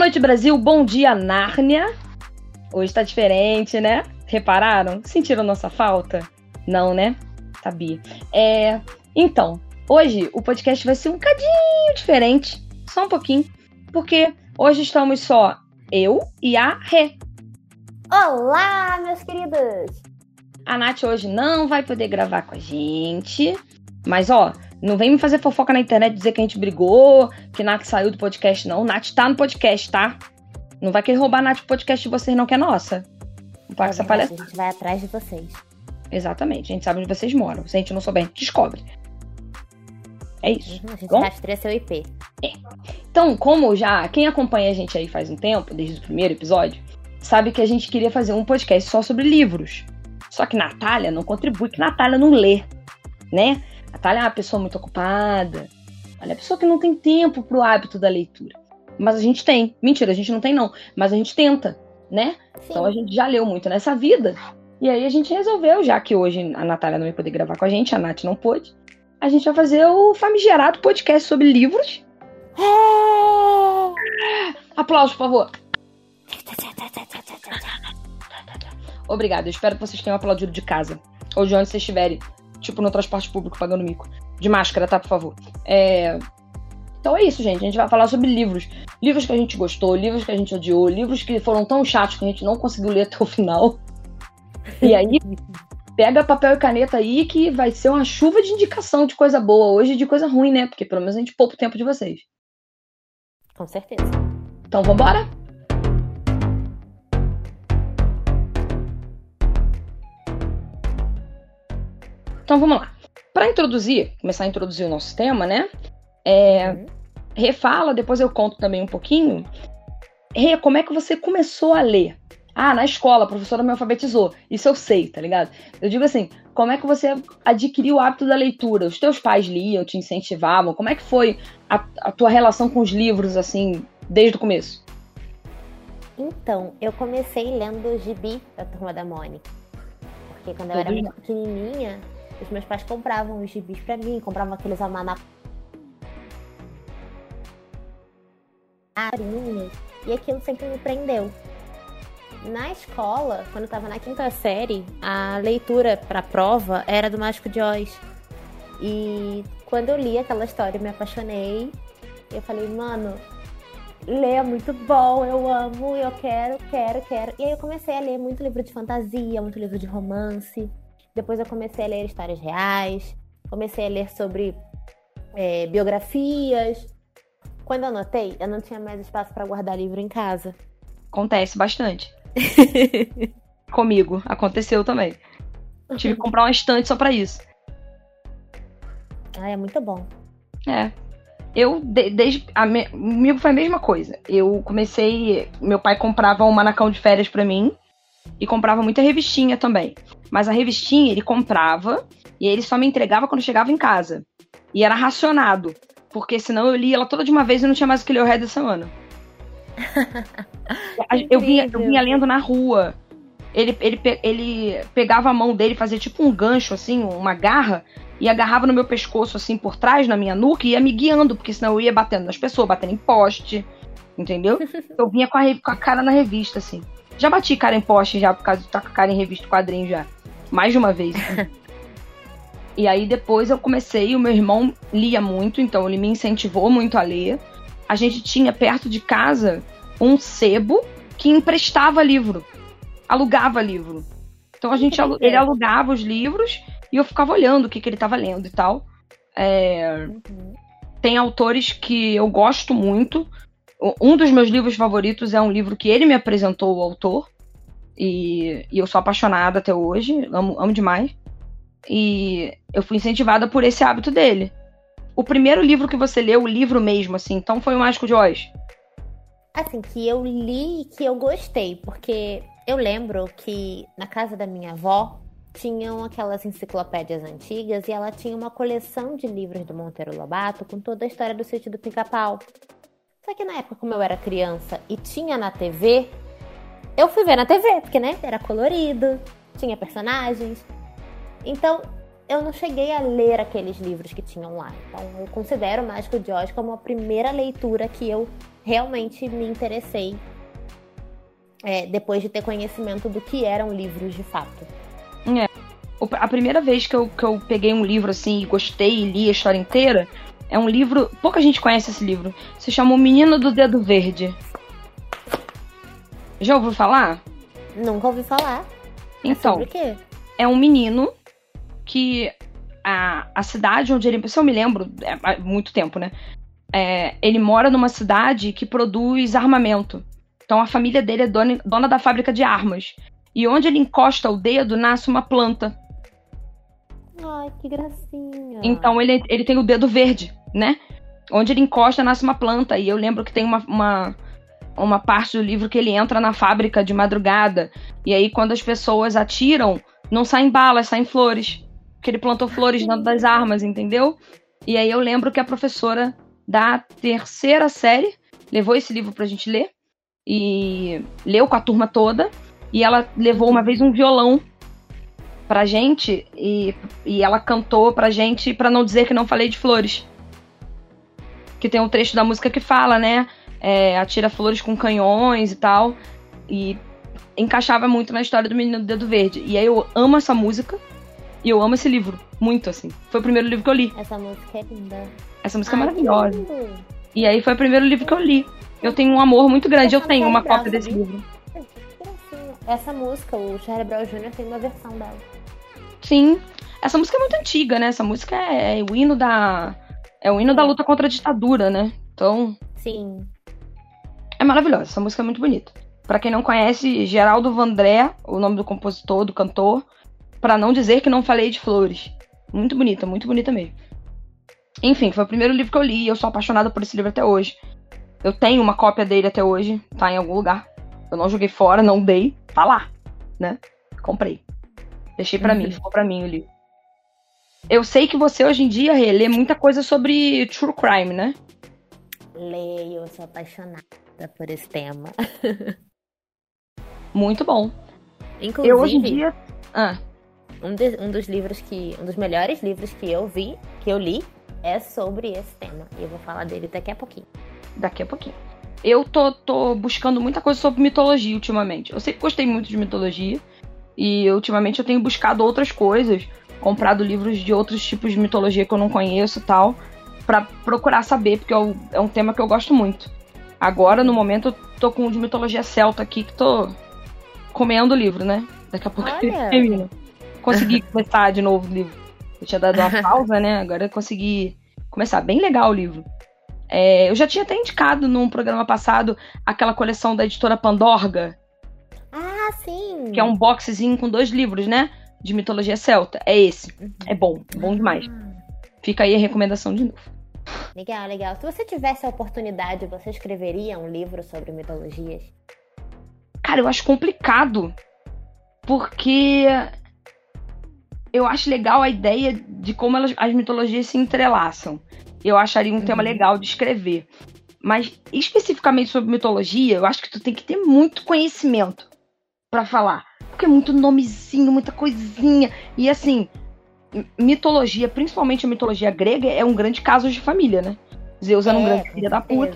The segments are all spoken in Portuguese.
noite, Brasil. Bom dia, Nárnia. Hoje tá diferente, né? Repararam? Sentiram nossa falta? Não, né? Sabia. Então, hoje o podcast vai ser um cadinho diferente. Só um pouquinho. Porque hoje estamos só eu e a Rê. Olá, meus queridos! A Nath hoje não vai poder gravar com a gente. Mas, ó, não vem me fazer fofoca na internet dizer que a gente brigou, que Nath saiu do podcast, não. Nath tá no podcast, tá? Não vai querer roubar a Nath do podcast de vocês, não, que é nossa. Não paga essa palhaçada. A gente vai atrás de vocês. Exatamente, a gente sabe onde vocês moram. Se a gente não souber, a gente descobre. É isso. A gente Bom? rastreia seu IP. Então, como já quem acompanha a gente aí faz um tempo, desde o primeiro episódio, sabe que a gente queria fazer um podcast só sobre livros. Só que Natália não contribui, que Natália não lê, né? Natália é uma pessoa muito ocupada. Ela é uma pessoa que não tem tempo pro hábito da leitura. Mas a gente tem. Mentira, a gente não tem não. Mas a gente tenta, né? Sim. Então a gente já leu muito nessa vida. E aí a gente resolveu, já que hoje a Natália não vai poder gravar com a gente, a Nath não pôde, a gente vai fazer o famigerado podcast sobre livros. Aplausos, por favor. Obrigada, eu espero que vocês tenham aplaudido de casa. Ou de onde vocês estiverem. Tipo no transporte público, pagando mico. De máscara, tá, por favor. Então é isso, gente. A gente vai falar sobre livros. Livros que a gente gostou, livros que a gente odiou, livros que foram tão chatos que a gente não conseguiu ler até o final. E aí, pega papel e caneta aí que vai ser uma chuva de indicação de coisa boa hoje e de coisa ruim, né? Porque pelo menos a gente poupa o tempo de vocês. Com certeza. Então vambora? Então vamos lá. Para começar a introduzir o nosso tema, né? Refala, depois eu conto também um pouquinho. Rê, como é que você começou a ler? Ah, na escola, a professora me alfabetizou. Isso eu sei, tá ligado? Eu digo assim, como é que você adquiriu o hábito da leitura? Os teus pais liam, te incentivavam? Como é que foi a tua relação com os livros, assim, desde o começo? Então, eu comecei lendo gibi da Turma da Mônica. Porque quando eu era muito pequenininha, os meus pais compravam os gibis pra mim, compravam aqueles almanacos. E aquilo sempre me prendeu. Na escola, quando eu tava na 5ª série, a leitura pra prova era do Mágico de Oz. E quando eu li aquela história, eu me apaixonei. Eu falei, mano, ler é muito bom, eu amo, eu quero. E aí eu comecei a ler muito livro de fantasia, muito livro de romance. Depois eu comecei a ler histórias reais. Comecei a ler sobre biografias. Quando eu notei, eu não tinha mais espaço pra guardar livro em casa. Acontece bastante. Comigo, aconteceu também. Tive que comprar uma estante só pra isso. É muito bom. Comigo foi a mesma coisa. Eu comecei, meu pai comprava um manacão de férias pra mim e comprava muita revistinha também. Mas a revistinha ele comprava e ele só me entregava quando chegava em casa. E era racionado, porque senão eu lia ela toda de uma vez e não tinha mais o que ler o resto da semana. Eu vinha lendo na rua. Ele pegava a mão dele, fazia tipo um gancho, assim, uma garra, e agarrava no meu pescoço, assim, por trás, na minha nuca, e ia me guiando, porque senão eu ia batendo nas pessoas, batendo em poste, entendeu? Eu vinha com a cara na revista, assim. Já bati cara em poste, já, por causa de estar com a cara em revista quadrinho, já. Mais de uma vez. E aí depois eu comecei, o meu irmão lia muito, então ele me incentivou muito a ler. A gente tinha perto de casa um sebo que emprestava livro, alugava livro. Então ele alugava os livros e eu ficava olhando o que ele estava lendo e tal. Tem autores que eu gosto muito. Um dos meus livros favoritos é um livro que ele me apresentou, o autor, e eu sou apaixonada até hoje, amo demais. E eu fui incentivada por esse hábito dele. O primeiro livro que você leu, o livro mesmo, assim, então foi o Mágico de Oz? Assim, que eu li e que eu gostei, porque eu lembro que na casa da minha avó tinham aquelas enciclopédias antigas e ela tinha uma coleção de livros do Monteiro Lobato com toda a história do Sítio do Pica-Pau. Só que na época, como eu era criança e tinha na TV, eu fui ver na TV, porque, né, era colorido, tinha personagens. Então, eu não cheguei a ler aqueles livros que tinham lá. Então eu considero o Mágico de Oz como a primeira leitura que eu realmente me interessei depois de ter conhecimento do que eram livros de fato. A primeira vez que eu peguei um livro assim e gostei e li a história inteira, é um livro... Pouca gente conhece esse livro. Se chama O Menino do Dedo Verde. Já ouviu falar? Nunca ouvi falar. Então, sobre o quê? É um menino que a cidade onde ele... Se eu me lembro, há muito tempo, né? Ele mora numa cidade que produz armamento. Então a família dele é dona da fábrica de armas. E onde ele encosta o dedo, nasce uma planta. Ai, que gracinha. Então ele tem o dedo verde, né? Onde ele encosta, nasce uma planta. E eu lembro que tem uma parte do livro que ele entra na fábrica de madrugada. E aí, quando as pessoas atiram, não saem balas, saem flores. Porque ele plantou flores dentro das armas, entendeu? E aí eu lembro que a professora da terceira série levou esse livro pra gente ler. E leu com a turma toda. E ela levou uma vez um violão pra gente. E ela cantou pra gente pra não dizer que não falei de flores. Que tem um trecho da música que fala, né? Atira flores com canhões e tal. E encaixava muito na história do Menino do Dedo Verde. E aí eu amo essa música. E eu amo esse livro. Muito, assim. Foi o primeiro livro que eu li. Essa música é linda. Essa música é maravilhosa. E aí foi o primeiro livro que eu li. Eu tenho um amor muito grande. Eu tenho uma cópia desse livro. Essa música, o Charlie Brown Jr. tem uma versão dela. Sim. Essa música é muito antiga, né? Essa música é o hino da... É o hino da luta contra a ditadura, né? Então... Sim. É maravilhosa. Essa música é muito bonita. Pra quem não conhece, Geraldo Vandré, o nome do compositor, do cantor. Pra não dizer que não falei de flores. Muito bonita mesmo. Enfim, foi o primeiro livro que eu li e eu sou apaixonada por esse livro até hoje. Eu tenho uma cópia dele até hoje, tá em algum lugar. Eu não joguei fora, não dei, tá lá, né? Comprei. Deixei pra mim, ficou pra mim o livro. Eu sei que você hoje em dia lê muita coisa sobre true crime, né? Leio, eu sou apaixonada por esse tema. Muito bom. Inclusive, eu hoje em dia... um dos melhores livros que eu li, é sobre esse tema. E eu vou falar dele daqui a pouquinho. Daqui a pouquinho. Eu tô buscando muita coisa sobre mitologia ultimamente. Eu sempre gostei muito de mitologia. E ultimamente eu tenho buscado outras coisas. Comprado livros de outros tipos de mitologia que eu não conheço e tal. Pra procurar saber, porque é um tema que eu gosto muito. Agora, no momento, eu tô com o de mitologia celta aqui, que tô comendo o livro, né? Daqui a pouco eu termino. Consegui começar de novo o livro. Eu tinha dado uma pausa, né? Agora eu consegui começar. Bem legal o livro. Eu já tinha até indicado num programa passado aquela coleção da editora Pandorga. Ah, sim! Que é um boxezinho com 2 livros, né? De mitologia celta. É esse. É bom demais. Fica aí a recomendação de novo. Legal, legal. Se você tivesse a oportunidade, você escreveria um livro sobre mitologias? Cara, eu acho complicado. Porque eu acho legal a ideia de como as mitologias se entrelaçam. Eu acharia um tema legal de escrever. Mas, especificamente sobre mitologia, eu acho que tu tem que ter muito conhecimento pra falar. Porque é muito nomezinho, muita coisinha. E, assim, mitologia, principalmente a mitologia grega, é um grande caso de família, né? Zeus era um grande filho da puta.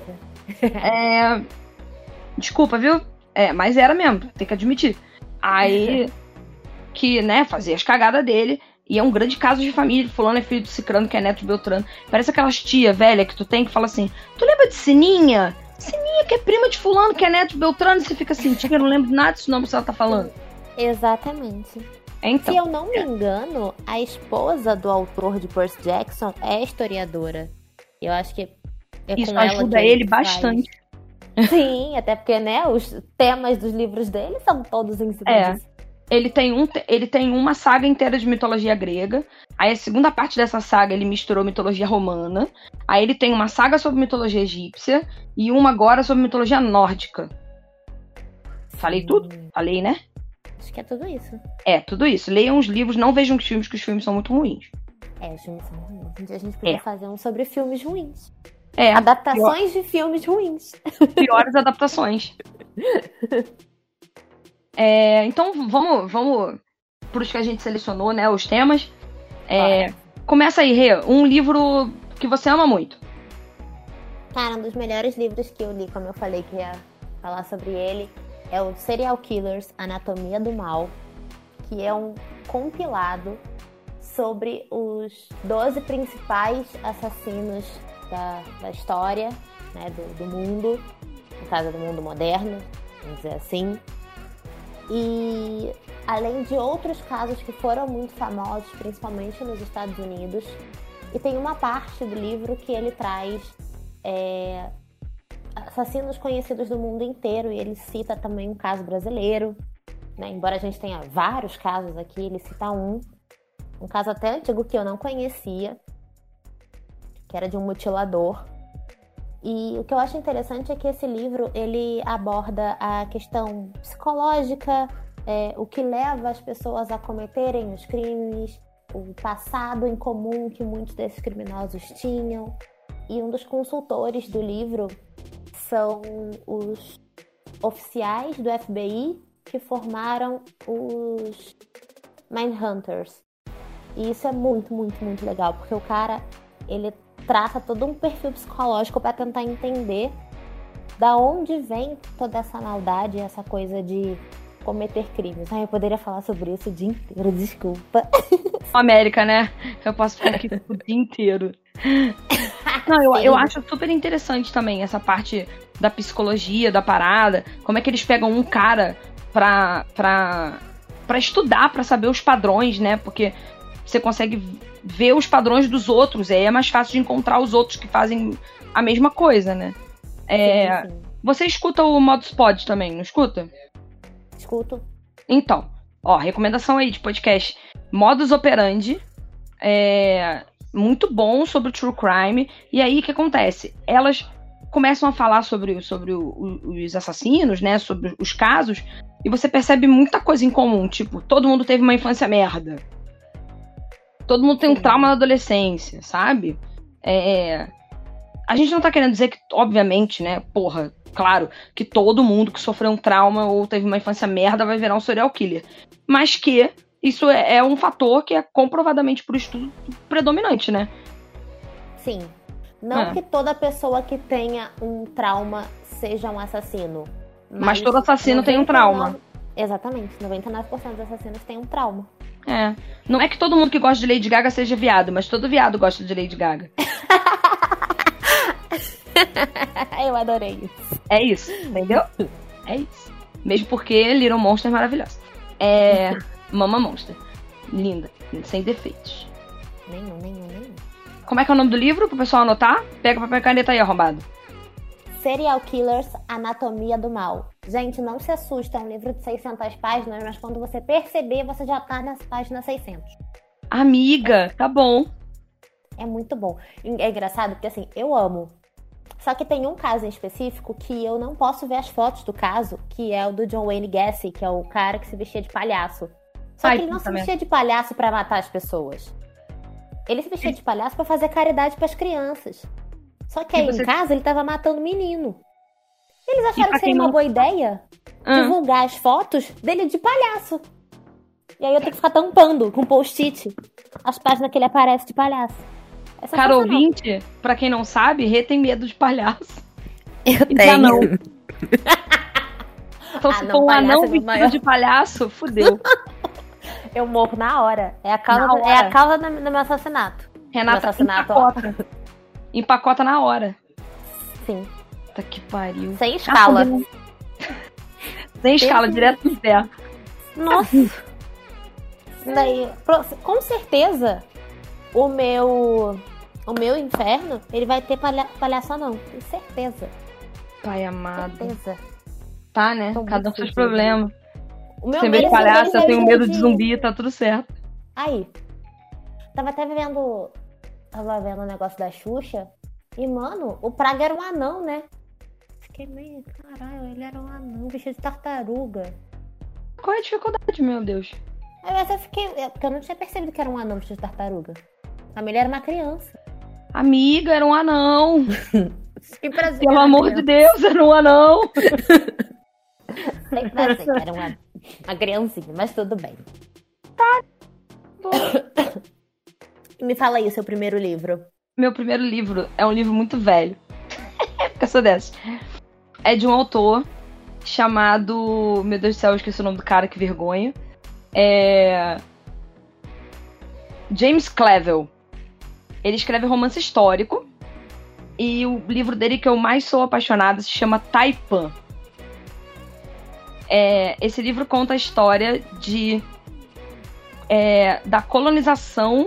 Desculpa, viu? Mas era mesmo, tem que admitir. Aí, que, né, fazia as cagadas dele. E é um grande caso de família. Fulano é filho do Cicrano, que é neto de Beltrano. Parece aquelas tia velha que tu tem que fala assim: tu lembra de Sininha? Sininha que é prima de fulano, que é neto de Beltrano. E você fica assim, tia, eu não lembro nada desse nome que ela tá falando. Exatamente. Então, se eu não me engano, a esposa do autor de Percy Jackson é historiadora. Eu acho que isso com ela ajuda que ele bastante. Sim, até porque, né, os temas dos livros dele são todos em cima disso. Ele tem uma saga inteira de mitologia grega. Aí a segunda parte dessa saga ele misturou mitologia romana. Aí ele tem uma saga sobre mitologia egípcia e uma agora sobre mitologia nórdica. Falei tudo? Falei, né? Acho que é tudo isso. Tudo isso. Leiam os livros, não vejam os filmes, que os filmes são muito ruins. Os filmes são ruins. Um dia a gente podia fazer um sobre filmes ruins. É, adaptações de filmes ruins. Piores adaptações. Então vamos pros que a gente selecionou, né? Os temas. Começa aí, Rê, um livro que você ama muito. Cara, um dos melhores livros que eu li, como eu falei que ia falar sobre ele, é o Serial Killers, Anatomia do Mal, que é um compilado sobre os 12 principais assassinos da história, né, do mundo, no caso do mundo moderno, vamos dizer assim. E além de outros casos que foram muito famosos, principalmente nos Estados Unidos. E tem uma parte do livro que ele traz assassinos conhecidos do mundo inteiro, e ele cita também um caso brasileiro, né? Embora a gente tenha vários casos aqui, ele cita um caso até antigo que eu não conhecia, que era de um mutilador. E o que eu acho interessante é que esse livro, ele aborda a questão psicológica, o que leva as pessoas a cometerem os crimes, o passado em comum que muitos desses criminosos tinham. E um dos consultores do livro são os oficiais do FBI que formaram os Mindhunters. E isso é muito, muito, muito legal, porque o cara, ele traça todo um perfil psicológico para tentar entender da onde vem toda essa maldade, essa coisa de cometer crimes. Eu poderia falar sobre isso o dia inteiro, desculpa. América, né? Eu posso ficar aqui o dia inteiro. Não, eu acho super interessante também essa parte da psicologia, da parada. Como é que eles pegam um cara pra estudar, pra saber os padrões, né? Porque você consegue ver os padrões dos outros, aí é mais fácil de encontrar os outros que fazem a mesma coisa, né? Sim. Você escuta o Modus Pod também, não escuta? Escuto. Então, recomendação aí de podcast. Modus Operandi. Muito bom sobre o True Crime. E aí, o que acontece? Elas começam a falar sobre os assassinos, né? Sobre os casos. E você percebe muita coisa em comum. Tipo, todo mundo teve uma infância merda. Todo mundo tem um trauma na adolescência, sabe? A gente não tá querendo dizer que, obviamente, né? Claro, que todo mundo que sofreu um trauma ou teve uma infância merda vai virar um serial killer. Mas que isso é um fator que é comprovadamente por estudo predominante, né? Sim. Não que toda pessoa que tenha um trauma seja um assassino. Mas todo assassino tem um trauma. Exatamente. 99% dos assassinos têm um trauma. Não é que todo mundo que gosta de Lady Gaga seja viado, mas todo viado gosta de Lady Gaga. Eu adorei isso. É isso, entendeu? É isso. Mesmo porque Little Monster é maravilhosa. Mama Monster. Linda, sem defeitos. Nenhum. Como é que é o nome do livro, pro pessoal anotar? Pega o papel e caneta aí, arrombado. Serial Killers, Anatomia do Mal. Gente, não se assusta, é um livro de 600 páginas, mas quando você perceber, você já tá nas páginas 600. Amiga, tá bom. É muito bom. É engraçado porque, assim, eu amo. Só que tem um caso em específico que eu não posso ver as fotos do caso, que é o do John Wayne Gacy, que é o cara que se vestia de palhaço. Só que ele não se vestia de palhaço pra matar as pessoas. Ele se vestia de palhaço pra fazer caridade pras crianças. Só que aí em casa ele tava matando menino. Eles acharam que seria uma boa ideia divulgar as fotos dele de palhaço. E aí eu tenho que ficar tampando com post-it as páginas que ele aparece de palhaço. Cara ouvinte, pra quem não sabe, Rê tem medo de palhaço. Eu tenho. Anão. Então se for um anão vestido de palhaço, fudeu. Eu morro na hora. É a causa do meu assassinato. Renata, empacota na hora. Sim. Puta que pariu. Sem escala. Sem escala, direto no pé. Nossa. Daí, com certeza, o meu inferno, ele vai ter palhaço não. Tenho certeza. Pai amado. Certeza. Tá, né? Cada um com seus problemas. Sem medo de palhaço, eu tenho medo de zumbi, tá tudo certo. Aí. Tava vendo o negócio da Xuxa. E, mano, o Praga era um anão, né? Fiquei meio... Caralho, ele era um anão, vestido de tartaruga. Qual é a dificuldade, meu Deus? Mas eu fiquei... Porque eu não tinha percebido que era um anão vestido de tartaruga. A mulher era uma criança. Amiga, era um anão. Que prazer. Pelo amor de Deus, era um anão. Tem prazer, era uma criancinha, mas tudo bem. Tá. Me fala aí o seu primeiro livro. Meu primeiro livro é um livro muito velho. Porque eu sou dessa. É de um autor chamado... Meu Deus do céu, eu esqueci o nome do cara, que vergonha. James Clavell. Ele escreve romance histórico. E o livro dele que eu mais sou apaixonada se chama Taipan. Esse livro conta a história da colonização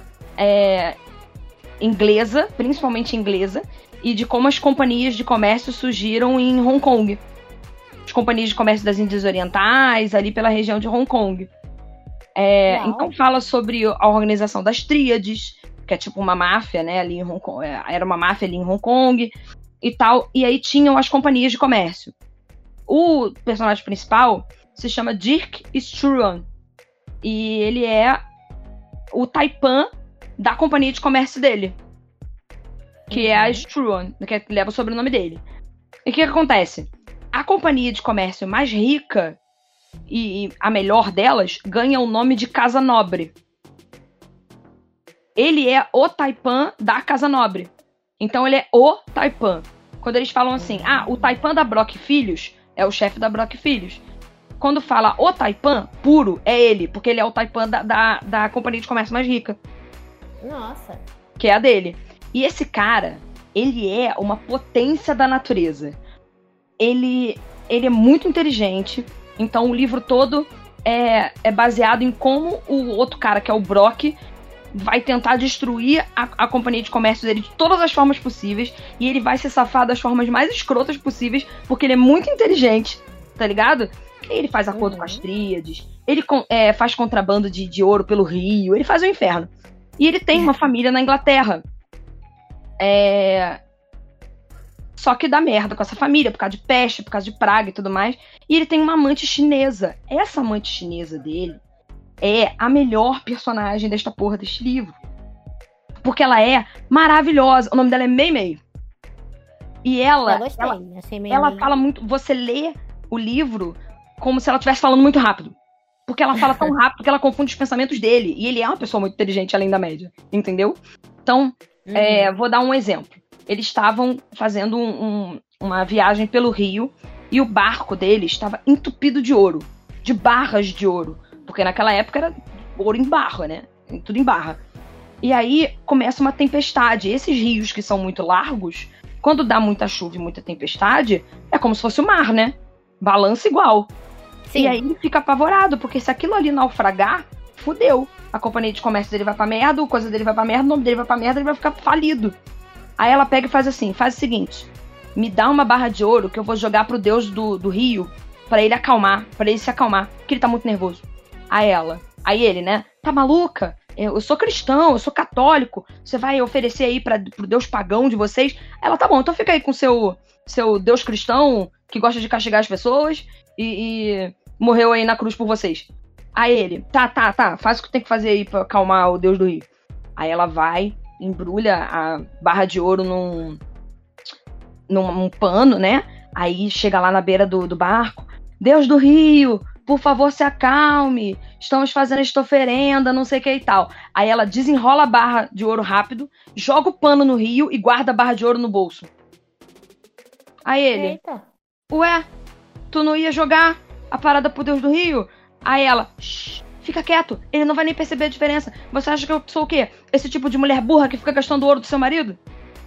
inglesa, principalmente inglesa, e de como as companhias de comércio surgiram em Hong Kong. As companhias de comércio das Índias Orientais, ali pela região de Hong Kong. Então fala sobre a organização das tríades, que é tipo uma máfia, né, ali em Hong Kong. Era uma máfia ali em Hong Kong e tal. E aí tinham as companhias de comércio. O personagem principal se chama Dirk Struan. E ele é o Taipan da companhia de comércio dele. Que é a Struan, que leva o sobrenome dele. E o que acontece? A companhia de comércio mais rica e a melhor delas ganha o nome de Casa Nobre. Ele é o Taipan da Casa Nobre. Então ele é o Taipan. Quando eles falam assim, o Taipan da Brock Filhos é o chefe da Brock Filhos. Quando fala o Taipan puro, é ele, porque ele é o Taipan da companhia de comércio mais rica. Nossa. Que é a dele. E esse cara, ele é uma potência da natureza. Ele é muito inteligente. Então o livro todo é baseado em como o outro cara, que é o Brock, vai tentar destruir a companhia de comércio dele de todas as formas possíveis. E ele vai se safar das formas mais escrotas possíveis, porque ele é muito inteligente, tá ligado? Ele faz acordo com as tríades, ele faz contrabando de ouro pelo rio, ele faz o inferno. E ele tem uma família na Inglaterra. Só que dá merda com essa família, por causa de peste, por causa de praga e tudo mais. E ele tem uma amante chinesa. Essa amante chinesa dele é a melhor personagem desta porra deste livro. Porque ela é maravilhosa. O nome dela é Mei Mei. E ela fala muito... Você lê o livro como se ela estivesse falando muito rápido. Porque ela fala tão rápido que ela confunde os pensamentos dele. E ele é uma pessoa muito inteligente, além da média. Entendeu? Então, vou dar um exemplo. Eles estavam fazendo uma viagem pelo rio e o barco deles estava entupido de ouro. De barras de ouro. Porque naquela época era ouro em barra, né? Tudo em barra. E aí começa uma tempestade. Esses rios que são muito largos, quando dá muita chuva e muita tempestade, é como se fosse o mar, né? Balança igual. Sim. E aí ele fica apavorado, porque se aquilo ali naufragar, fudeu. A companhia de comércio dele vai pra merda, a coisa dele vai pra merda, o nome dele vai pra merda, ele vai ficar falido. Aí ela pega e faz assim, faz o seguinte, me dá uma barra de ouro que eu vou jogar pro deus do rio pra ele acalmar, pra ele se acalmar, porque ele tá muito nervoso. Aí ele, né, tá maluca? Eu sou cristão, eu sou católico, você vai oferecer aí pro deus pagão de vocês? Ela, tá bom, então fica aí com seu deus cristão que gosta de castigar as pessoas e morreu aí na cruz por vocês. Aí ele, tá, faz o que tem que fazer aí pra acalmar o deus do rio. Aí ela vai, embrulha a barra de ouro num pano, né? Aí chega lá na beira do barco. Deus do rio, por favor, se acalme. Estamos fazendo esta oferenda, não sei o que e tal. Aí ela desenrola a barra de ouro rápido, joga o pano no rio e guarda a barra de ouro no bolso. Aí ele, eita. Ué, tu não ia jogar a parada pro Deus do rio? Aí ela, fica quieto, ele não vai nem perceber a diferença. Você acha que eu sou o quê? Esse tipo de mulher burra que fica gastando o ouro do seu marido?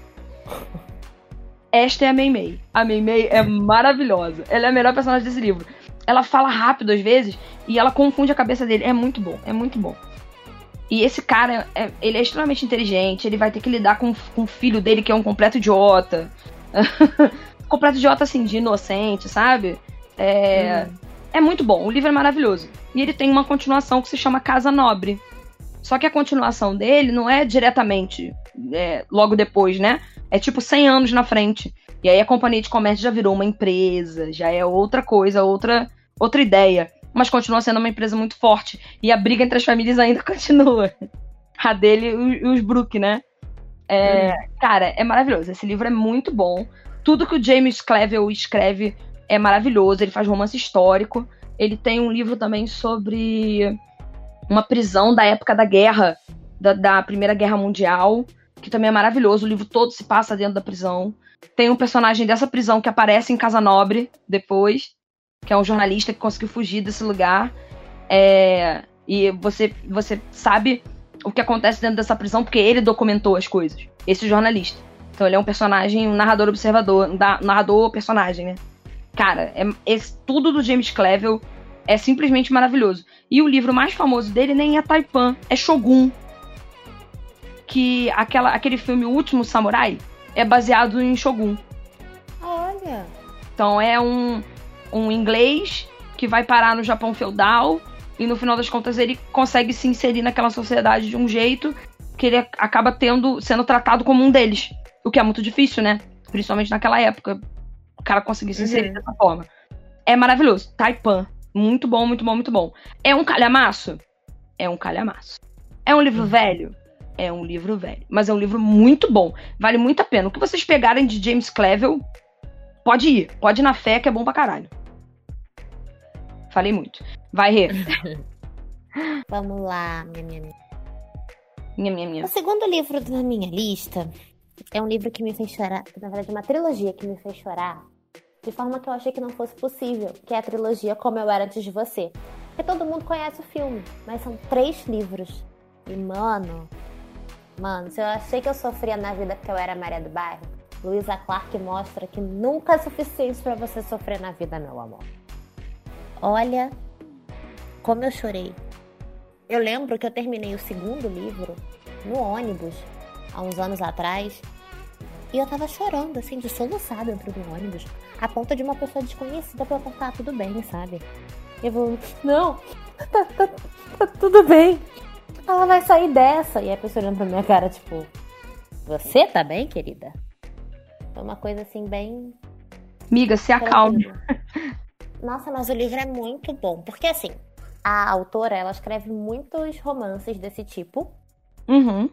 Esta é a Mei Mei. A Mei Mei é maravilhosa. Ela é a melhor personagem desse livro. Ela fala rápido às vezes e ela confunde a cabeça dele. É muito bom, é muito bom. E esse cara, ele é extremamente inteligente. Ele vai ter que lidar com o filho dele, que é um completo idiota. Completo idiota, assim, de inocente, sabe? É muito bom, o livro é maravilhoso. E ele tem uma continuação que se chama Casa Nobre. Só que a continuação dele não é diretamente logo depois, né? É tipo 100 anos na frente. E aí a companhia de comércio já virou uma empresa, já é outra coisa, outra ideia. Mas continua sendo uma empresa muito forte. E a briga entre as famílias ainda continua. A dele e os Brooke, né? Cara, é maravilhoso. Esse livro é muito bom. Tudo que o James Clavell escreve é maravilhoso. Ele faz romance histórico. Ele tem um livro também sobre uma prisão da época da guerra da Primeira Guerra Mundial, que também é maravilhoso. O livro todo se passa dentro da prisão. Tem um personagem dessa prisão que aparece em Casa Nobre depois, que é um jornalista que conseguiu fugir desse lugar. E você sabe o que acontece dentro dessa prisão porque ele documentou as coisas. Esse jornalista. Então ele é um personagem, um narrador observador, narrador personagem, né? Cara, tudo do James Clavell é simplesmente maravilhoso. E o livro mais famoso dele nem é Taipan, é Shogun. Que aquele filme O Último Samurai é baseado em Shogun. Olha! Então é um inglês que vai parar no Japão feudal e no final das contas ele consegue se inserir naquela sociedade de um jeito que ele acaba sendo tratado como um deles. O que é muito difícil, né? Principalmente naquela época. O cara conseguir se inserir dessa forma. É maravilhoso. Taipan. Muito bom, muito bom, muito bom. É um calhamaço? É um calhamaço. É um livro velho? É um livro velho. Mas é um livro muito bom. Vale muito a pena. O que vocês pegarem de James Clavell, pode ir. Pode ir na fé, que é bom pra caralho. Falei muito. Vai, Rê. Vamos lá, minha. Minha. O segundo livro da minha lista é um livro que me fez chorar. Na verdade, uma trilogia que me fez chorar de forma que eu achei que não fosse possível, que é a trilogia Como Eu Era Antes de Você. Porque todo mundo conhece o filme, mas são 3 livros. E, mano, se eu achei que eu sofria na vida porque eu era Maria do Bairro, Louisa Clark mostra que nunca é suficiente pra você sofrer na vida, meu amor. Olha como eu chorei. Eu lembro que eu terminei o segundo livro no ônibus, há uns anos atrás, e eu tava chorando, assim, de soluçar dentro do ônibus, a ponto de uma pessoa desconhecida perguntar, tudo bem, sabe? Eu vou, não, tá tudo bem. Ela vai sair dessa. E a pessoa olhando pra minha cara, tipo, você tá bem, querida? Foi uma coisa, assim, bem... Miga, se acalme. Nossa, mas o livro é muito bom. Porque, assim, a autora, ela escreve muitos romances desse tipo. Uhum.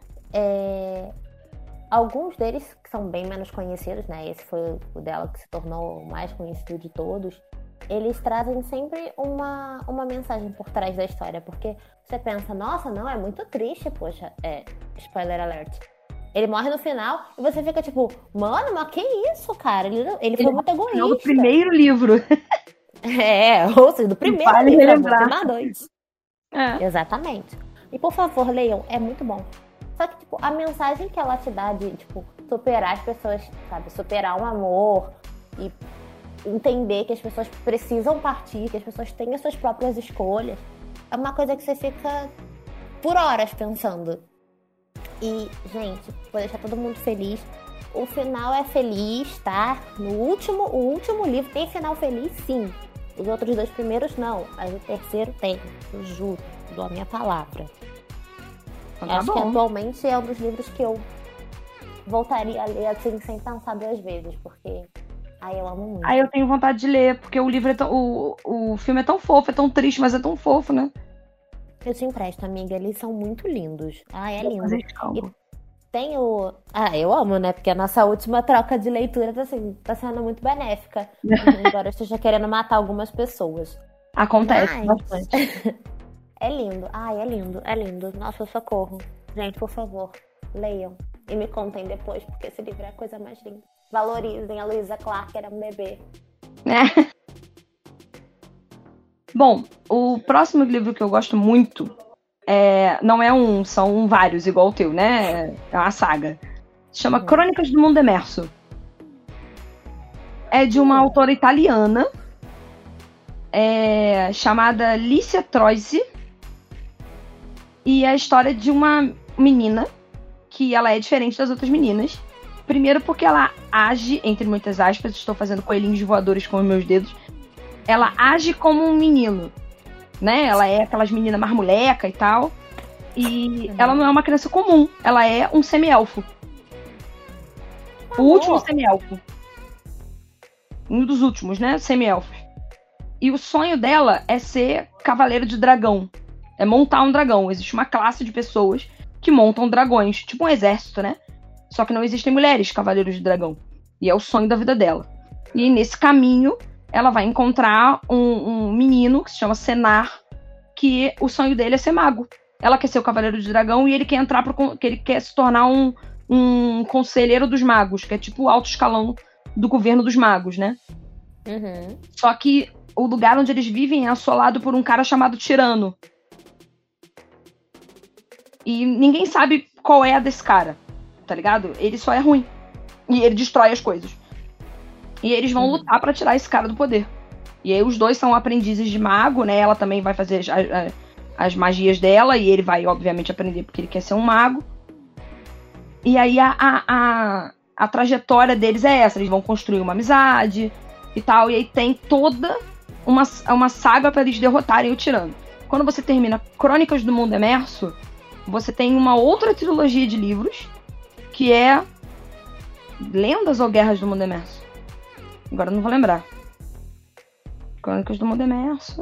Alguns deles que são bem menos conhecidos, né? Esse foi o dela que se tornou o mais conhecido de todos. Eles trazem sempre uma mensagem por trás da história. Porque você pensa, nossa, não, é muito triste, poxa. Spoiler alert. Ele morre no final e você fica tipo, mano, mas que isso, cara? Ele foi muito egoísta. No primeiro livro. Ou seja, do primeiro vale livro, relembrar. mais 2. Exatamente. E por favor, leiam, é muito bom. Só que, tipo, a mensagem que ela te dá de, tipo, superar as pessoas, sabe? Superar um amor e entender que as pessoas precisam partir, que as pessoas têm as suas próprias escolhas. É uma coisa que você fica por horas pensando. E, gente, vou deixar todo mundo feliz. O final é feliz, tá? O último livro tem final feliz, sim. Os outros 2 primeiros, não. Mas o terceiro tem. Eu juro, dou a minha palavra. Acho que atualmente é um dos livros que eu voltaria a ler assim, sem pensar 2 vezes. Porque eu amo muito. Eu tenho vontade de ler, porque o livro o filme é tão fofo, é tão triste, mas é tão fofo, né? Eu te empresto, amiga. Eles são muito lindos. É lindo. E tem eu amo, né? Porque a nossa última troca de leitura tá sendo muito benéfica. Embora eu esteja querendo matar algumas pessoas. Acontece bastante. É lindo. É lindo. Nossa, socorro. Gente, por favor, leiam. E me contem depois, porque esse livro é a coisa mais linda. Valorizem a Louisa Clark, era um bebê. Bom, o próximo livro que eu gosto muito não é são vários, igual o teu, né? É uma saga. Se chama Crônicas do Mundo Emerso. É de uma autora italiana chamada Lícia Troisi. E é a história de uma menina que ela é diferente das outras meninas. Primeiro porque ela age, entre muitas aspas, estou fazendo coelhinhos voadores com os meus dedos. Ela age como um menino, né? Ela é aquelas meninas mais moleca e tal. E ela não é uma criança comum. Ela é um semi-elfo. O último semi-elfo. Um dos últimos, né? Semi-elfos. E o sonho dela é ser cavaleiro de dragão. É montar um dragão. Existe uma classe de pessoas que montam dragões. Tipo um exército, né? Só que não existem mulheres cavaleiros de dragão. E é o sonho da vida dela. E nesse caminho, ela vai encontrar um menino que se chama Senar, que o sonho dele é ser mago. Ela quer ser o Cavaleiro de Dragão e ele quer entrar que ele quer se tornar um conselheiro dos magos, que é tipo o alto escalão do governo dos magos, né? Uhum. Só que o lugar onde eles vivem é assolado por um cara chamado Tirano. E ninguém sabe qual é a desse cara, tá ligado? Ele só é ruim. E ele destrói as coisas. E eles vão lutar pra tirar esse cara do poder. E aí os dois são aprendizes de mago, né? Ela também vai fazer as magias dela. E ele vai, obviamente, aprender porque ele quer ser um mago. E aí a trajetória deles é essa. Eles vão construir uma amizade e tal. E aí tem toda uma saga pra eles derrotarem o tirano. Quando você termina Crônicas do Mundo Emerso, você tem uma outra trilogia de livros, que é Lendas ou Guerras do Mundo Emerso? Agora eu não vou lembrar. Crônicas do Mundo Emerso...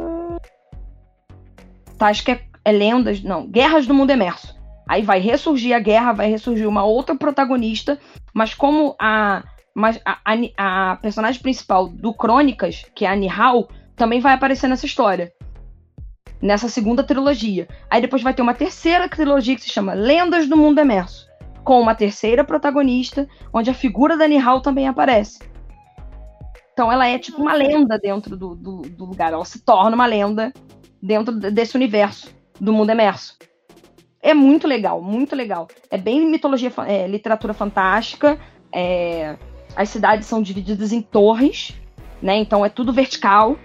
Tá, acho que é Lendas... Não, Guerras do Mundo Emerso. Aí vai ressurgir a guerra, vai ressurgir uma outra protagonista, mas como a personagem principal do Crônicas, que é a Nihal, também vai aparecer nessa história. Nessa segunda trilogia. Aí depois vai ter uma terceira trilogia que se chama Lendas do Mundo Emerso, com uma terceira protagonista, onde a figura da Nihal também aparece. Então ela é tipo uma lenda dentro do lugar. Ela se torna uma lenda dentro desse universo do Mundo Emerso. É muito legal, muito legal. É bem mitologia, literatura fantástica. As cidades são divididas em torres, né? Então é tudo vertical.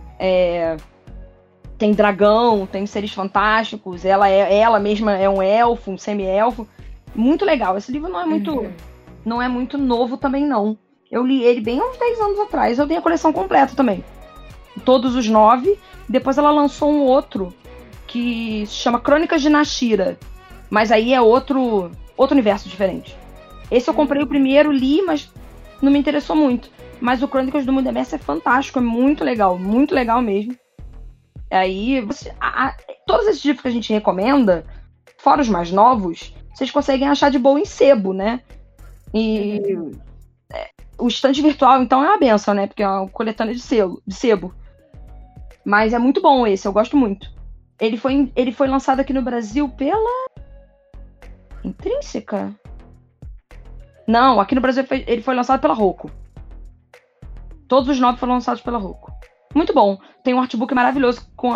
Tem dragão, tem seres fantásticos. Ela mesma é um elfo, um semi-elfo. Muito legal. Esse livro não é muito novo também, não. Eu li ele bem uns 10 anos atrás. Eu tenho a coleção completa também. Todos os 9. Depois ela lançou um outro que se chama Crônicas de Nashira. Mas aí é outro universo diferente. Esse eu comprei o primeiro, li, mas não me interessou muito. Mas o Crônicas do Mundo Emerso é fantástico, é muito legal mesmo. Aí, todos esses livros que a gente recomenda, fora os mais novos, vocês conseguem achar de boa em sebo, né? E o estante virtual, então, é uma benção, né? Porque é uma coletânea de sebo. Mas é muito bom esse, eu gosto muito. Ele foi lançado aqui no Brasil pela Intrínseca? Não, aqui no Brasil ele foi lançado pela Rocco. Todos os 9 foram lançados pela Rocco. Muito bom. Tem um artbook maravilhoso com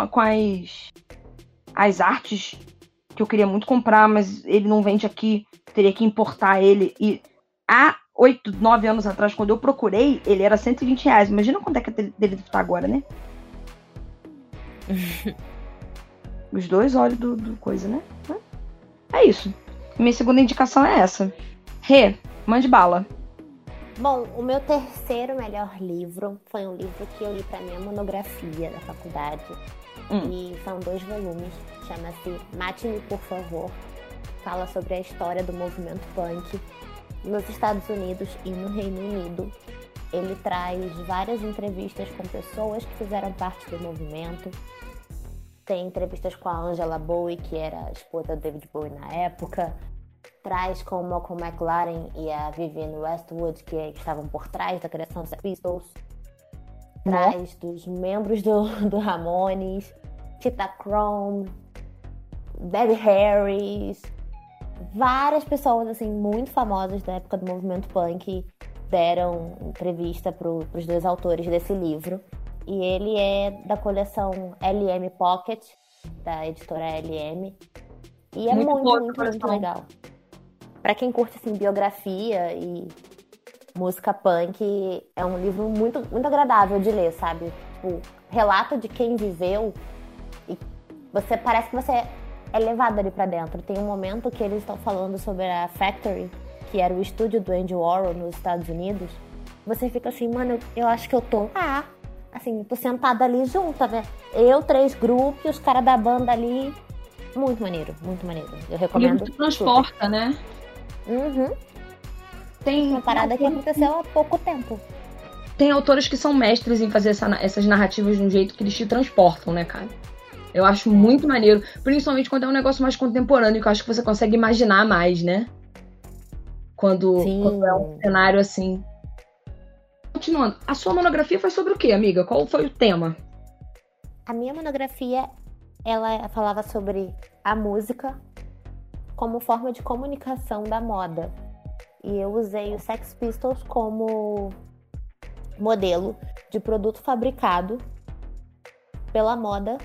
as artes que eu queria muito comprar, mas ele não vende aqui. Teria que importar ele. E há 8, 9 anos atrás, quando eu procurei, ele era R$120. Imagina quanto é que dele tá agora, né? Os dois olhos do coisa, né? É isso. Minha segunda indicação é essa. Rê, mande bala. Bom, o meu terceiro melhor livro foi um livro que eu li pra minha monografia da faculdade. E são 2 volumes. Chama-se Mate-me, por favor. Fala sobre a história do movimento punk nos Estados Unidos e no Reino Unido. Ele traz várias entrevistas com pessoas que fizeram parte do movimento. Tem entrevistas com a Angela Bowie, que era a esposa do David Bowie na época. Traz com o Malcolm McLaren e a Vivienne Westwood, que estavam por trás da criação dos Pistols. Traz dos membros do Ramones, Tita Chrome, Debbie Harris. Várias pessoas assim, muito famosas da época do movimento punk deram entrevista para os 2 autores desse livro. E ele é da coleção LM Pocket, da editora LM. E é muito legal. Pra quem curte assim, biografia e música punk, é um livro muito, muito agradável de ler, sabe? Tipo, relato de quem viveu e parece que você é levado ali pra dentro. Tem um momento que eles estão falando sobre a Factory, que era o estúdio do Andy Warhol nos Estados Unidos. Você fica assim, mano, eu acho que eu tô tô sentada ali junto, né? Eu, 3 grupos, os caras da banda ali. Muito maneiro, muito maneiro. Eu recomendo. Livro que transporta, né? Tem uma parada que aconteceu há pouco tempo. Tem autores que são mestres em fazer essas narrativas de um jeito que eles te transportam, né, cara? Eu acho muito maneiro. Principalmente quando é um negócio mais contemporâneo, que eu acho que você consegue imaginar mais, né? Quando é um cenário assim. Continuando, a sua monografia foi sobre o quê, amiga? Qual foi o tema? A minha monografia ela falava sobre a música como forma de comunicação da moda. E eu usei os Sex Pistols como modelo de produto fabricado pela moda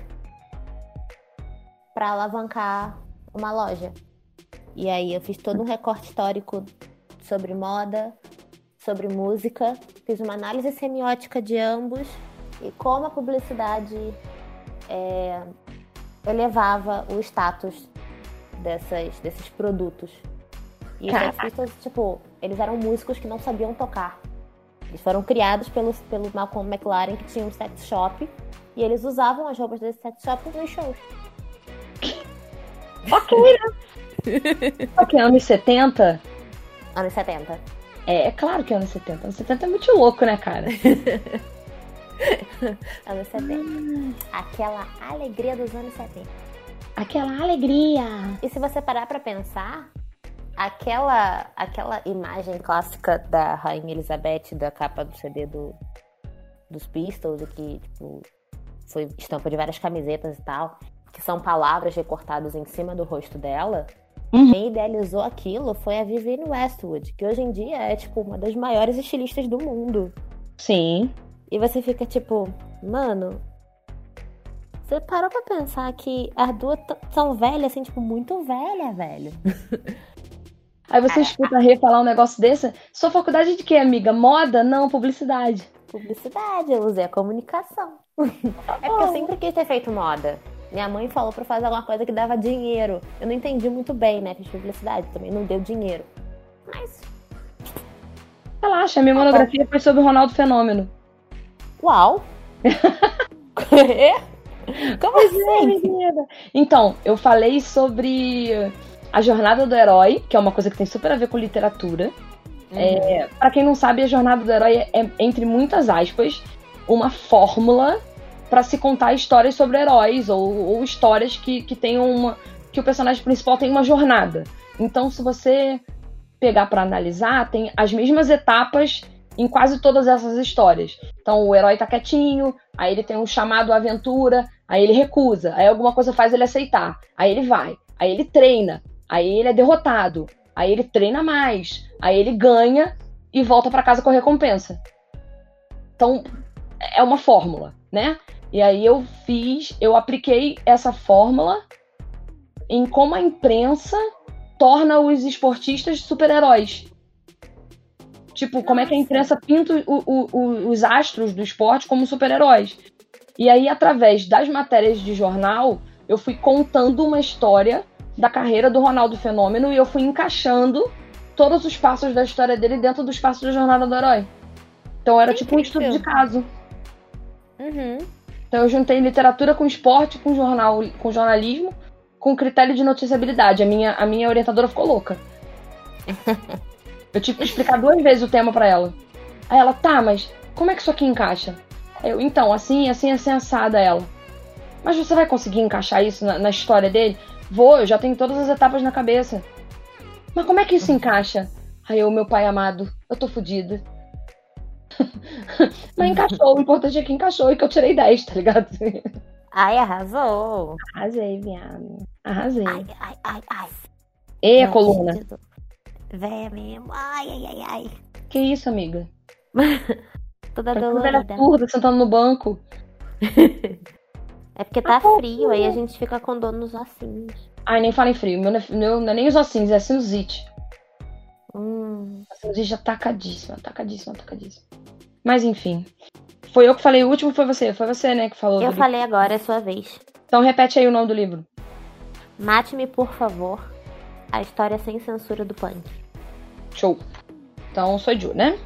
para alavancar uma loja. E aí eu fiz todo um recorte histórico sobre moda, sobre música, fiz uma análise semiótica de ambos e como a publicidade elevava o status desses produtos. E os Sex Pistols, tipo, eles eram músicos que não sabiam tocar. Eles foram criados pelo Malcolm McLaren, que tinha um sex shop, e eles usavam as roupas desse sex shop nos shows. Ok, né? Ok, anos 70? Anos 70. É claro que é anos 70. Anos 70 é muito louco, né, cara? Anos 70. Aquela alegria dos anos 70. Aquela alegria. E se você parar pra pensar, aquela imagem clássica da Rainha Elizabeth, da capa do CD dos Pistols, que tipo, foi estampa de várias camisetas e tal, que são palavras recortadas em cima do rosto dela, quem idealizou aquilo foi a Vivienne Westwood, que hoje em dia é tipo uma das maiores estilistas do mundo. Sim. E você fica tipo, mano, você parou pra pensar que as duas são velhas, assim, tipo, muito velha, velho. Aí você escuta a Rê falar um negócio desse. Sua faculdade de quê, amiga? Moda? Não, publicidade. Publicidade, eu usei a comunicação. É porque eu sempre quis ter feito moda. Minha mãe falou pra fazer alguma coisa que dava dinheiro. Eu não entendi muito bem, né? Fiz publicidade, também não deu dinheiro. Mas... relaxa, minha monografia foi sobre o Ronaldo Fenômeno. Uau! Como assim? Então, eu falei sobre a jornada do herói, que é uma coisa que tem super a ver com literatura. Pra quem não sabe, a jornada do herói é, entre muitas aspas, uma fórmula pra se contar histórias sobre heróis ou histórias que tenham que o personagem principal tem uma jornada. Então, se você pegar pra analisar, tem as mesmas etapas em quase todas essas histórias. Então, o herói tá quietinho, aí ele tem um chamado à aventura, aí ele recusa, aí alguma coisa faz ele aceitar, aí ele vai, aí ele treina, aí ele é derrotado, aí ele treina mais, aí ele ganha e volta pra casa com a recompensa. Então, é uma fórmula, né? E aí eu apliquei essa fórmula em como a imprensa torna os esportistas super-heróis. Tipo, como é que a imprensa pinta os astros do esporte como super-heróis. E aí, através das matérias de jornal, eu fui contando uma história da carreira do Ronaldo Fenômeno e eu fui encaixando todos os passos da história dele dentro dos passos da jornada do herói. Então era tipo um estudo de caso. Então eu juntei literatura com esporte, com jornalismo, com critério de noticiabilidade. A minha orientadora ficou louca. Eu tive que explicar 2 vezes o tema pra ela. Aí ela, tá, mas como é que isso aqui encaixa? Eu, então, assim, assada ela. Mas você vai conseguir encaixar isso na história dele? Vou, eu já tenho todas as etapas na cabeça. Mas como é que isso encaixa? Aí eu, meu pai amado, eu tô fodida. Mas encaixou, o importante é que encaixou e que eu tirei 10, tá ligado? Ai, arrasou. Arrasei, viado. Arrasei. Ai. E a coluna? Véia mesmo. Ai. Que isso, amiga? Toda Tá dolorida. velha surda, sentando no banco. É porque tá frio, aí a gente fica com dor nos ossinhos. Ai, nem fala em frio. Meu não é nem os ossinhos, é sinusite. A sinusite atacadíssima. Mas enfim. Foi eu que falei o último, foi você, né, que falou. Eu falei agora, é sua vez. Então repete aí o nome do livro. Mate-me, por favor, a história sem censura do punk. Show. Então, sou Ju, né?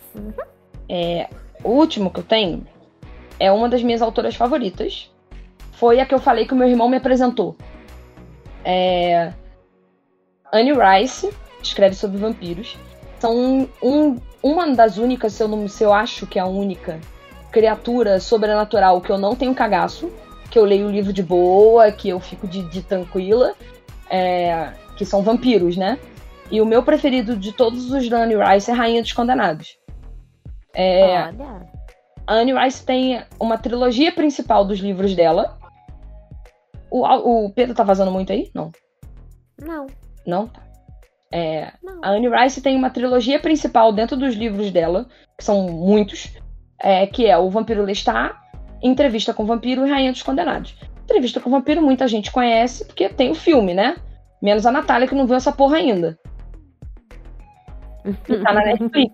O último que eu tenho é uma das minhas autoras favoritas. Foi a que eu falei que o meu irmão me apresentou. Anne Rice, escreve sobre vampiros. São uma das únicas, se eu acho que é a única criatura sobrenatural que eu não tenho cagaço, que eu leio o livro de boa, que eu fico de tranquila, que são vampiros, né? E o meu preferido de todos os da Anne Rice é Rainha dos Condenados. A Anne Rice tem uma trilogia principal dos livros dela, O Pedro tá vazando muito aí? Não. Não. Não? Tá. Não. A Anne Rice tem uma trilogia principal dentro dos livros dela, que são muitos, que é O Vampiro Lestat, Entrevista com o Vampiro e Rainha dos Condenados. Entrevista com o Vampiro muita gente conhece, porque tem o filme, né? Menos a Natália, que não viu essa porra ainda. E tá na Netflix.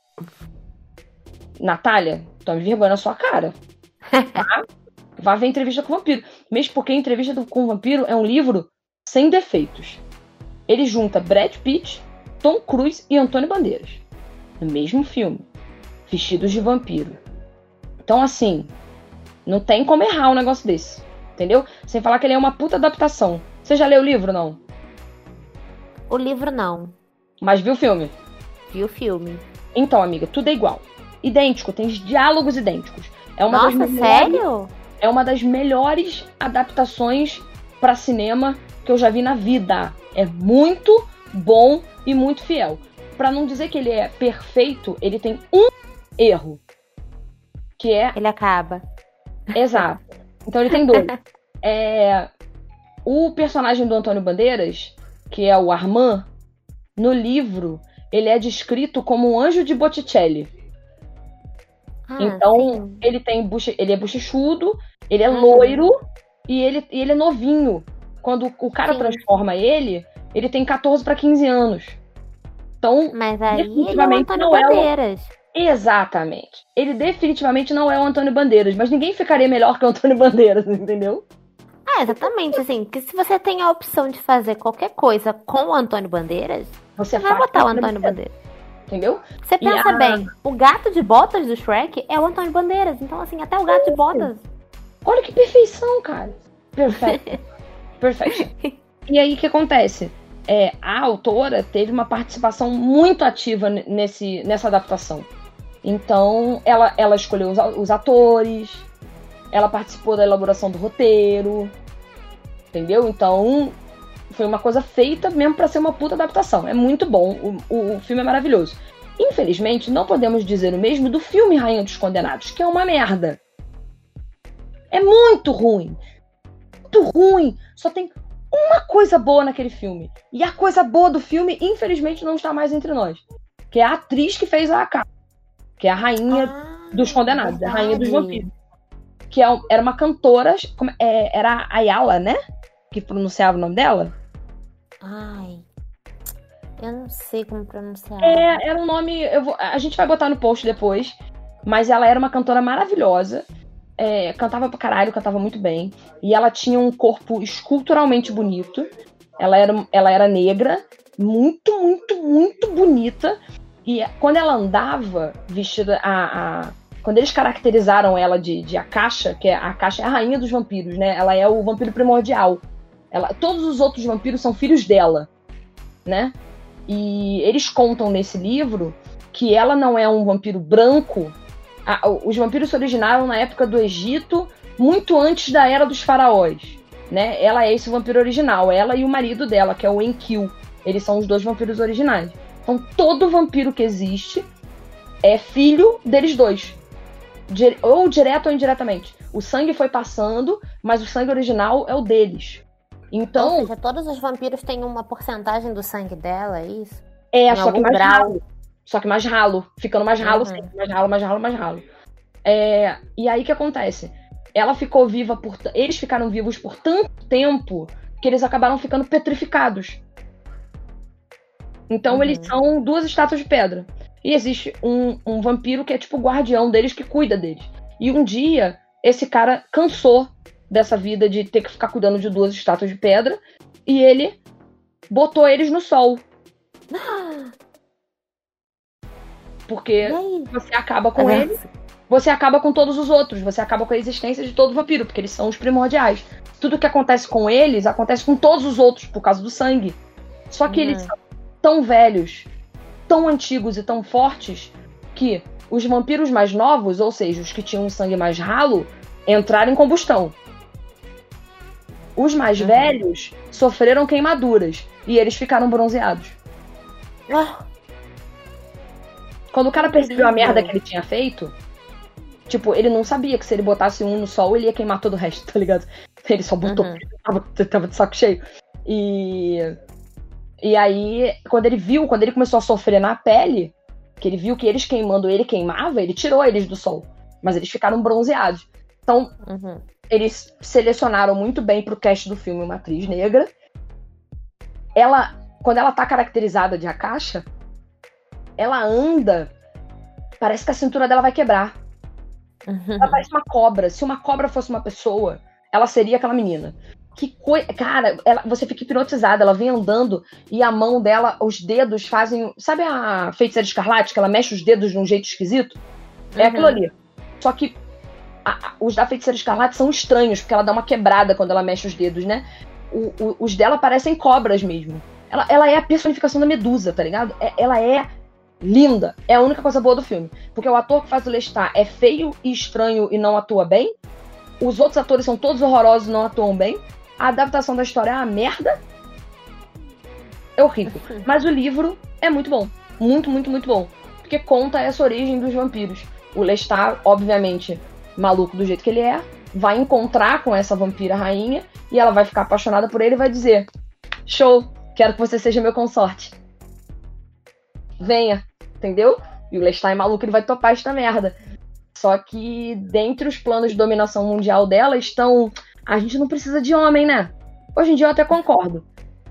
Natália, tome vergonha na sua cara. Tá? Vá ver Entrevista com o Vampiro. Mesmo porque Entrevista com o Vampiro é um livro sem defeitos. Ele junta Brad Pitt, Tom Cruise e Antônio Bandeiras no mesmo filme, vestidos de vampiro. Então, assim, não tem como errar um negócio desse, entendeu? Sem falar que ele é uma puta adaptação. Você já leu o livro, não? O livro não. Mas viu o filme? Vi o filme. Então, amiga, tudo é igual. Idêntico, tem diálogos idênticos. Nossa, sério? É uma das melhores adaptações pra cinema que eu já vi na vida. É muito bom e muito fiel. Pra não dizer que ele é perfeito, ele tem um erro. Que é... Ele acaba. Exato. Então ele tem dois. O personagem do Antônio Bandeiras, que é o Armand, no livro, ele é descrito como um anjo de Botticelli. Então, sim. ele é bochechudo, ele é loiro e ele é novinho. Quando o cara transforma ele tem 14 para 15 anos. Então, mas aí ele é o Antônio Bandeiras. Exatamente. Ele definitivamente não é o Antônio Bandeiras, mas ninguém ficaria melhor que o Antônio Bandeiras, entendeu? Exatamente, assim, que se você tem a opção de fazer qualquer coisa com o Antônio Bandeiras, você vai botar o Antônio Bandeiras. Entendeu? Você pensa bem, o gato de botas do Shrek é o Antônio Bandeiras, então assim, até o gato de botas. Olha que perfeição, cara. Perfeito. Perfeito. E aí, o que acontece? A autora teve uma participação muito ativa nessa adaptação. Então, ela escolheu os atores, ela participou da elaboração do roteiro, entendeu? Então, foi uma coisa feita mesmo pra ser uma puta adaptação. É muito bom, o filme é maravilhoso. Infelizmente, não podemos dizer o mesmo do filme Rainha dos Condenados, que é uma merda. É muito ruim. Muito ruim. Só tem uma coisa boa naquele filme. E a coisa boa do filme, infelizmente, não está mais entre nós. Que é a atriz que fez a Akako. Que é a Rainha dos Condenados. Verdade. A Rainha dos Vampiros. Que era uma cantora... Era a Ayala, né? Que pronunciava o nome dela. Ai... Eu não sei como pronunciar. Era um nome... a gente vai botar no post depois. Mas ela era uma cantora maravilhosa. Cantava pra caralho, cantava muito bem. E ela tinha um corpo esculturalmente bonito. Ela era negra. Muito, muito, muito bonita. E quando ela andava vestida... Quando eles caracterizaram ela de Akasha, que a Akasha é a rainha dos vampiros, né? Ela é o vampiro primordial. Todos os outros vampiros são filhos dela, né? E eles contam nesse livro que ela não é um vampiro branco. Os vampiros se originaram na época do Egito, muito antes da Era dos Faraós, né? Ela é esse vampiro original, ela e o marido dela, que é o Enkidu. Eles são os dois vampiros originais. Então todo vampiro que existe é filho deles dois. Ou direto ou indiretamente. O sangue foi passando, mas o sangue original é o deles. Então, ou seja, todos os vampiros têm uma porcentagem do sangue dela, é isso? Só que mais ralo. Só que mais ralo. Ficando mais ralo sempre. Mais ralo, mais ralo, mais ralo. E aí o que acontece? Ela ficou viva eles ficaram vivos por tanto tempo que eles acabaram ficando petrificados. Então eles são duas estátuas de pedra. E existe um vampiro que é tipo o guardião deles, que cuida deles. E um dia, esse cara cansou dessa vida de ter que ficar cuidando de duas estátuas de pedra, e ele botou eles no sol. Porque você acaba com ele, você acaba com todos os outros, você acaba com a existência de todo vampiro, porque eles são os primordiais. Tudo que acontece com eles, acontece com todos os outros, por causa do sangue. Só que eles são tão velhos, tão antigos e tão fortes, que os vampiros mais novos, ou seja, os que tinham um sangue mais ralo, entraram em combustão. Os mais velhos sofreram queimaduras e eles ficaram bronzeados. Quando o cara percebeu a merda que ele tinha feito, tipo, ele não sabia que se ele botasse um no sol, ele ia queimar todo o resto, tá ligado? Ele só botou, tava de saco cheio. E aí, quando ele começou a sofrer na pele, que ele viu que eles queimando ele queimava, ele tirou eles do sol. Mas eles ficaram bronzeados. Então, eles selecionaram muito bem pro cast do filme uma atriz negra. Quando ela tá caracterizada de Akasha, ela anda, parece que a cintura dela vai quebrar. Ela parece uma cobra. Se uma cobra fosse uma pessoa, ela seria aquela menina. Que coisa. Cara, você fica hipnotizada. Ela vem andando e a mão dela, os dedos fazem. Sabe a Feiticeira Escarlate, que ela mexe os dedos de um jeito esquisito? É aquilo ali. Só que os da Feiticeira Escarlate são estranhos, porque ela dá uma quebrada quando ela mexe os dedos, né? Os dela parecem cobras mesmo. Ela é a personificação da Medusa, tá ligado? Ela é linda. É a única coisa boa do filme. Porque o ator que faz o Lestat é feio e estranho e não atua bem. Os outros atores são todos horrorosos e não atuam bem. A adaptação da história é uma merda. É horrível. Mas o livro é muito bom. Muito, muito, muito bom. Porque conta essa origem dos vampiros. O Lestat, obviamente, maluco do jeito que ele é, vai encontrar com essa vampira rainha e ela vai ficar apaixonada por ele e vai dizer: show, quero que você seja meu consorte. Venha, entendeu? E o Lestat é maluco, ele vai topar esta merda. Só que dentre os planos de dominação mundial dela estão... A gente não precisa de homem, né? Hoje em dia eu até concordo.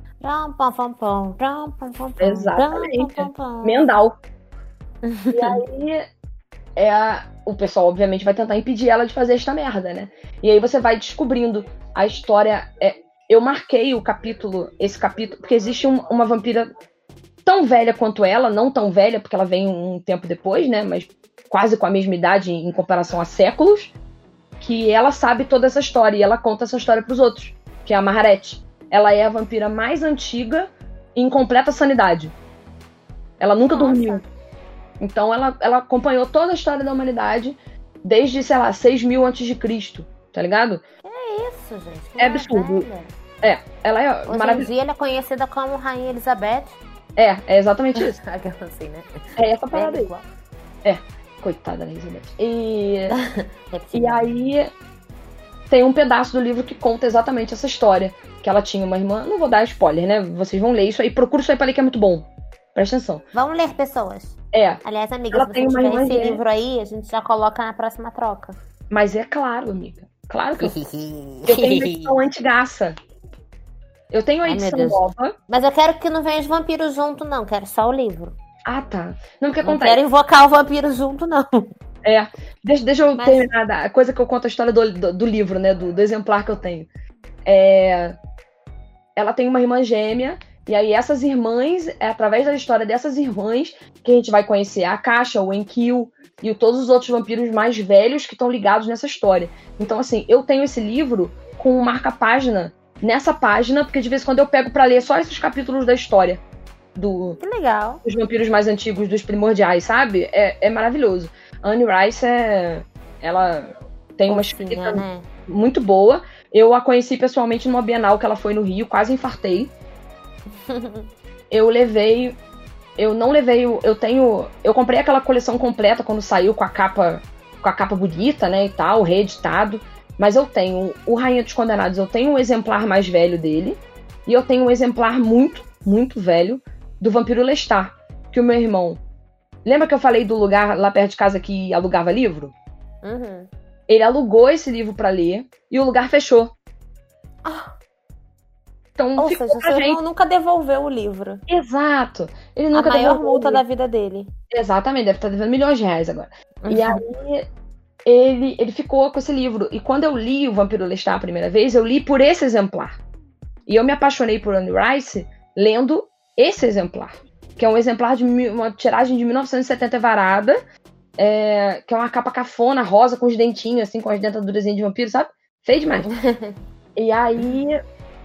Exatamente. Mendal. E aí o pessoal obviamente vai tentar impedir ela de fazer esta merda, né? E aí você vai descobrindo a história. Eu marquei esse capítulo, porque existe uma vampira tão velha quanto ela, não tão velha, porque ela vem um tempo depois, né? Mas quase com a mesma idade em comparação a séculos, que ela sabe toda essa história e ela conta essa história pros outros, que é a Maharet. Ela é a vampira mais antiga e em completa sanidade. Ela nunca dormiu. Então ela acompanhou toda a história da humanidade desde, sei lá, 6.000 a.C., tá ligado? É isso, gente. É absurdo. Ela é hoje maravilhosa. Hoje em dia ela é conhecida como Rainha Elizabeth. É exatamente isso. Assim, né? É essa parada aí. Coitada da Elizabeth. E aí tem um pedaço do livro que conta exatamente essa história. Que ela tinha uma irmã. Não vou dar spoiler, né? Vocês vão ler isso aí. Procura isso aí pra ler, que é muito bom. Presta atenção. Vamos ler, pessoas. Aliás, amiga, ela se você tiver esse livro aí, a gente já coloca na próxima troca. Mas é claro, amiga. Claro que eu tenho edição antigaça. Eu tenho a edição nova. Mas eu quero que não venha os vampiros junto, não. Quero só o livro. Ah, tá. Não, porque não acontece. quero invocar o vampiro junto, não. Deixa eu terminar a coisa que eu conto a história do livro, né? Do exemplar que eu tenho. Ela tem uma irmã gêmea. E aí essas irmãs, através da história dessas irmãs, que a gente vai conhecer a Akasha, o Enkidu e todos os outros vampiros mais velhos que estão ligados nessa história. Então, assim, eu tenho esse livro com um marca-página nessa página, porque de vez em quando eu pego pra ler só esses capítulos da história. Que legal. Dos vampiros mais antigos, dos primordiais, sabe? É maravilhoso. A Anne Rice, ela tem uma escrita muito boa. Eu a conheci pessoalmente numa Bienal que ela foi no Rio, quase infartei. Eu comprei aquela coleção completa quando saiu com a capa bonita, né, e tal, reeditado, mas eu tenho o Rainha dos Condenados, eu tenho um exemplar mais velho dele, e eu tenho um exemplar muito, muito velho do Vampiro Lestat, que o meu irmão... Lembra que eu falei do lugar lá perto de casa que alugava livro? Uhum. Ele alugou esse livro pra ler, e o lugar fechou. Então, ou seja, seu irmão nunca devolveu o livro. Exato. Ele nunca devolveu. A maior multa da vida dele. Exatamente, deve estar devendo milhões de reais agora. Uhum. E aí, ele ficou com esse livro. E quando eu li o Vampiro Lestat a primeira vez, eu li por esse exemplar. E eu me apaixonei por Anne Rice lendo esse exemplar. Que é um exemplar de uma tiragem de 1970 varada. Que é uma capa cafona, rosa, com os dentinhos, assim, com as dentaduras de vampiro, sabe? Feio demais. E aí...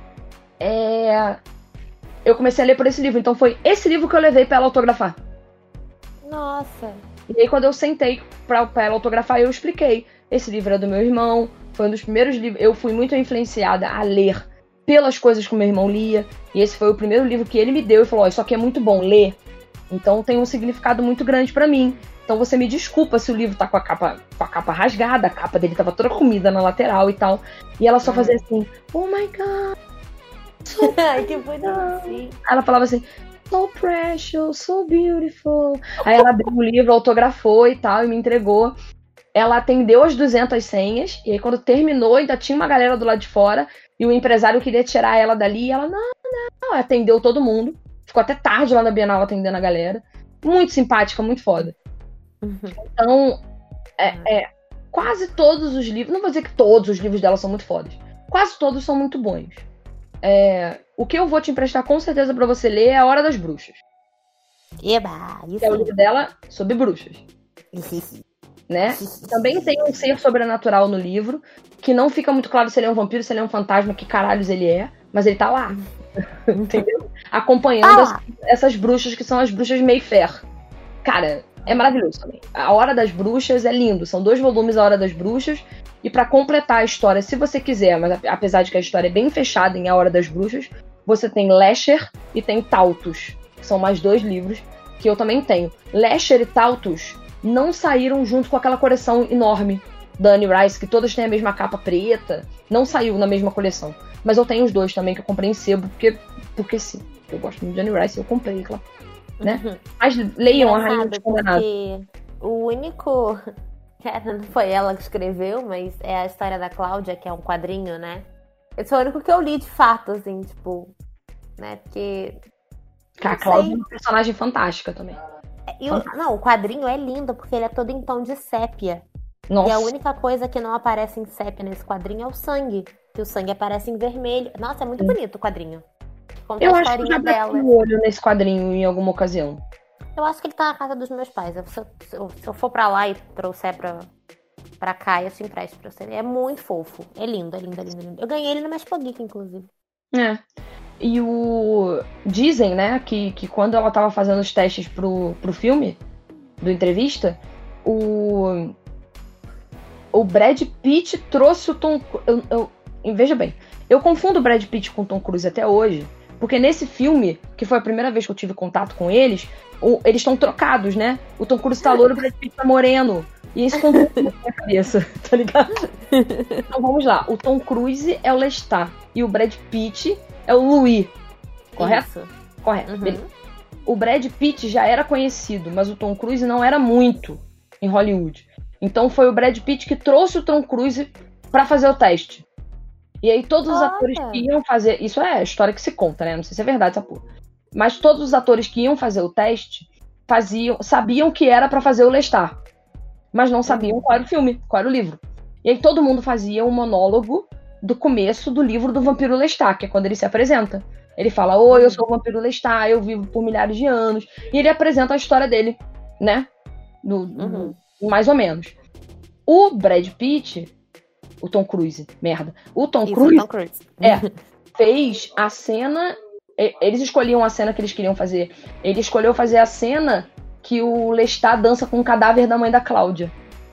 eu comecei a ler por esse livro. Então foi esse livro que eu levei pra ela autografar. Nossa. E aí quando eu sentei pra ela autografar, eu expliquei. Esse livro é do meu irmão. Foi um dos primeiros livros. Eu fui muito influenciada a ler pelas coisas que o meu irmão lia. E esse foi o primeiro livro que ele me deu e falou: isso aqui é muito bom, lê. Então tem um significado muito grande pra mim. Então você me desculpa se o livro tá com a capa rasgada, a capa dele tava toda comida na lateral e tal. E ela só fazia assim, oh my god. Ai, que bonitinho. Ela falava assim, so precious, so beautiful. Aí ela abriu o livro, autografou e tal, e me entregou. Ela atendeu as 200 senhas, e aí quando terminou, ainda tinha uma galera do lado de fora, e o empresário queria tirar ela dali, e ela, não, atendeu todo mundo. Ficou até tarde lá na Bienal atendendo a galera. Muito simpática, muito foda. Então, quase todos os livros, não vou dizer que todos os livros dela são muito fodas, quase todos são muito bons. O que eu vou te emprestar com certeza pra você ler é A Hora das Bruxas. Eba, isso Que é o livro dela sobre bruxas. Né? Também tem um ser sobrenatural no livro, que não fica muito claro se ele é um vampiro, se ele é um fantasma, que caralhos ele é, mas ele tá lá. Entendeu? Acompanhando essas bruxas, que são as bruxas Mayfair. Cara, é maravilhoso também. A Hora das Bruxas é lindo. São 2 volumes, A Hora das Bruxas. E pra completar a história, se você quiser, mas apesar de que a história é bem fechada em A Hora das Bruxas, você tem Lesher e tem Tautus, que são mais 2 livros, que eu também tenho. Lesher e Tautus não saíram junto com aquela coleção enorme da Anne Rice, que todas têm a mesma capa preta. Não saiu na mesma coleção. Mas eu tenho os 2 também, que eu comprei em sebo, porque sim. Eu gosto muito de Anne Rice, eu comprei, claro. Né? Mas leiam A Rainha dos Condenados. Porque o único... Não foi ela que escreveu, mas é a história da Cláudia, que é um quadrinho, né? Esse foi o único que eu li de fato, assim, tipo... Né? Porque... A Cláudia é uma personagem fantástica também. Não, o quadrinho é lindo, porque ele é todo em tom de sépia. Nossa. E a única coisa que não aparece em sépia nesse quadrinho é o sangue. Que o sangue aparece em vermelho. Nossa, é muito bonito o quadrinho. Conta Eu a acho que eu já dela. bati o olho nesse quadrinho em alguma ocasião. Eu acho que ele tá na casa dos meus pais. Se eu for pra lá e trouxer pra cá, eu te empresto pra você. É muito fofo. É lindo, é lindo, é lindo, é lindo. Eu ganhei ele no Expo Geek, inclusive. E dizem, né, que quando ela tava fazendo os testes pro filme, do entrevista, o Brad Pitt trouxe o Tom... Veja bem, eu confundo o Brad Pitt com o Tom Cruise até hoje, porque nesse filme, que foi a primeira vez que eu tive contato com eles, eles estão trocados, né? O Tom Cruise tá louro, o Brad Pitt tá moreno. E isso confunde na minha cabeça, tá ligado? Então vamos lá. O Tom Cruise é o Lestat e o Brad Pitt é o Louis. Correto? Isso. Correto. Beleza. O Brad Pitt já era conhecido, mas o Tom Cruise não era muito em Hollywood. Então foi o Brad Pitt que trouxe o Tom Cruise pra fazer o teste. E aí todos os atores que iam fazer... Isso é a história que se conta, né? Não sei se é verdade essa porra. Mas todos os atores que iam fazer o teste sabiam que era pra fazer o Lestat. Mas não sabiam qual era o filme, qual era o livro. E aí todo mundo fazia um monólogo do começo do livro do Vampiro Lestat, que é quando ele se apresenta. Ele fala, oi, eu sou o Vampiro Lestat, eu vivo por milhares de anos. E ele apresenta a história dele, né? Mais ou menos. O Brad Pitt... O Tom Cruise, merda. O Tom Cruise fez a cena... Eles escolhiam a cena que eles queriam fazer. Ele escolheu fazer a cena que o Lestat dança com o cadáver da mãe da Cláudia.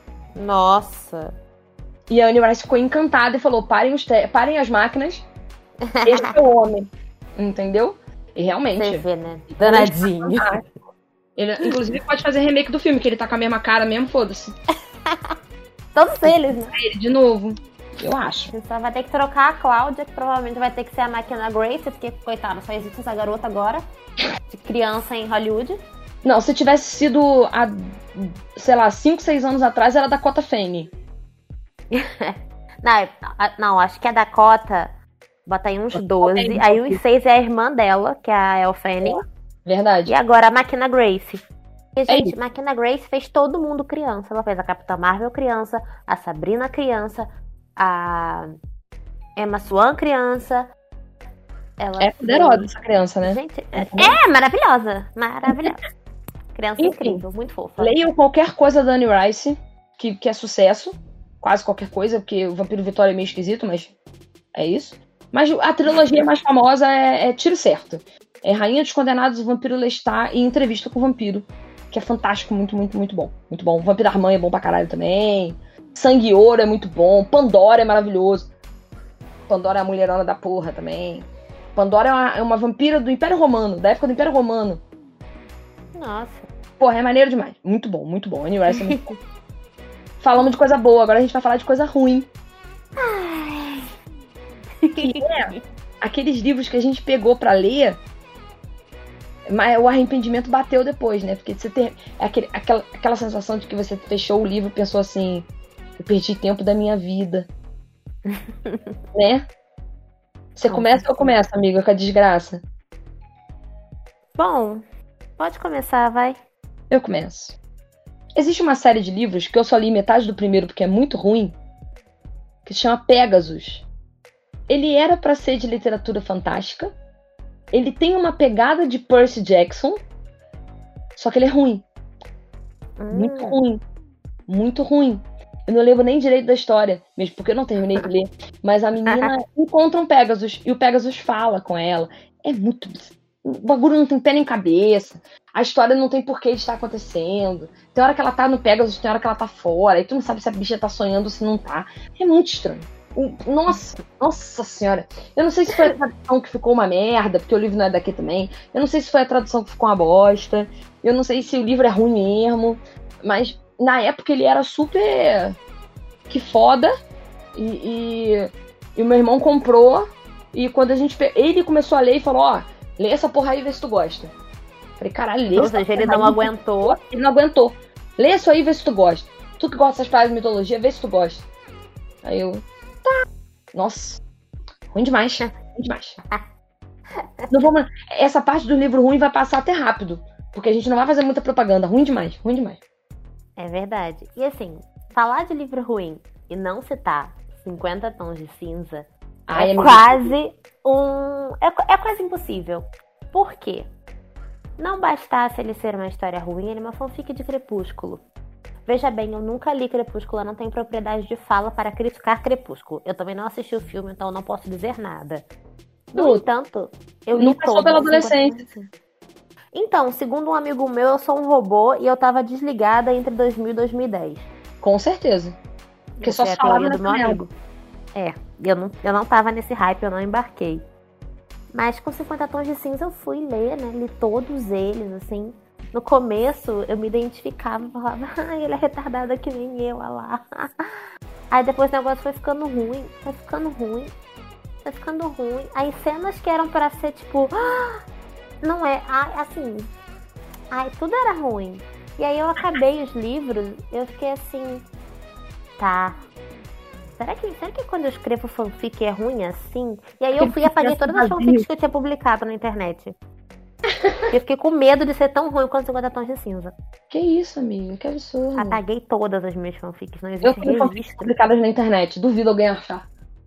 Nossa. E a Anne Rice ficou encantada e falou, parem as máquinas, este é o homem. Entendeu? E realmente... Você vê, né? Danadinho. Ele, inclusive, pode fazer remake do filme, que ele tá com a mesma cara mesmo, foda-se. Todos eles, né? Ele de novo, eu acho. Você só vai ter que trocar a Cláudia, que provavelmente vai ter que ser a McKenna Grace, porque, coitada, só existe essa garota agora, de criança em Hollywood. Não, se tivesse sido há, sei lá, 5, 6 anos atrás, era Dakota Fanning. Não, acho que a Dakota bota aí uns 12, aí uns 6 é a irmã dela, que é a Elle Fanning. Verdade. E agora a McKenna Grace. E, gente, McKenna Grace fez todo mundo criança. Ela fez a Capitã Marvel criança, a Sabrina criança, a Emma Swan criança. Ela é poderosa essa criança, né? Gente, maravilhosa. Maravilhosa. Criança incrível, muito fofa. Leiam qualquer coisa da Anne Rice, que é sucesso. Quase qualquer coisa, porque o Vampiro Vitória é meio esquisito, mas é isso. Mas a trilogia mais famosa é Tiro Certo. É Rainha dos Condenados, o Vampiro Lestat e Entrevista com o Vampiro. Que é fantástico, muito, muito, muito bom. Muito bom. O Vampiro Armã é bom pra caralho também. Sangue e Ouro é muito bom. Pandora é maravilhoso. Pandora é a mulherona da porra também. Pandora é uma vampira do Império Romano, da época do Império Romano. Nossa. Porra, é maneiro demais. Muito bom, muito bom. Annie Rice é muito bom. Falamos de coisa boa, agora a gente vai falar de coisa ruim. Que é aqueles livros que a gente pegou pra ler, mas o arrependimento bateu depois, né? Porque você tem aquela sensação de que você fechou o livro e pensou assim, eu perdi tempo da minha vida. Né? Você começa ou eu começo, amiga, com a desgraça? Bom, pode começar, vai. Eu começo. Existe uma série de livros que eu só li metade do primeiro porque é muito ruim, que se chama Pegasus. Ele era pra ser de literatura fantástica. Ele tem uma pegada de Percy Jackson, só que ele é ruim. Muito ruim. Muito ruim. Eu não lembro nem direito da história, mesmo porque eu não terminei de ler. Mas a menina encontra um Pegasus e o Pegasus fala com ela. É muito... O bagulho não tem pé nem cabeça. A história não tem porquê de estar acontecendo. Tem hora que ela tá no Pegasus, tem hora que ela tá fora. E tu não sabe se a bicha tá sonhando ou se não tá. É muito estranho. Nossa senhora. Eu não sei se foi a tradução que ficou uma merda, porque o livro não é daqui também. Eu não sei se foi a tradução que ficou uma bosta. Eu não sei se o livro é ruim mesmo. Mas na época ele era super... que foda. E o meu irmão comprou. E quando ele começou a ler e falou, ó, lê essa porra aí e vê se tu gosta. Falei, caralho, lê. Ou seja, ele não aguentou. Ele não aguentou. Lê isso aí e vê se tu gosta. Tu que gosta dessas paradas de mitologia, vê se tu gosta. Aí eu... Tá. Nossa. Ruim demais. Ruim demais. Não vamos... Essa parte do livro ruim vai passar até rápido. Porque a gente não vai fazer muita propaganda. Ruim demais. Ruim demais. É verdade. E assim, falar de livro ruim e não citar 50 Tons de Cinza é quase é quase impossível. Por quê? Não bastasse ele ser uma história ruim, ele é uma fanfic de Crepúsculo. Veja bem, eu nunca li Crepúsculo, eu não tenho propriedade de fala para criticar Crepúsculo. Eu também não assisti o filme, então eu não posso dizer nada. No entanto, eu li nunca sou pela adolescência. Então, segundo um amigo meu, eu sou um robô e eu tava desligada entre 2000 e 2010. Com certeza. Porque só falava do meu amigo. Eu não tava nesse hype, eu não embarquei. Mas com 50 Tons de Cinza eu fui ler, né? Li todos eles, assim. No começo eu me identificava, falava, ele é retardado que nem eu, olha lá. Aí depois o negócio foi ficando ruim. Aí cenas que eram pra ser tipo, não é, assim, tudo era ruim. E aí eu acabei os livros, eu fiquei assim, tá. Será que quando eu escrevo fanfic é ruim assim? E aí eu fui e apaguei todas as fanfics que eu tinha publicado na internet. Eu fiquei com medo de ser tão ruim quanto 50 Tons de Cinza. Que isso, amiga? Que absurdo. Apaguei todas as minhas fanfics, não existe registro. Eu tenho fanfics publicadas na internet, duvido alguém achar.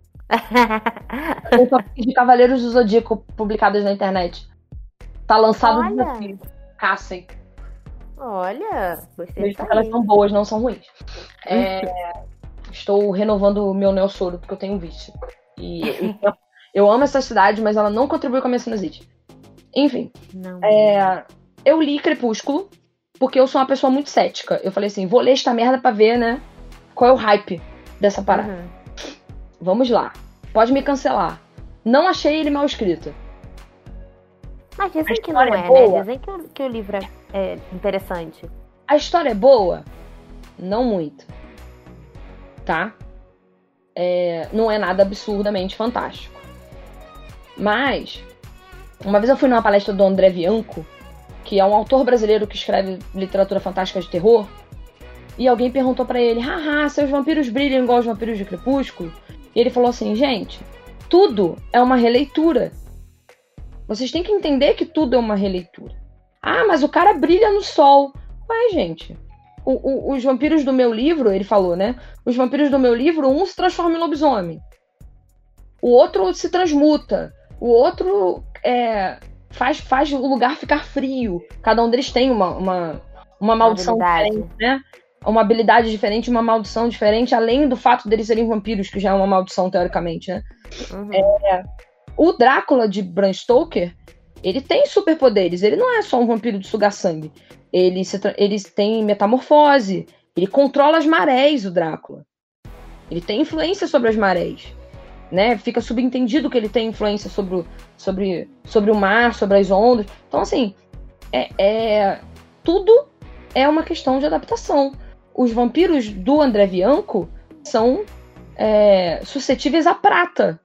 Tem fanfics de Cavaleiros do Zodíaco publicadas na internet. Tá lançado no desafio. Caçem. Olha, gostei disso. Elas são boas, não são ruins. Estou renovando o meu Neossoro, porque eu tenho um vício. E eu amo essa cidade, mas ela não contribui com a minha sinusite. Enfim. Eu li Crepúsculo, porque eu sou uma pessoa muito cética. Eu falei assim, vou ler esta merda pra ver, né, qual é o hype dessa parada. Vamos lá. Pode me cancelar. Não achei ele mal escrito. Mas dizem que não é, né? Dizem que o livro é interessante. A história é boa? Não muito. Tá? Não é nada absurdamente fantástico. Mas, uma vez eu fui numa palestra do André Bianco, que é um autor brasileiro que escreve literatura fantástica de terror, e alguém perguntou pra ele, seus vampiros brilham igual os vampiros de Crepúsculo? E ele falou assim, gente, tudo é uma releitura. Vocês têm que entender que tudo é uma releitura. Mas o cara brilha no sol. Ué, gente, os vampiros do meu livro, ele falou, né? Os vampiros do meu livro, um se transforma em lobisomem. O outro se transmuta. O outro faz o lugar ficar frio. Cada um deles tem uma maldição diferente, né? Uma habilidade diferente, uma maldição diferente, além do fato deles serem vampiros, que já é uma maldição, teoricamente, né? O Drácula de Bram Stoker, ele tem superpoderes. Ele não é só um vampiro de sugar sangue. Ele tem metamorfose. Ele controla as marés, o Drácula. Ele tem influência sobre as marés. Né? Fica subentendido que ele tem influência sobre o mar, sobre as ondas. Então, assim, tudo é uma questão de adaptação. Os vampiros do André Bianco são suscetíveis à prata.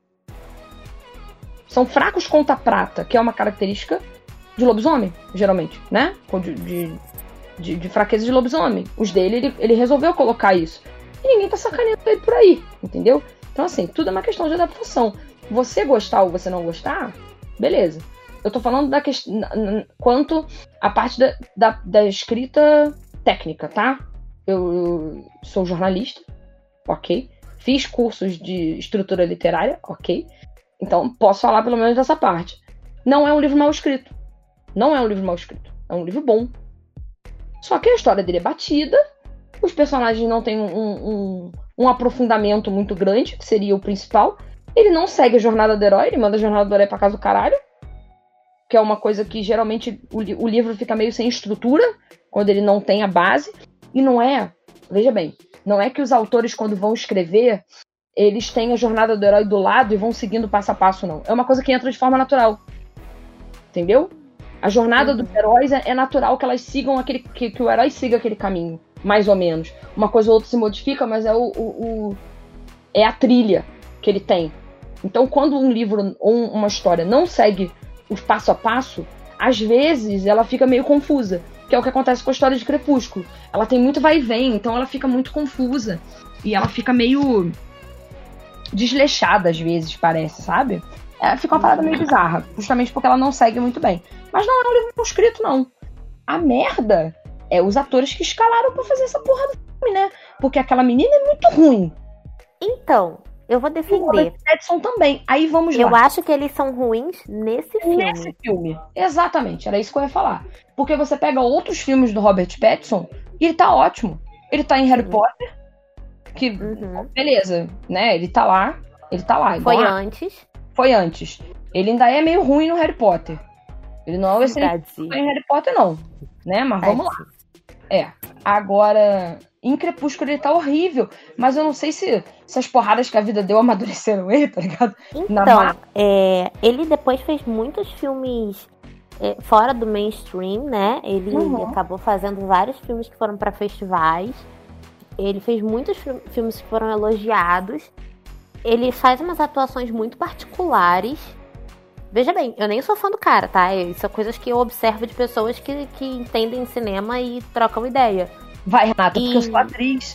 São fracos contra a prata, que é uma característica de lobisomem, geralmente, né? De fraqueza de lobisomem. Os dele, ele resolveu colocar isso. E ninguém tá sacaneando ele por aí, entendeu? Então, assim, tudo é uma questão de adaptação. Você gostar ou você não gostar, beleza. Eu tô falando da questão quanto à parte da escrita técnica, tá? Eu sou jornalista, ok. Fiz cursos de estrutura literária, ok. Então, posso falar pelo menos dessa parte. Não é um livro mal escrito. Não é um livro mal escrito. É um livro bom. Só que a história dele é batida. Os personagens não têm um aprofundamento muito grande, que seria o principal. Ele não segue a jornada do herói, ele manda a jornada do herói pra casa do caralho. Que é uma coisa que geralmente o livro fica meio sem estrutura, quando ele não tem a base. E não é, veja bem, não é que os autores, quando vão escrever, eles têm a jornada do herói do lado e vão seguindo passo a passo, não. É uma coisa que entra de forma natural. Entendeu? A jornada dos heróis é natural que elas sigam que o herói siga aquele caminho, mais ou menos. Uma coisa ou outra se modifica, mas é a trilha que ele tem. Então, quando um livro ou uma história não segue o passo a passo, às vezes ela fica meio confusa, que é o que acontece com a história de Crepúsculo. Ela tem muito vai e vem, então ela fica muito confusa. E ela fica meio desleixada, às vezes, parece, sabe? Fica uma parada meio bizarra, justamente porque ela não segue muito bem. Mas não é um livro mal escrito, não. A merda é os atores que escalaram pra fazer essa porra do filme, né? Porque aquela menina é muito ruim. Então, eu vou defender. O Robert Pattinson também. Aí vamos lá. Eu acho que eles são ruins nesse filme. Nesse filme. Exatamente, era isso que eu ia falar. Porque você pega outros filmes do Robert Pattinson e ele tá ótimo. Ele tá em Harry Potter, que, beleza, né? Ele tá lá. Foi antes. Ele ainda é meio ruim no Harry Potter. Ele não é excelente em Harry Potter, não. Né? Mas vamos lá. Agora, em Crepúsculo ele tá horrível. Mas eu não sei se as porradas que a vida deu amadureceram ele, tá ligado? Então, ele depois fez muitos filmes fora do mainstream, né? Ele acabou fazendo vários filmes que foram pra festivais. Ele fez muitos filmes que foram elogiados. Ele faz umas atuações muito particulares. Veja bem, eu nem sou fã do cara, tá? Isso são coisas que eu observo de pessoas que entendem cinema e trocam ideia. Vai, Renata, porque eu sou atriz.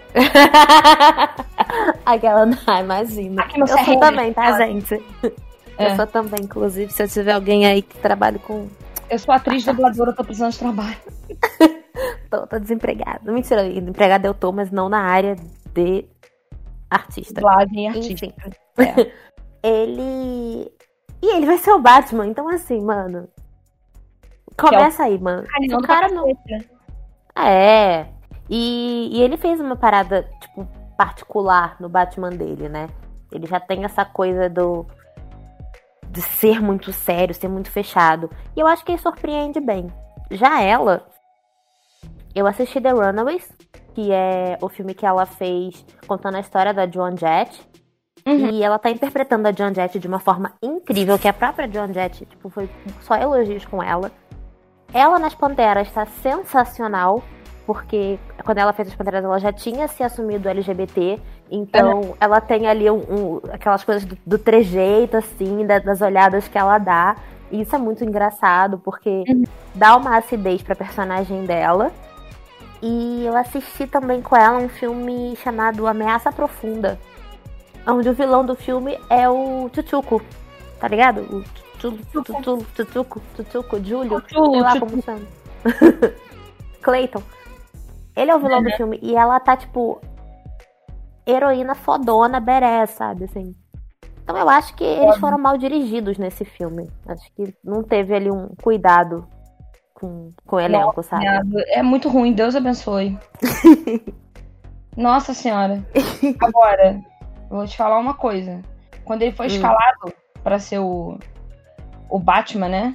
Aquela, não, imagina. Eu sou também, tá, gente? Eu sou também, inclusive, se eu tiver alguém aí que trabalhe com... Eu sou atriz dubladora, tô precisando de trabalho. tô desempregada. Mentira, empregada eu tô, mas não na área de artista. Dublagem e artista. Ele vai ser o Batman, então assim, mano. Começa aí, mano. O cara não. E ele fez uma parada, tipo, particular no Batman dele, né? Ele já tem essa coisa de ser muito sério, ser muito fechado. E eu acho que ele surpreende bem. Já ela, eu assisti The Runaways, que é o filme que ela fez contando a história da Joan Jett. E ela tá interpretando a Joan Jett de uma forma incrível, que a própria Joan Jett, tipo, foi só elogios com ela. Ela nas Panteras tá sensacional, porque quando ela fez as Panteras ela já tinha se assumido LGBT, então ela tem ali aquelas coisas do trejeito, assim, das olhadas que ela dá. E isso é muito engraçado, porque dá uma acidez pra personagem dela. E eu assisti também com ela um filme chamado Ameaça Profunda, onde o vilão do filme é o Chuchuco, tá ligado? O Chuchuco, Júlio, sei lá como chama. Clayton. Ele é o vilão do filme e ela tá, tipo, heroína fodona, badass, sabe, assim. Então eu acho que eles foram mal dirigidos nesse filme. Acho que não teve ali um cuidado com o elenco, sabe? É muito ruim, Deus abençoe. Nossa senhora. Agora, vou te falar uma coisa. Quando ele foi escalado pra ser o Batman, né?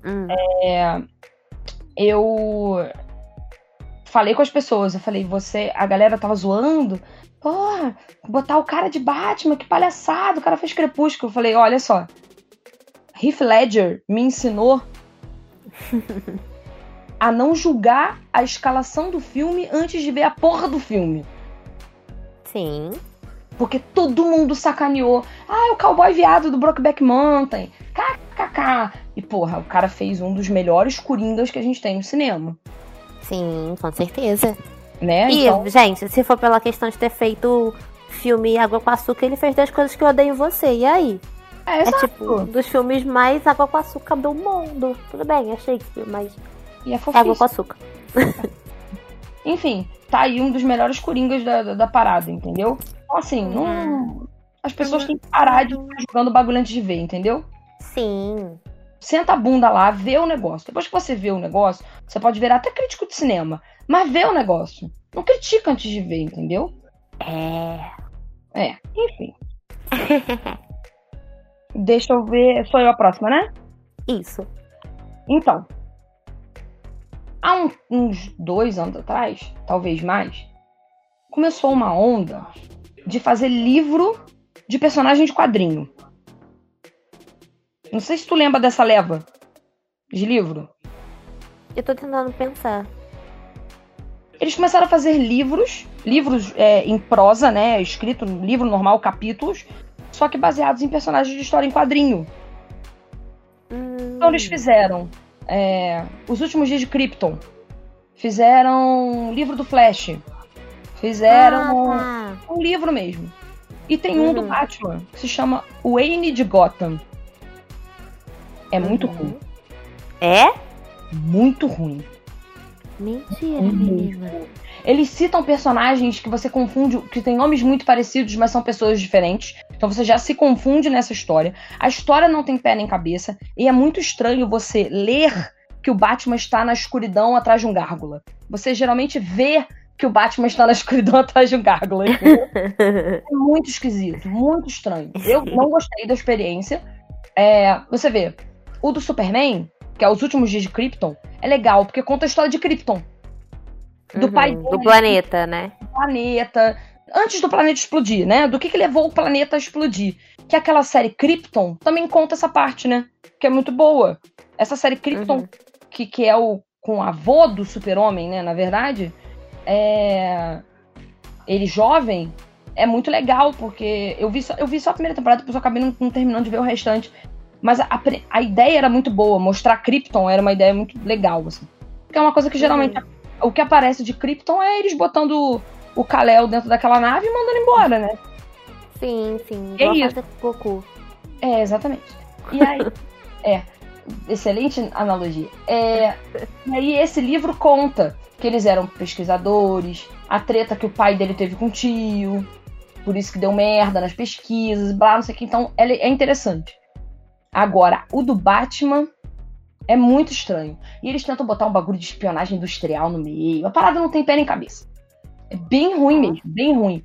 Eu falei com as pessoas. Eu falei, a galera tava zoando. Porra, botar o cara de Batman, que palhaçada. O cara fez Crepúsculo. Eu falei, olha só. Heath Ledger me ensinou a não julgar a escalação do filme antes de ver a porra do filme. Sim. Porque todo mundo sacaneou. Ah, o cowboy viado do Brokeback Mountain. KKK. E, porra, o cara fez um dos melhores coringas que a gente tem no cinema. Sim, com certeza. Né? E, então... gente, se for pela questão de ter feito filme Água com Açúcar, ele fez 10 coisas que eu odeio em você. E aí? É tipo um dos filmes mais Água com Açúcar do mundo. Tudo bem, é Shakespeare, mas e é Água com Açúcar. Enfim, tá aí um dos melhores coringas da parada, entendeu? Então, assim, não... as pessoas têm que parar de ficar jogando bagulho antes de ver, entendeu? Sim. Senta a bunda lá, vê o negócio. Depois que você vê o negócio, você pode virar até crítico de cinema. Mas vê o negócio. Não critica antes de ver, entendeu? Enfim. Deixa eu ver. Sou eu a próxima, né? Isso. Então. Há uns 2 anos atrás, talvez mais, começou uma onda de fazer livro de personagem de quadrinho. Não sei se tu lembra dessa leva de livro. Eu tô tentando pensar. Eles começaram a fazer livros em prosa, né? Escrito no livro normal, capítulos, só que baseados em personagens de história em quadrinho. Então eles fizeram Os Últimos Dias de Krypton. Fizeram o livro do Flash. Fizeram um livro mesmo. E tem um do Batman, que se chama Wayne de Gotham. É muito ruim. É? Muito ruim. Mentira, menina. Eles citam personagens que você confunde, que têm nomes muito parecidos, mas são pessoas diferentes. Então você já se confunde nessa história. A história não tem pé nem cabeça. E é muito estranho você ler que o Batman está na escuridão atrás de um gárgula. Você geralmente vê que o Batman está na escuridão atrás de um gárgula. É muito esquisito, muito estranho. Eu não gostei da experiência. Você vê, o do Superman, que é Os Últimos Dias de Krypton, é legal, porque conta a história de Krypton. Do pai dele, do planeta, né? Do planeta. Antes do planeta explodir, né? Do que levou o planeta a explodir. Que aquela série Krypton também conta essa parte, né? Que é muito boa. Essa série Krypton, que é com o avô do Super-Homem, né? Na verdade, ele jovem, é muito legal, porque eu vi só a primeira temporada, depois eu acabei não terminando de ver o restante. Mas a ideia era muito boa. Mostrar Krypton era uma ideia muito legal, assim. Porque é uma coisa que geralmente... O que aparece de Krypton é eles botando o Kal-El dentro daquela nave e mandando embora, né? Sim, sim. É isso. Fazer Goku. Exatamente. E aí... excelente analogia. E aí esse livro conta que eles eram pesquisadores, a treta que o pai dele teve com o tio, por isso que deu merda nas pesquisas, blá, não sei o que. Então, é interessante. Agora, o do Batman é muito estranho. E eles tentam botar um bagulho de espionagem industrial no meio. A parada não tem pé nem cabeça. É bem ruim mesmo, bem ruim.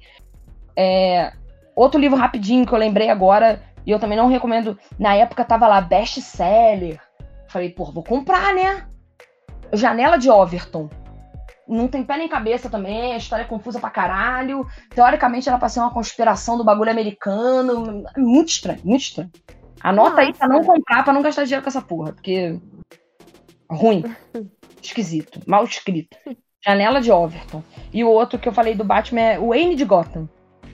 Outro livro rapidinho que eu lembrei agora, e eu também não recomendo, na época tava lá, best-seller. Falei, vou comprar, né? Janela de Overton. Não tem pé nem cabeça também, a história é confusa pra caralho. Teoricamente era pra ser uma conspiração do bagulho americano. Muito estranho, muito estranho. Anota aí pra não comprar, pra não gastar dinheiro com essa porra, porque... ruim. Esquisito. Mal escrito. Janela de Overton. E o outro que eu falei do Batman é o Wayne de Gotham.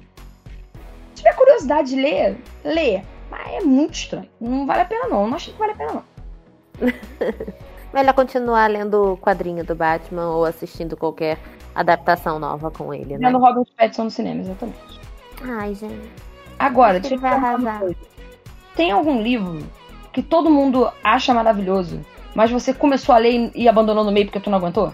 Se tiver curiosidade de ler, lê. Mas é muito estranho. Não vale a pena não. Não acho que vale a pena não. Melhor continuar lendo o quadrinho do Batman ou assistindo qualquer adaptação nova com ele, né? Lendo Robert Pattinson no cinema, exatamente. Ai, gente. Agora, deixa eu te falar uma coisa. Tem algum livro que todo mundo acha maravilhoso, mas você começou a ler e abandonou no meio porque tu não aguentou?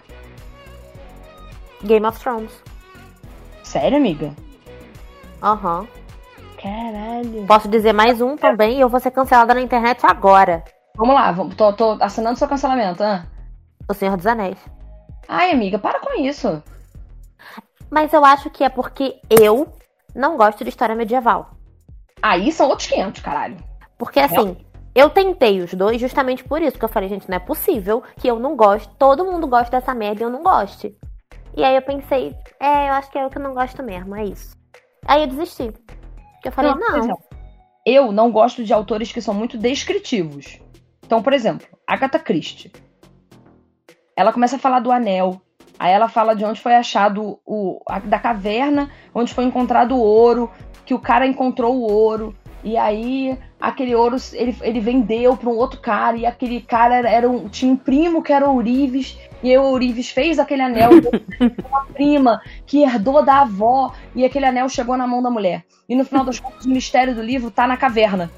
Game of Thrones. Sério, amiga? Aham. Caralho. Posso dizer mais um também e eu vou ser cancelada na internet agora. Vamos lá, tô assinando seu cancelamento. O Senhor dos Anéis. Ai, amiga, para com isso. Mas eu acho que é porque eu não gosto de história medieval. Aí são outros 500, caralho. Porque assim, eu tentei os dois justamente por isso. Porque eu falei, gente, não é possível que eu não goste. Todo mundo gosta dessa merda e eu não goste. E aí eu pensei, eu acho que é eu que não gosto mesmo, é isso. Aí eu desisti. Porque eu falei, não. Eu não gosto de autores que são muito descritivos. Então, por exemplo, Agatha Christie. ela começa a falar do anel. Aí ela fala de onde foi achado da caverna, onde foi encontrado o ouro, que o cara encontrou o ouro. E aí, aquele ouro, ele vendeu para um outro cara, e aquele cara tinha um primo que era o Ourives, e aí o Ourives fez aquele anel com uma prima que herdou da avó, e aquele anel chegou na mão da mulher. E no final das contas, o mistério do livro tá na caverna.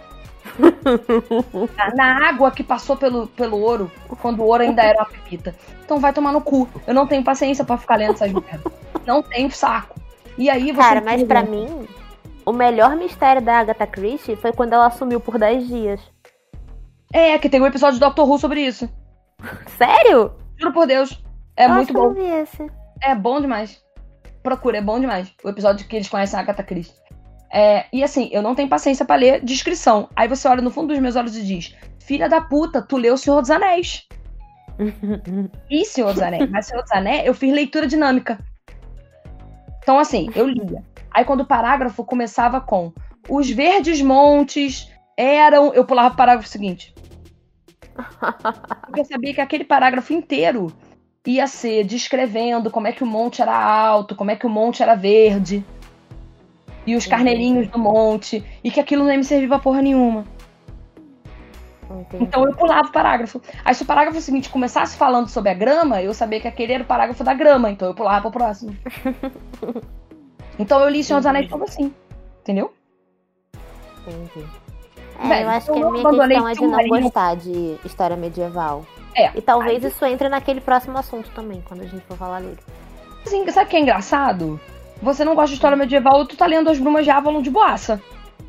Na água que passou pelo ouro, quando o ouro ainda era uma pepita. Então vai tomar no cu. Eu não tenho paciência pra ficar lendo essas merdas. Não tenho saco. E aí você... Cara, mas pra mim, o melhor mistério da Agatha Christie foi quando ela sumiu por 10 dias. É, que tem um episódio do Doctor Who sobre isso. Sério? Juro por Deus. É Nossa, muito bom. eu não vi esse. É bom demais. Procura, é bom demais. O episódio que eles conhecem a Agatha Christie. E assim, eu não tenho paciência pra ler descrição. Aí você olha no fundo dos meus olhos e diz: filha da puta, tu leu O Senhor dos Anéis. E Senhor dos Anéis? Mas Senhor dos Anéis, eu fiz leitura dinâmica. Então assim, eu lia. Aí quando o parágrafo começava com os verdes montes eram... Eu pulava o parágrafo seguinte. Porque eu sabia que aquele parágrafo inteiro ia ser descrevendo como é que o monte era alto, como é que o monte era verde, e os carneirinhos do monte, e que aquilo não ia me servir pra porra nenhuma. Então eu pulava o parágrafo. Aí se o parágrafo seguinte começasse falando sobre a grama, eu sabia que aquele era o parágrafo da grama, então eu pulava pro próximo. Então eu li Senhor dos Anéis todo assim, entendeu? Entendi. Velho, eu acho que a minha questão é de não gostar de história medieval. E talvez isso entre naquele próximo assunto também, quando a gente for falar dele. Assim, sabe o que é engraçado? Você não gosta de história medieval, tu tá lendo As Brumas de Avalon de boaça.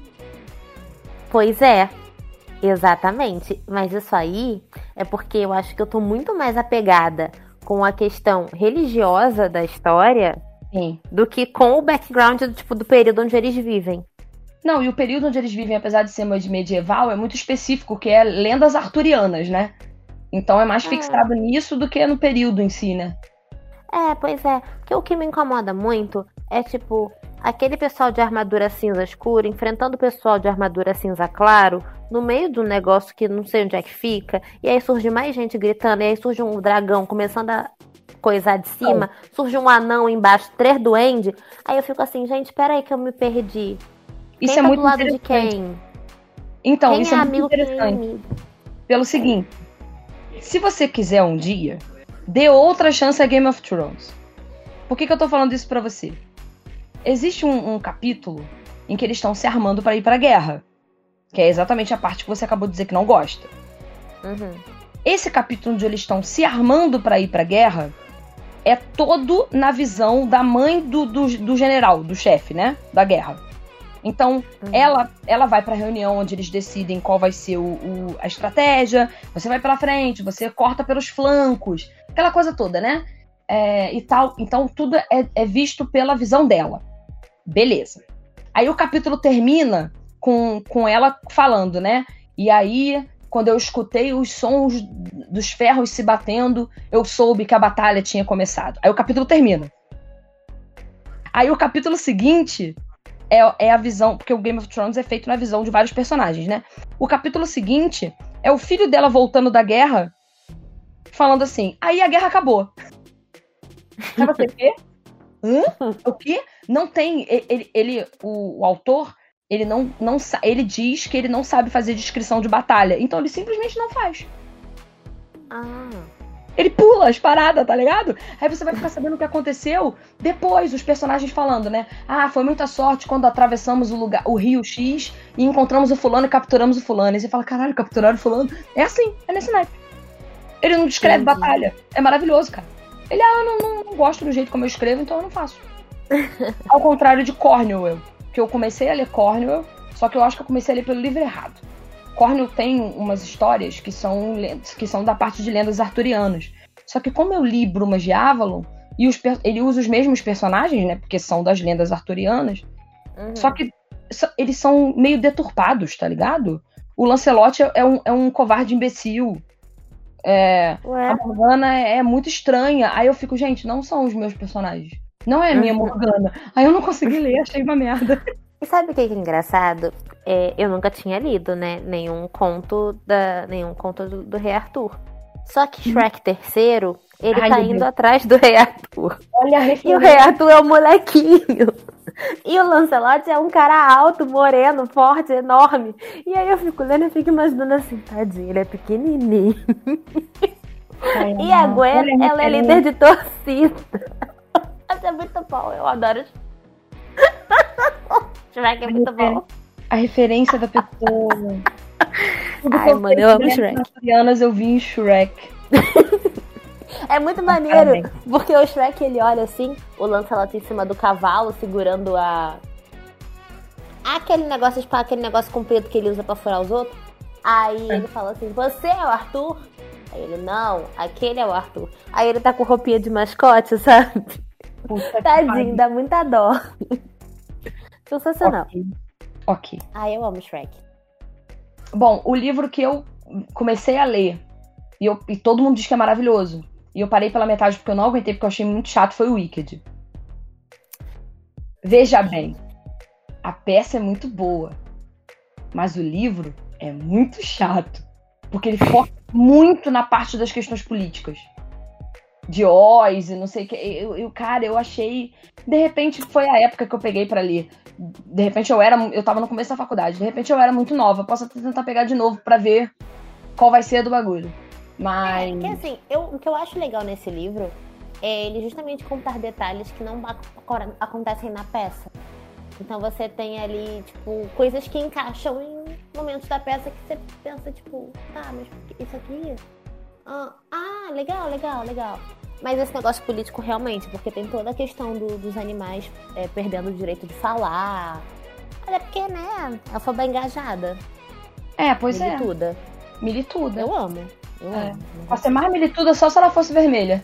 Pois é, exatamente. Mas isso aí é porque eu acho que eu tô muito mais apegada com a questão religiosa da história, sim, do que com o background do período onde eles vivem. Não, e o período onde eles vivem, apesar de ser medieval, é muito específico, que é lendas arturianas, né? Então é mais fixado nisso do que no período em si, né? Pois é. Porque o que me incomoda muito é, aquele pessoal de armadura cinza escura enfrentando o pessoal de armadura cinza claro no meio de um negócio que não sei onde é que fica, e aí surge mais gente gritando, e aí surge um dragão começando a coisar de cima, surge um anão embaixo, 3 duendes, aí eu fico assim, gente, peraí que eu me perdi. Isso quem é tá muito do lado interessante. de quem? Então, quem isso é muito interessante. Pelo seguinte, se você quiser um dia, dê outra chance a Game of Thrones. Por que eu tô falando isso pra você? Existe um capítulo em que eles estão se armando pra ir pra guerra. Que é exatamente a parte que você acabou de dizer que não gosta. Esse capítulo onde eles estão se armando pra ir pra guerra é todo na visão da mãe do general, do chefe, né? Da guerra. Então, ela vai pra reunião onde eles decidem qual vai ser a estratégia. Você vai pela frente, você corta pelos flancos. Aquela coisa toda, né? E tal. Então, tudo é visto pela visão dela. Beleza. Aí o capítulo termina com ela falando, né? E aí, quando eu escutei os sons dos ferros se batendo, eu soube que a batalha tinha começado. Aí o capítulo termina. Aí o capítulo seguinte é a visão, porque o Game of Thrones é feito na visão de vários personagens, né? O capítulo seguinte é o filho dela voltando da guerra, falando assim, aí a guerra acabou. Aí você, o quê? O quê? Não tem, o autor, ele diz que ele não sabe fazer descrição de batalha, então ele simplesmente não faz. Ele pula as paradas, tá ligado? Aí você vai ficar sabendo o que aconteceu depois, os personagens falando, né? Foi muita sorte quando atravessamos o rio X e encontramos o fulano e capturamos o fulano. E você fala, caralho, capturaram o fulano? É assim, é nesse naipe. Ele não descreve batalha. É maravilhoso, cara. Ele, eu não gosto do jeito como eu escrevo, então eu não faço. Ao contrário de Cornwell, que eu comecei a ler Cornwell, só que eu acho que eu comecei a ler pelo livro errado. Cornwell tem umas histórias que são da parte de lendas arturianas. Só que como eu li Brumas de Avalon, e ele usa os mesmos personagens, né? Porque são das lendas arturianas. Só que eles são meio deturpados, tá ligado? O Lancelot é um covarde imbecil. A Morgana é muito estranha. Aí eu fico, gente, não são os meus personagens. Não é a minha Morgana. Aí eu não consegui ler, achei uma merda. E sabe o que é engraçado? Eu nunca tinha lido, né? Nenhum conto do Rei Arthur. Só que Shrek terceiro, ele Ai, tá meu indo Deus. atrás do Rei Arthur. Olha a E o referência. Rei Arthur é um molequinho. E o Lancelot é um cara alto, moreno, forte, enorme. E aí eu fico lendo e fico imaginando assim, tadinho, ele é pequenininho. E a Gwen, Olha a ela é referência. líder de torcida. Isso é muito bom, eu adoro. Shrek é muito bom. A referência da pessoa. Tudo Ai, que eu mano, sei eu amo de Shrek. Napoleanas eu vi em Shrek. É muito maneiro, Parabéns. porque o Shrek, ele olha assim, o Lancelot em cima do cavalo, segurando aquele negócio, tipo, aquele negócio comprido que ele usa pra furar os outros. Aí ele fala assim, você é o Arthur? Aí ele, não, aquele é o Arthur. Aí ele tá com roupinha de mascote, sabe? Puta que Tadinho, pariu. dá muita dó. Sensacional. Ok. Ai, eu amo Shrek. Bom, o livro que eu comecei a ler, e todo mundo diz que é maravilhoso, e eu parei pela metade porque eu não aguentei, porque eu achei muito chato, foi o Wicked. Veja bem, a peça é muito boa, mas o livro é muito chato, porque ele foca muito na parte das questões políticas. De Oz e não sei o que. Cara, eu achei... De repente, foi a época que eu peguei pra ler. De repente, eu tava no começo da faculdade. De repente, eu era muito nova. Posso até tentar pegar de novo pra ver qual vai ser a do bagulho. Mas... Porque assim, o que eu acho legal nesse livro é ele justamente contar detalhes que não acontecem na peça. Então você tem ali, tipo, coisas que encaixam em momentos da peça que você pensa, tipo, tá, mas isso aqui... legal. Mas esse negócio político realmente, porque tem toda a questão dos animais perdendo o direito de falar. Mas é porque, né, ela foi bem engajada. Pois é. Milituda. Milituda. Eu amo. Pra ser mais milituda só se ela fosse vermelha.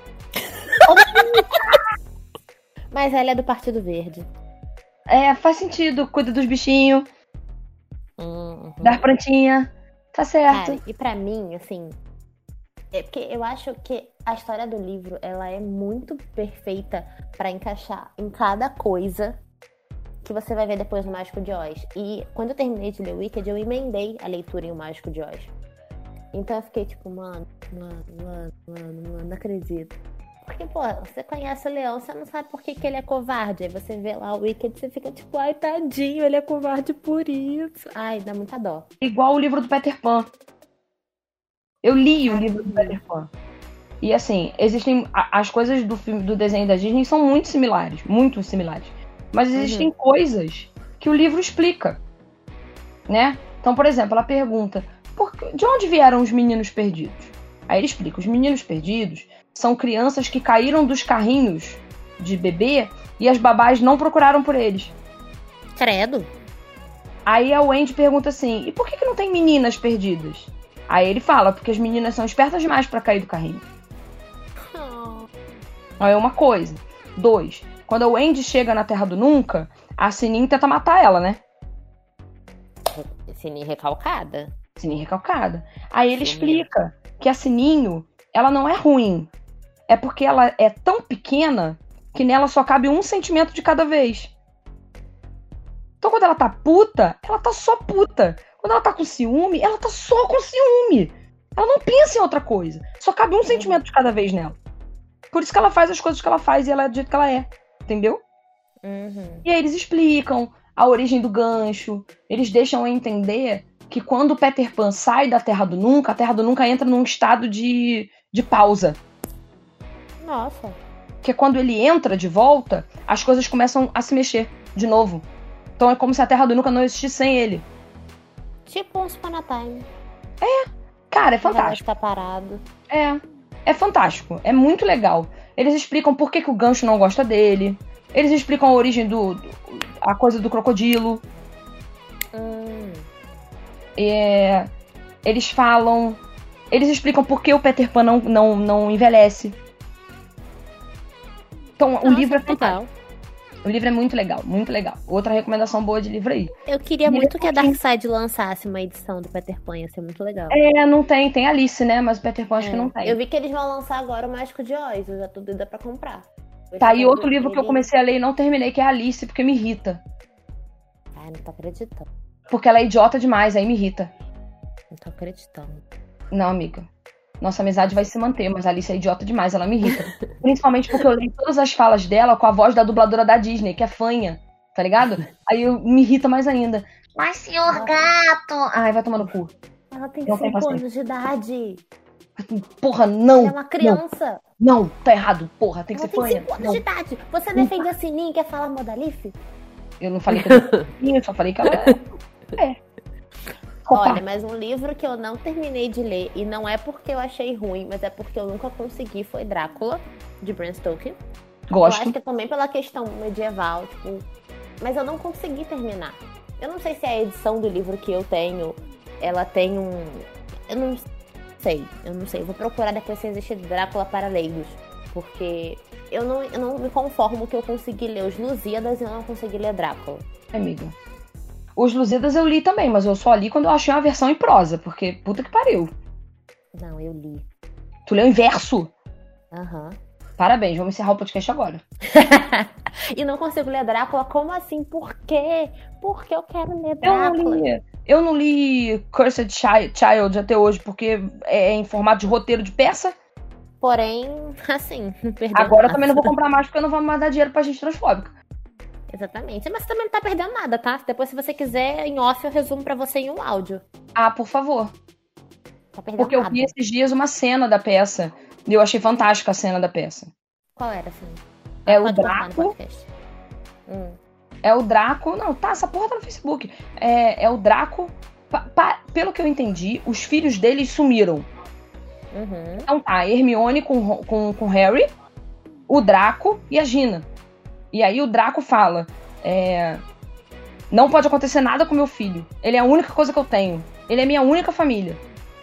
Mas ela é do Partido Verde. Faz sentido. Cuida dos bichinhos, das plantinhas. Tá certo. Cara, e pra mim, assim... É porque eu acho que a história do livro, ela é muito perfeita pra encaixar em cada coisa que você vai ver depois no Mágico de Oz. E quando eu terminei de ler Wicked, eu emendei a leitura em O Mágico de Oz. Então eu fiquei tipo, mano, não acredito. Porque, pô, você conhece o leão, você não sabe por que ele é covarde. Aí você vê lá o Wicked, você fica tipo, ai, tadinho, ele é covarde por isso. Ai, dá muita dó. Igual o livro do Peter Pan. Eu li o livro do Peter Pan. E assim, existem... As coisas do filme, do desenho da Disney são muito similares. Muito similares. Mas existem coisas que o livro explica. Né? Então, por exemplo, ela pergunta... De onde vieram os meninos perdidos? Aí ele explica. Os meninos perdidos são crianças que caíram dos carrinhos de bebê e as babás não procuraram por eles. Credo. Aí a Wendy pergunta assim... E por que não tem meninas perdidas? Aí ele fala, porque as meninas são espertas demais pra cair do carrinho. Aí é uma coisa. 2, quando a Wendy chega na Terra do Nunca, a Sininho tenta matar ela, né? Sininho recalcada. Sininho recalcada. Aí ele explica que a Sininho, ela não é ruim. É porque ela é tão pequena que nela só cabe um sentimento de cada vez. Então quando ela tá puta, ela tá só puta. Quando ela tá com ciúme, ela tá só com ciúme. Ela não pensa em outra coisa. Só cabe um sentimento de cada vez nela. Por isso que ela faz as coisas que ela faz e ela é do jeito que ela é. Entendeu? E aí eles explicam a origem do gancho. Eles deixam eu entender que quando o Peter Pan sai da Terra do Nunca, a Terra do Nunca entra num estado de pausa. Nossa. Que quando ele entra de volta, as coisas começam a se mexer de novo. Então é como se a Terra do Nunca não existisse sem ele. Tipo um Spanatime. Cara, é fantástico. Tá parado. É fantástico. É muito legal. Eles explicam por que o gancho não gosta dele. Eles explicam a origem a coisa do crocodilo. Eles falam... Eles explicam por que o Peter Pan não envelhece. Então, o livro é fantástico. O livro é muito legal, muito legal. Outra recomendação boa de livro aí. Eu queria muito que a Darkseid lançasse uma edição do Peter Pan, ia ser muito legal. Não tem. Tem Alice, né? Mas o Peter Pan acho que não tem. Eu vi que eles vão lançar agora o Mágico de Oz, eu já tô doida pra comprar. Tá, e outro livro que eu comecei a ler e não terminei, que é Alice, porque me irrita. Ai, não tô acreditando. Porque ela é idiota demais, aí me irrita. Não tô acreditando. Não, amiga. nossa amizade vai se manter, mas a Alice é idiota demais, ela me irrita. Principalmente porque eu leio todas as falas dela com a voz da dubladora da Disney, que é fanha, tá ligado? Aí me irrita mais ainda. Mas, senhor gato... Ai, vai tomar no cu. Ela tem 5 anos de idade. Porra, não. Ela é uma criança. Não, tá errado, porra, tem que ser fanha. Ela tem 5 anos de idade. Você defende a Sininho e quer falar Modalife? Eu não falei que ela eu só falei que ela é. Olha, mas um livro que eu não terminei de ler, e não é porque eu achei ruim, mas é porque eu nunca consegui, foi Drácula, de Bram Stoker. Gosto. Eu acho que é também pela questão medieval, tipo... Mas eu não consegui terminar. Eu não sei se a edição do livro que eu tenho, ela tem um... Eu não sei. Eu vou procurar depois se existe Drácula para leigos. Porque eu não me conformo que eu consegui ler os Lusíadas e eu não consegui ler Drácula. Amiga. Os Lusíadas eu li também, mas eu só li quando eu achei uma versão em prosa, porque puta que pariu. Não, eu li. Tu leu em verso? Aham. Parabéns, vamos encerrar o podcast agora. E não consigo ler Drácula? Como assim? Por quê? Porque eu quero ler Drácula. Eu não li Cursed Child até hoje, porque é em formato de roteiro de peça. Porém, assim, perdeu agora nada. eu também não vou comprar mais, porque eu não vou mais dar dinheiro pra gente transfóbica. Exatamente. Mas você também não tá perdendo nada, tá? Depois, se você quiser, em off, eu resumo pra você em um áudio. Ah, por favor. Tá perdendo porque nada. Eu vi esses dias uma cena da peça. E eu achei fantástica a cena da peça. Qual era a cena? É o Draco. É o Draco. Não, tá, essa porra tá no Facebook. É o Draco. Pelo que eu entendi, os filhos deles sumiram. Uhum. Então tá, a Hermione com Harry, o Draco e a Gina. E aí o Draco fala: não pode acontecer nada com meu filho. Ele é a única coisa que eu tenho. Ele é minha única família.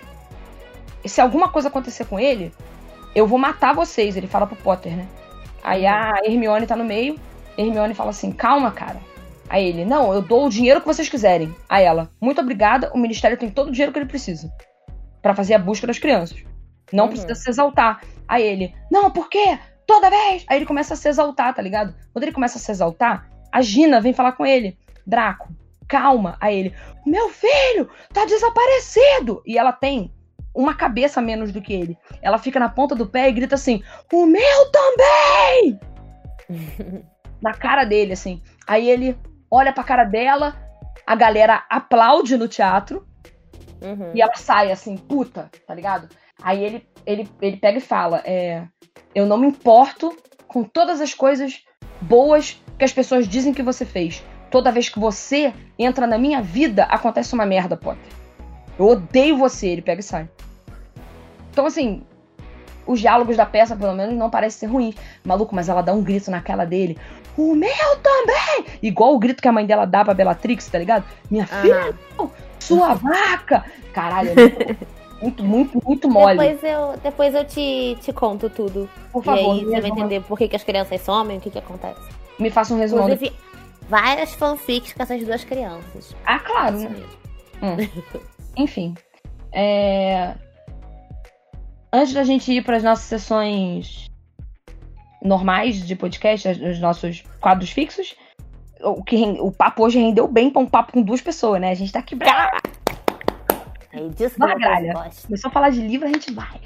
E se alguma coisa acontecer com ele, eu vou matar vocês. Ele fala pro Potter, né? Aí a Hermione tá no meio. A Hermione fala assim: calma, cara. Aí ele: não, eu dou o dinheiro que vocês quiserem. Aí ela: muito obrigada, o ministério tem todo o dinheiro que ele precisa pra fazer a busca das crianças. Não precisa se exaltar. Aí ele: não, por quê? Toda vez! Aí ele começa a se exaltar, tá ligado? Quando ele começa a se exaltar, a Gina vem falar com ele: Draco, calma. Aí ele: meu filho tá desaparecido! E ela tem uma cabeça a menos do que ele. Ela fica na ponta do pé e grita assim: o meu também! Na cara dele, assim. Aí ele olha pra cara dela, a galera aplaude no teatro, e ela sai assim, puta, tá ligado? Aí ele pega e fala: eu não me importo com todas as coisas boas que as pessoas dizem que você fez. Toda vez que você entra na minha vida, acontece uma merda, Potter. Eu odeio você. Ele pega e sai. Então, assim, os diálogos da peça, pelo menos, não parecem ser ruins. Maluco, mas ela dá um grito na cara dele: o meu também! Igual o grito que a mãe dela dá pra Bellatrix, tá ligado? Minha filha, não, sua vaca! Caralho, muito mole. Depois eu te conto tudo. Por favor. E aí você vai entender por que as crianças somem, o que acontece. Me faça um resumo. Inclusive, várias fanfics com essas duas crianças. Ah, claro, né? Enfim. Antes da gente ir para as nossas sessões normais de podcast, os nossos quadros fixos, o papo hoje rendeu bem para um papo com 2 pessoas, né? A gente tá aqui É disso que eu gosto. Começou a falar de livro, a gente vai.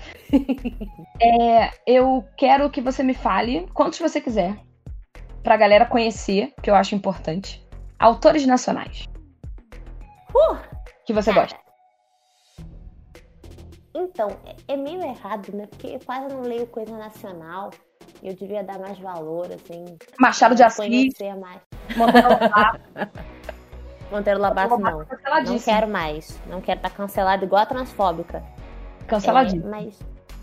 Eu quero que você me fale, quantos você quiser, pra galera conhecer, que eu acho importante, autores nacionais. Que você gosta. Então, é meio errado, né? Porque eu quase não leio coisa nacional. Eu devia dar mais valor, assim. Machado de Assis. Conhecer mais. Monteiro Lobato, não. Não quero mais. Não quero estar cancelado igual a transfóbica. Canceladinho. Mas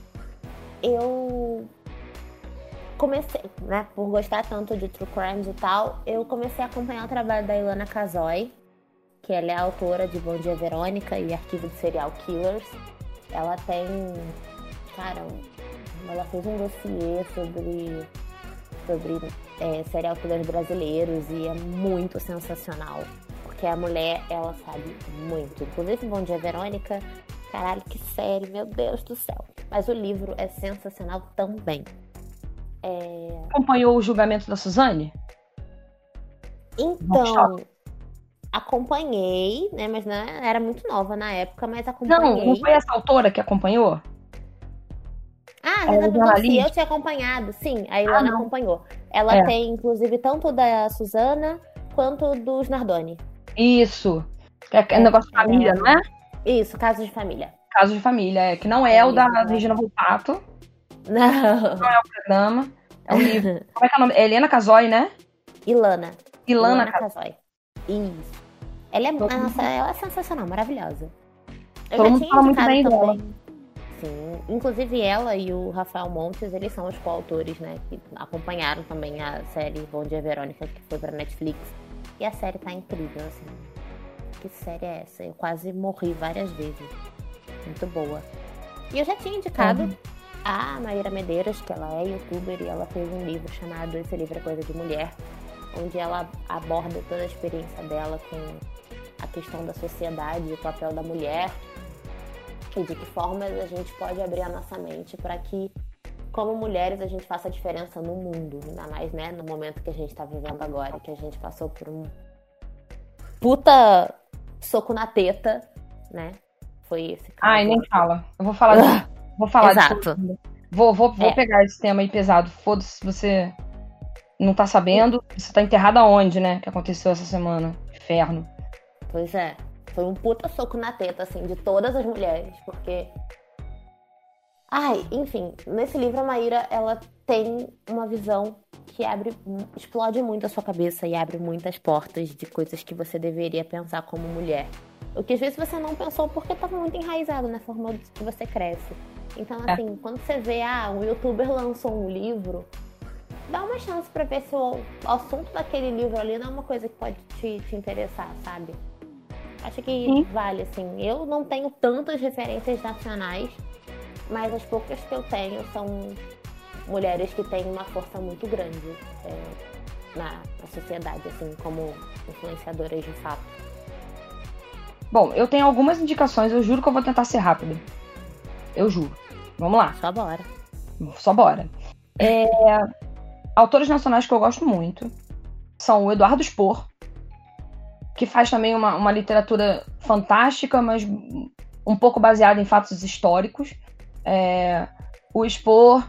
eu comecei, né? Por gostar tanto de True Crimes e tal, eu comecei a acompanhar o trabalho da Ilana Casoy, que ela é a autora de Bom Dia Verônica e Arquivo de Serial Killers. Ela tem... Cara, ela fez um dossiê sobre serial killers brasileiros e é muito sensacional. Porque a mulher, ela sabe muito. Inclusive, Bom Dia Verônica, caralho, que série, meu Deus do céu. Mas o livro é sensacional também. Acompanhou o julgamento da Suzane? Então... Acompanhei, né? Mas não era muito nova na época, mas acompanhei. Não foi essa autora que acompanhou? Ah, Ela é Helena jornalista. eu tinha acompanhado. Sim, a Ilana acompanhou. Ela tem, inclusive, tanto da Suzana quanto dos Nardoni. Isso. É negócio de família, não é? Isso, Casos de Família. Caso de família, que não é o da Regina Volpato. Não. Não é o programa. É um livro. Como é que é o nome? É Helena Casoy, né? Ilana Casoy. Isso. Ela é sensacional, maravilhosa. Todo mundo fala muito bem dela. Sim, inclusive ela e o Rafael Montes, eles são os coautores, né, que acompanharam também a série Bom Dia Verônica, que foi pra Netflix. E a série tá incrível, assim. Que série é essa? Eu quase morri várias vezes. Muito boa. E eu já tinha indicado a Maíra Medeiros, que ela é youtuber, e ela fez um livro chamado Esse Livro é Coisa de Mulher, onde ela aborda toda a experiência dela com a questão da sociedade e o papel da mulher, e de que formas a gente pode abrir a nossa mente para que, como mulheres, a gente faça a diferença no mundo, ainda mais, né, no momento que a gente tá vivendo agora, que a gente passou por um puta soco na teta, né? Foi esse caso. Ai, nem fala. Eu vou falar disso. Vou falar Exato. disso. Vou pegar esse tema aí pesado. Foda-se se você não tá sabendo. Você tá enterrada aonde, né? Que aconteceu essa semana. Inferno. Pois é. Foi um puta soco na teta, assim, de todas as mulheres, porque... Ai, enfim, nesse livro a Maíra, ela tem uma visão que explode muito a sua cabeça e abre muitas portas de coisas que você deveria pensar como mulher. O que às vezes você não pensou porque tá muito enraizado na forma que você cresce. Então, assim, quando você vê, um youtuber lançou um livro, dá uma chance pra ver se o assunto daquele livro ali não é uma coisa que pode te interessar, sabe? Acho que vale, assim. Eu não tenho tantas referências nacionais, mas as poucas que eu tenho são mulheres que têm uma força muito grande na sociedade, assim, como influenciadoras de fato. Bom, eu tenho algumas indicações, eu juro que eu vou tentar ser rápida. Eu juro. Vamos lá. Só bora. Autores nacionais que eu gosto muito são o Eduardo Spor, que faz também uma literatura fantástica, mas um pouco baseada em fatos históricos. O Spor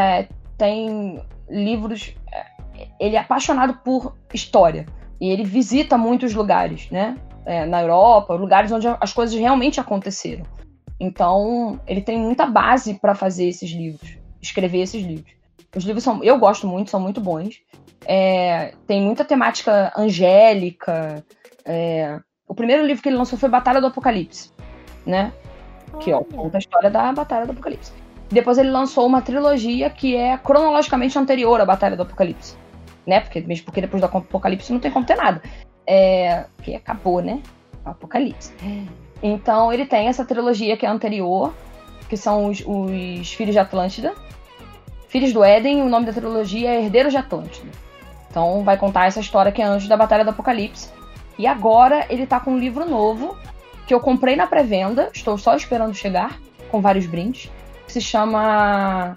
tem livros... ele é apaixonado por história. E ele visita muitos lugares, né? Na Europa, lugares onde as coisas realmente aconteceram. Então, ele tem muita base para fazer esses livros, escrever esses livros. Os livros eu gosto muito, são muito bons. Tem muita temática angélica. O primeiro livro que ele lançou foi Batalha do Apocalipse, né? Que conta a história da Batalha do Apocalipse. Depois ele lançou uma trilogia que é cronologicamente anterior à Batalha do Apocalipse, né? Mesmo porque depois do Apocalipse não tem como ter nada. Que acabou, né? O Apocalipse. Então ele tem essa trilogia que é anterior, que são os Filhos de Atlântida. Filhos do Éden, o nome da trilogia é Herdeiros de Atlântida. Então vai contar essa história que é antes da Batalha do Apocalipse. E agora ele tá com um livro novo, que eu comprei na pré-venda, estou só esperando chegar, com vários brindes, que se chama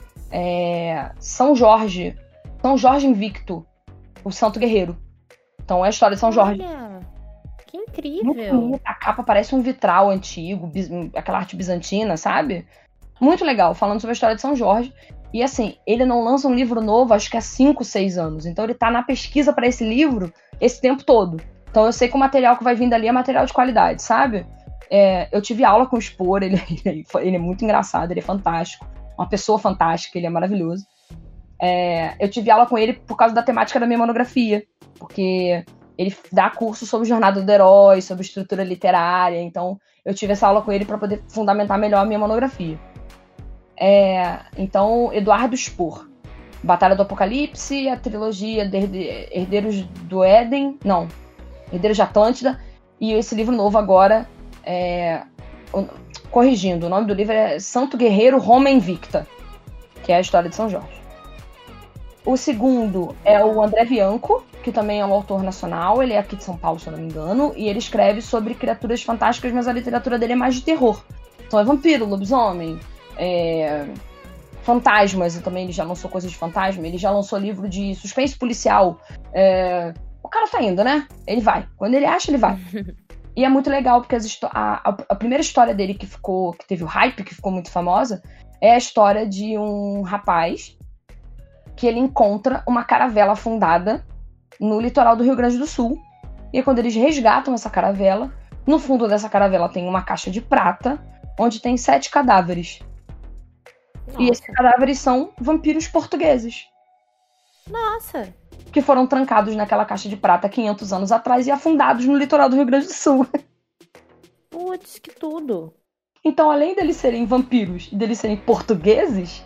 São Jorge Invicto, o Santo Guerreiro. Então é a história de São Jorge. Olha, que incrível! A capa parece um vitral antigo, aquela arte bizantina, sabe? Muito legal, falando sobre a história de São Jorge. E assim, ele não lança um livro novo, acho que há 5, 6 anos. Então ele tá na pesquisa para esse livro esse tempo todo. Então eu sei que o material que vai vir dali é material de qualidade, sabe? Eu tive aula com o Spor, ele é muito engraçado, ele é fantástico. Uma pessoa fantástica, ele é maravilhoso. Eu tive aula com ele por causa da temática da minha monografia, porque ele dá curso sobre Jornada do Herói, sobre estrutura literária, então eu tive essa aula com ele para poder fundamentar melhor a minha monografia. Então, Eduardo Spor, Batalha do Apocalipse, a trilogia de Herdeiros do Éden, não, Herdeiros de Atlântida, e esse livro novo agora, corrigindo, o nome do livro é Santo Guerreiro Roma Invicta, que é a história de São Jorge. O segundo é o André Bianco, que também é um autor nacional, ele é aqui de São Paulo, se eu não me engano, e ele escreve sobre criaturas fantásticas, mas a literatura dele é mais de terror. Então é vampiro, lobisomem, fantasmas, e também ele já lançou coisas de fantasma, ele já lançou livro de suspense policial. O cara tá indo, né? Ele vai. Quando ele acha, ele vai. E é muito legal, porque a primeira história dele que teve o hype, que ficou muito famosa, é a história de um rapaz que ele encontra uma caravela afundada no litoral do Rio Grande do Sul. E quando eles resgatam essa caravela, no fundo dessa caravela tem uma caixa de prata, onde tem 7 cadáveres. Nossa. E esses cadáveres são vampiros portugueses. Nossa! Que foram trancados naquela caixa de prata 500 anos atrás e afundados no litoral do Rio Grande do Sul. Putz, que tudo! Então, além deles serem vampiros e deles serem portugueses,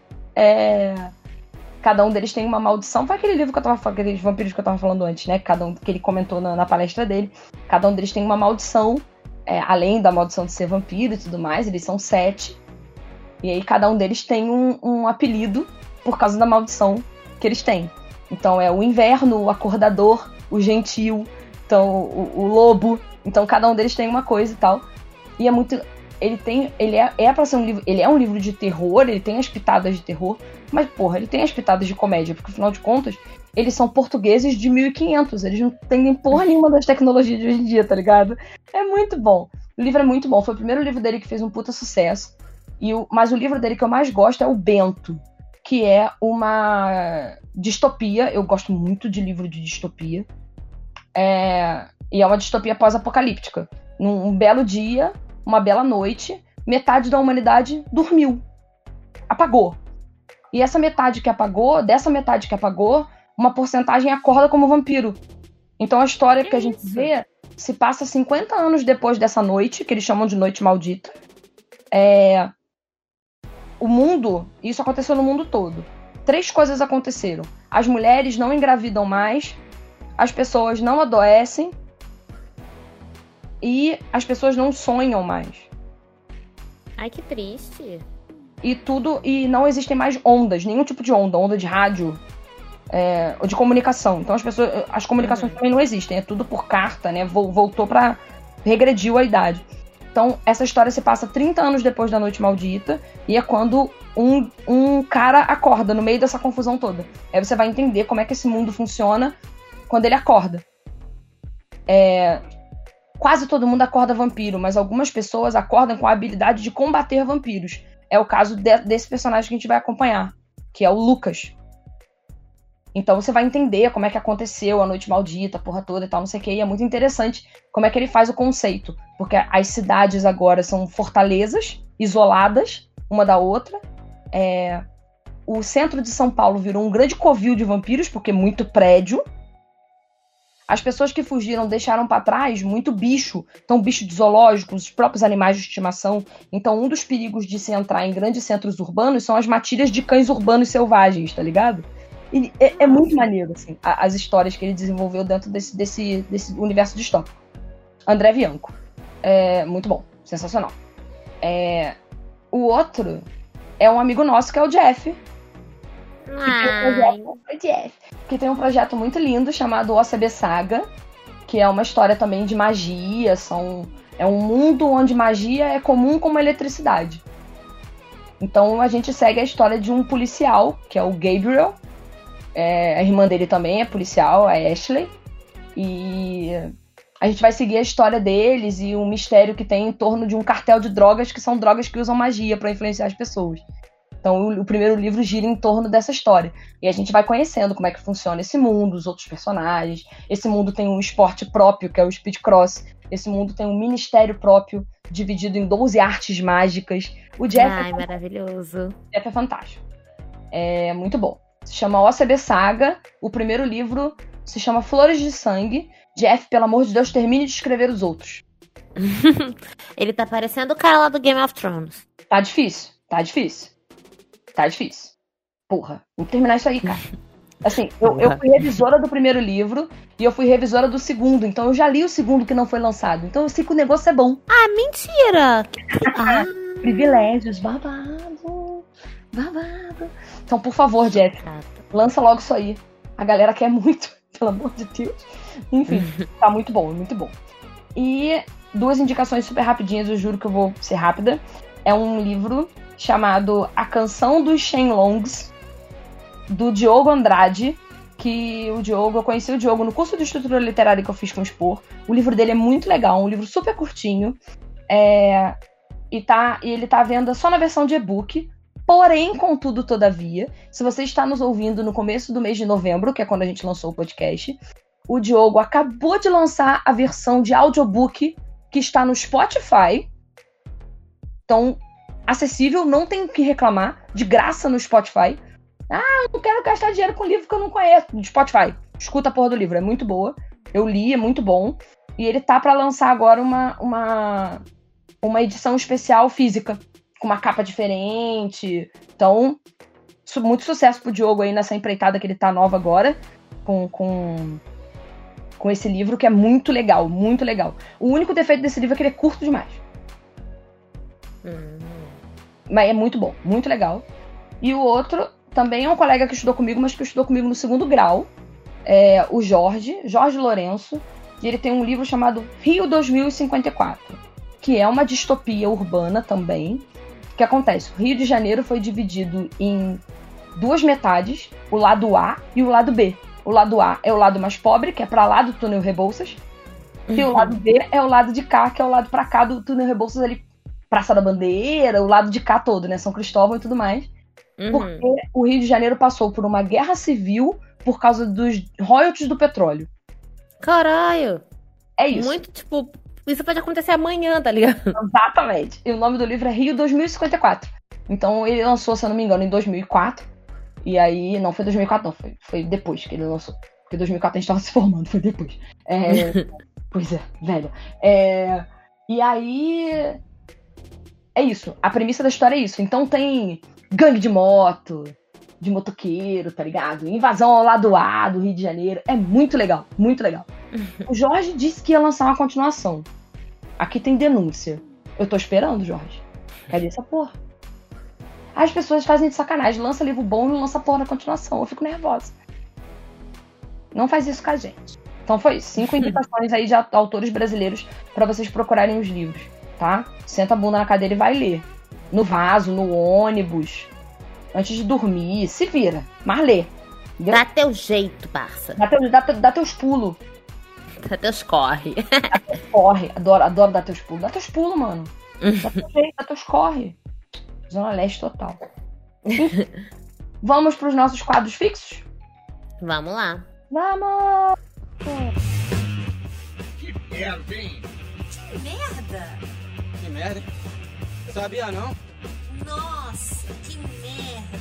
cada um deles tem uma maldição. Foi aquele livro que eu tava falando, aqueles vampiros que eu tava falando antes, né? Cada um que ele comentou na palestra dele. Cada um deles tem uma maldição, além da maldição de ser vampiro e tudo mais. Eles são 7. E aí cada um deles tem um apelido por causa da maldição que eles têm. Então é o inverno, o acordador, o gentil, então o lobo. Então cada um deles tem uma coisa e tal. E é muito... Ele é pra ser um livro... Ele é um livro de terror, ele tem as pitadas de terror, mas, porra, ele tem as pitadas de comédia, porque, afinal de contas, eles são portugueses de 1500, eles não entendem porra nenhuma das tecnologias de hoje em dia, tá ligado? É muito bom. O livro é muito bom, foi o primeiro livro dele que fez um puta sucesso, mas o livro dele que eu mais gosto é o Bento, que é uma distopia. Eu gosto muito de livro de distopia. E é uma distopia pós-apocalíptica. Num belo dia, uma bela noite, metade da humanidade dormiu. Apagou. E essa metade que apagou, uma porcentagem acorda como vampiro. Então a história que a gente vê se passa 50 anos depois dessa noite, que eles chamam de noite maldita. O mundo, isso aconteceu no mundo todo. 3 coisas aconteceram. As mulheres não engravidam mais, as pessoas não adoecem e as pessoas não sonham mais. Ai, que triste. E não existem mais ondas, nenhum tipo de onda de rádio, ou de comunicação. Então as comunicações também não existem, é tudo por carta, né? Voltou pra... regrediu a idade. Então essa história se passa 30 anos depois da Noite Maldita, e é quando um cara acorda no meio dessa confusão toda. Aí você vai entender como é que esse mundo funciona quando ele acorda. Quase todo mundo acorda vampiro, mas algumas pessoas acordam com a habilidade de combater vampiros. É o caso desse personagem que a gente vai acompanhar, que é o Lucas. Então você vai entender como é que aconteceu a Noite Maldita, a porra toda e tal, não sei o que. E é muito interessante como é que ele faz o conceito. Porque as cidades agora são fortalezas, isoladas, uma da outra. O centro de São Paulo virou um grande covil de vampiros, porque muito prédio. As pessoas que fugiram deixaram pra trás muito bicho. Então, bicho de zoológicos, os próprios animais de estimação. Então, um dos perigos de se entrar em grandes centros urbanos são as matilhas de cães urbanos selvagens, tá ligado? E é muito maneiro, assim, as histórias que ele desenvolveu dentro desse universo distópico. André Bianco. Muito bom, sensacional. O outro é um amigo nosso, que é o Jeff. Que tem um projeto muito lindo chamado OCB Saga, que é uma história também de magia. É um mundo onde magia é comum como eletricidade. Então a gente segue a história de um policial, que é o Gabriel. A irmã dele também é policial, a Ashley. E a gente vai seguir a história deles e o mistério que tem em torno de um cartel de drogas, que são drogas que usam magia para influenciar as pessoas. Então o primeiro livro gira em torno dessa história. E a gente vai conhecendo como é que funciona esse mundo, os outros personagens. Esse mundo tem um esporte próprio, que é o Speed Cross. Esse mundo tem um ministério próprio, dividido em 12 artes mágicas. O Jeff maravilhoso. O Jeff é fantástico. É muito bom. Se chama OCB Saga. O primeiro livro se chama Flores de Sangue. Jeff, pelo amor de Deus, termine de escrever os outros. Ele tá parecendo o cara lá do Game of Thrones. Tá difícil. Porra, vamos terminar isso aí, cara. Assim, eu fui revisora do primeiro livro e eu fui revisora do segundo. Então eu já li o segundo que não foi lançado. Então eu sei que o negócio é bom. Ah, mentira! Privilégios, babado. Então, por favor, Jeff, lança logo isso aí. A galera quer muito, pelo amor de Deus. Enfim, tá muito bom, muito bom. E 2 indicações super rapidinhas, eu juro que eu vou ser rápida. É um livro chamado A Canção dos Shenlongs, do Diogo Andrade, que eu conheci o Diogo no curso de estrutura literária que eu fiz com o Expor. O livro dele é muito legal, um livro super curtinho, e ele tá à venda só na versão de e-book, Porém, contudo, todavia, se você está nos ouvindo no começo do mês de novembro, que é quando a gente lançou o podcast, o Diogo acabou de lançar a versão de audiobook que está no Spotify. Então, acessível, não tem o que reclamar, de graça no Spotify. Eu não quero gastar dinheiro com livro que eu não conheço. No Spotify, escuta a porra do livro, é muito boa. Eu li, é muito bom. E ele tá pra lançar agora uma edição especial física, com uma capa diferente. Então, muito sucesso pro Diogo aí nessa empreitada que ele tá nova agora, com esse livro, que é muito legal, muito legal. O único defeito desse livro é que ele é curto demais. Mas é muito bom, muito legal. E o outro também é um colega que estudou comigo, mas que estudou comigo no 2º grau. É o Jorge Lourenço. E ele tem um livro chamado Rio 2054, que é uma distopia urbana também. O que acontece? O Rio de Janeiro foi dividido em 2 metades, o lado A e o lado B. O lado A é o lado mais pobre, que é pra lá do túnel Rebouças. E o lado B é o lado de cá, que é o lado pra cá do túnel Rebouças, ali, Praça da Bandeira, o lado de cá todo, né? São Cristóvão e tudo mais. Porque o Rio de Janeiro passou por uma guerra civil por causa dos royalties do petróleo. Caralho! É isso. Muito, tipo, isso pode acontecer amanhã, tá ligado? Exatamente. E o nome do livro é Rio 2054. Então ele lançou, se eu não me engano, em 2004. E aí, não foi 2004 não, foi depois que ele lançou. Porque em 2004 a gente tava se formando, foi depois. Pois é, velho. E aí... É isso, a premissa da história é isso. Então tem gangue de moto, de motoqueiro, tá ligado? Invasão ao lado A do Rio de Janeiro. É muito legal, muito legal. O Jorge disse que ia lançar uma continuação. Aqui tem denúncia. Eu tô esperando, Jorge. Cadê essa porra? As pessoas fazem de sacanagem. Lança livro bom e não lança porra na continuação. Eu fico nervosa. Não faz isso com a gente. Então foi 5 indicações aí de autores brasileiros pra vocês procurarem os livros, tá? Senta a bunda na cadeira e vai ler. No vaso, no ônibus, antes de dormir. Se vira, mas lê. Entendeu? Dá teu jeito, parça. Dá teus pulos. Dá teus corre. Dá teus corre. Adoro dar teus pulos. Dá teus pulos, mano. Dá teu jeito, dá teus corre. Zona Leste total. Vamos pros nossos quadros fixos? Vamos lá. Vamos! Que merda, hein? Que merda! Que merda? Sabia não? Nossa, que merda!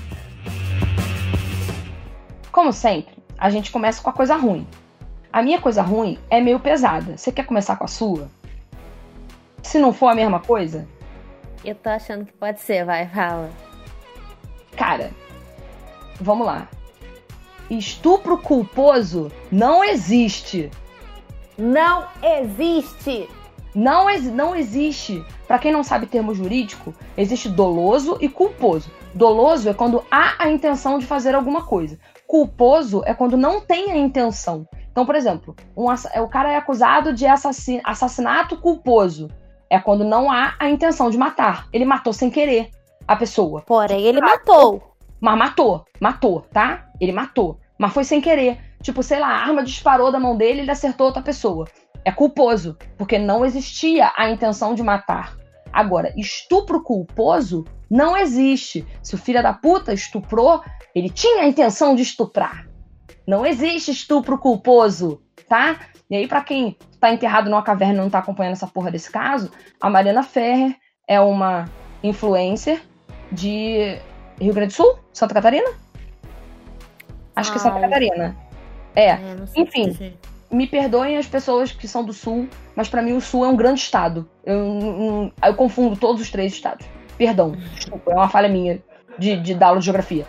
Como sempre, a gente começa com a coisa ruim. A minha coisa ruim é meio pesada. Você quer começar com a sua? Se não for a mesma coisa? Eu tô achando que pode ser, vai, fala. Cara, vamos lá. Estupro culposo não existe. Não existe! Não existe. Pra quem não sabe termo jurídico, existe doloso e culposo. Doloso é quando há a intenção de fazer alguma coisa. Culposo é quando não tem a intenção. Então, por exemplo, o cara é acusado de assassinato culposo. É quando não há a intenção de matar. Ele matou sem querer a pessoa. Porém, ele matou. Mas matou, tá? Ele matou. Mas foi sem querer. Tipo, sei lá, a arma disparou da mão dele e ele acertou outra pessoa. É culposo, porque não existia a intenção de matar. Agora, estupro culposo não existe. Se o filho da puta estuprou, ele tinha a intenção de estuprar. Não existe estupro culposo, tá? E aí, pra quem tá enterrado numa caverna e não tá acompanhando essa porra desse caso, a Mariana Ferrer é uma influencer de Rio Grande do Sul? Santa Catarina? Acho que é Santa Catarina. Não sei Enfim. dizer. Me perdoem as pessoas que são do Sul, mas pra mim o Sul é um grande estado. Eu confundo todos os 3 estados. Perdão, desculpa, é uma falha minha de dar aula de geografia.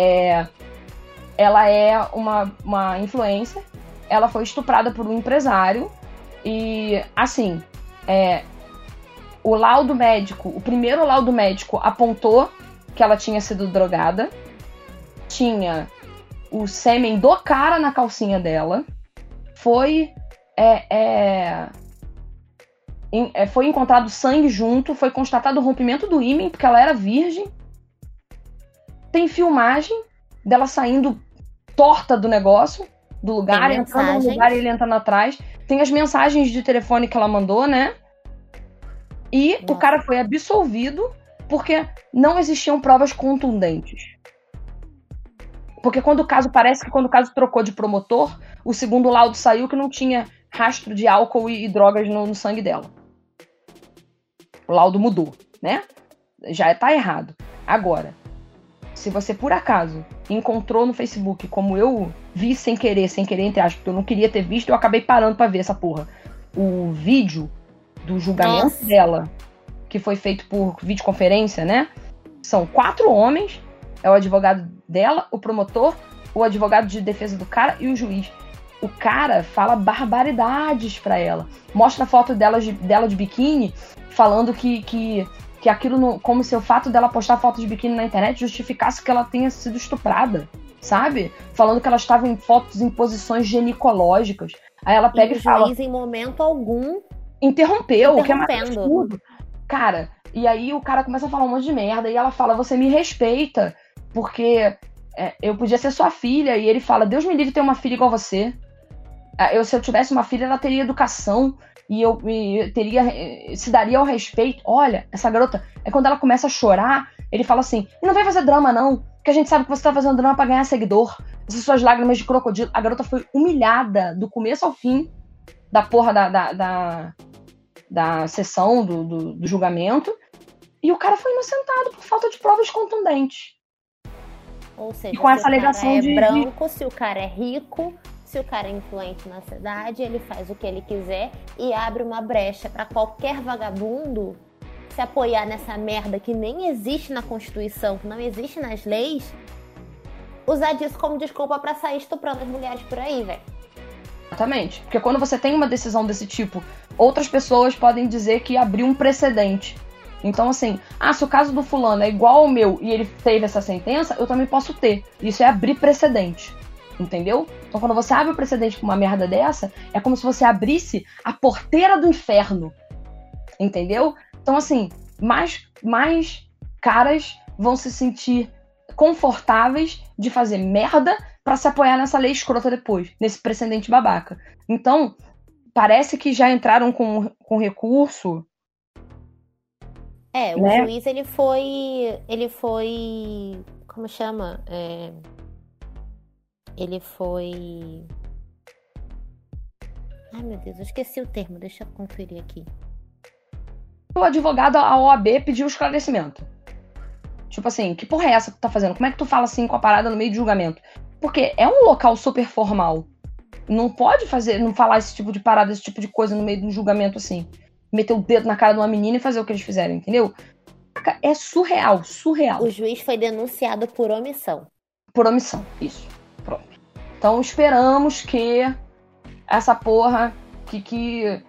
Ela é uma influencer, ela foi estuprada por um empresário e, assim, o laudo médico, o primeiro laudo médico apontou que ela tinha sido drogada, tinha o sêmen do cara na calcinha dela, foi encontrado sangue junto, foi constatado o rompimento do ímen, porque ela era virgem. Tem filmagem dela saindo torta do negócio, do lugar, entrando no lugar e ele entrando atrás. Tem as mensagens de telefone que ela mandou, né? E o cara foi absolvido Porque não existiam provas contundentes. Porque parece que quando o caso trocou de promotor, o segundo laudo saiu que não tinha rastro de álcool e drogas no sangue dela. O laudo mudou, né? Já tá errado. Agora, se você por acaso encontrou no Facebook, como eu vi sem querer, entre aspas, porque eu não queria ter visto, eu acabei parando pra ver essa porra. O vídeo do julgamento dela, que foi feito por videoconferência, né? São 4 homens, é o advogado dela, o promotor, o advogado de defesa do cara e o juiz. O cara fala barbaridades pra ela. Mostra a foto dela de biquíni, falando que aquilo, não, como se o fato dela postar foto de biquíni na internet justificasse que ela tenha sido estuprada, sabe? Falando que ela estava em fotos em posições ginecológicas. Aí ela pega e fala... o juiz, em momento algum... Interrompeu, que é mais absurdo. Cara, e aí o cara começa a falar um monte de merda, e ela fala, você me respeita, porque eu podia ser sua filha. E ele fala, Deus me livre ter uma filha igual você. Se eu tivesse uma filha, ela teria educação, e eu se daria ao respeito. Olha, essa garota, quando ela começa a chorar, ele fala assim, e não vem fazer drama não, que a gente sabe que você tá fazendo drama pra ganhar seguidor, essas suas lágrimas de crocodilo. A garota foi humilhada do começo ao fim da porra da sessão do julgamento, e o cara foi inocentado por falta de provas contundentes. Ou seja, e com essa alegação se o cara é branco, se o cara é rico, se o cara é influente na cidade, ele faz o que ele quiser e abre uma brecha pra qualquer vagabundo se apoiar nessa merda que nem existe na Constituição, que não existe nas leis, usar disso como desculpa pra sair estuprando as mulheres por aí, velho. Exatamente. Porque quando você tem uma decisão desse tipo, outras pessoas podem dizer que abriu um precedente. Então, assim, se o caso do fulano é igual ao meu e ele teve essa sentença, eu também posso ter. Isso é abrir precedente. Entendeu? Então, quando você abre o precedente com uma merda dessa, é como se você abrisse a porteira do inferno. Entendeu? Então, assim, mais caras vão se sentir confortáveis de fazer merda pra se apoiar nessa lei escrota depois, nesse precedente babaca. Então, parece que já entraram com recurso. O né? Juiz, ele foi, como chama? Ele foi... Ai, meu Deus, eu esqueci o termo, deixa eu conferir aqui. O advogado, a OAB, pediu esclarecimento. Tipo assim, que porra é essa que tu tá fazendo? Como é que tu fala assim com a parada no meio de julgamento? Porque é um local super formal. Não pode não falar esse tipo de parada, esse tipo de coisa no meio de um julgamento assim. Meter o dedo na cara de uma menina e fazer o que eles fizeram, entendeu? É surreal. O juiz foi denunciado por omissão. Por omissão, isso. Pronto. Então esperamos que essa porra, que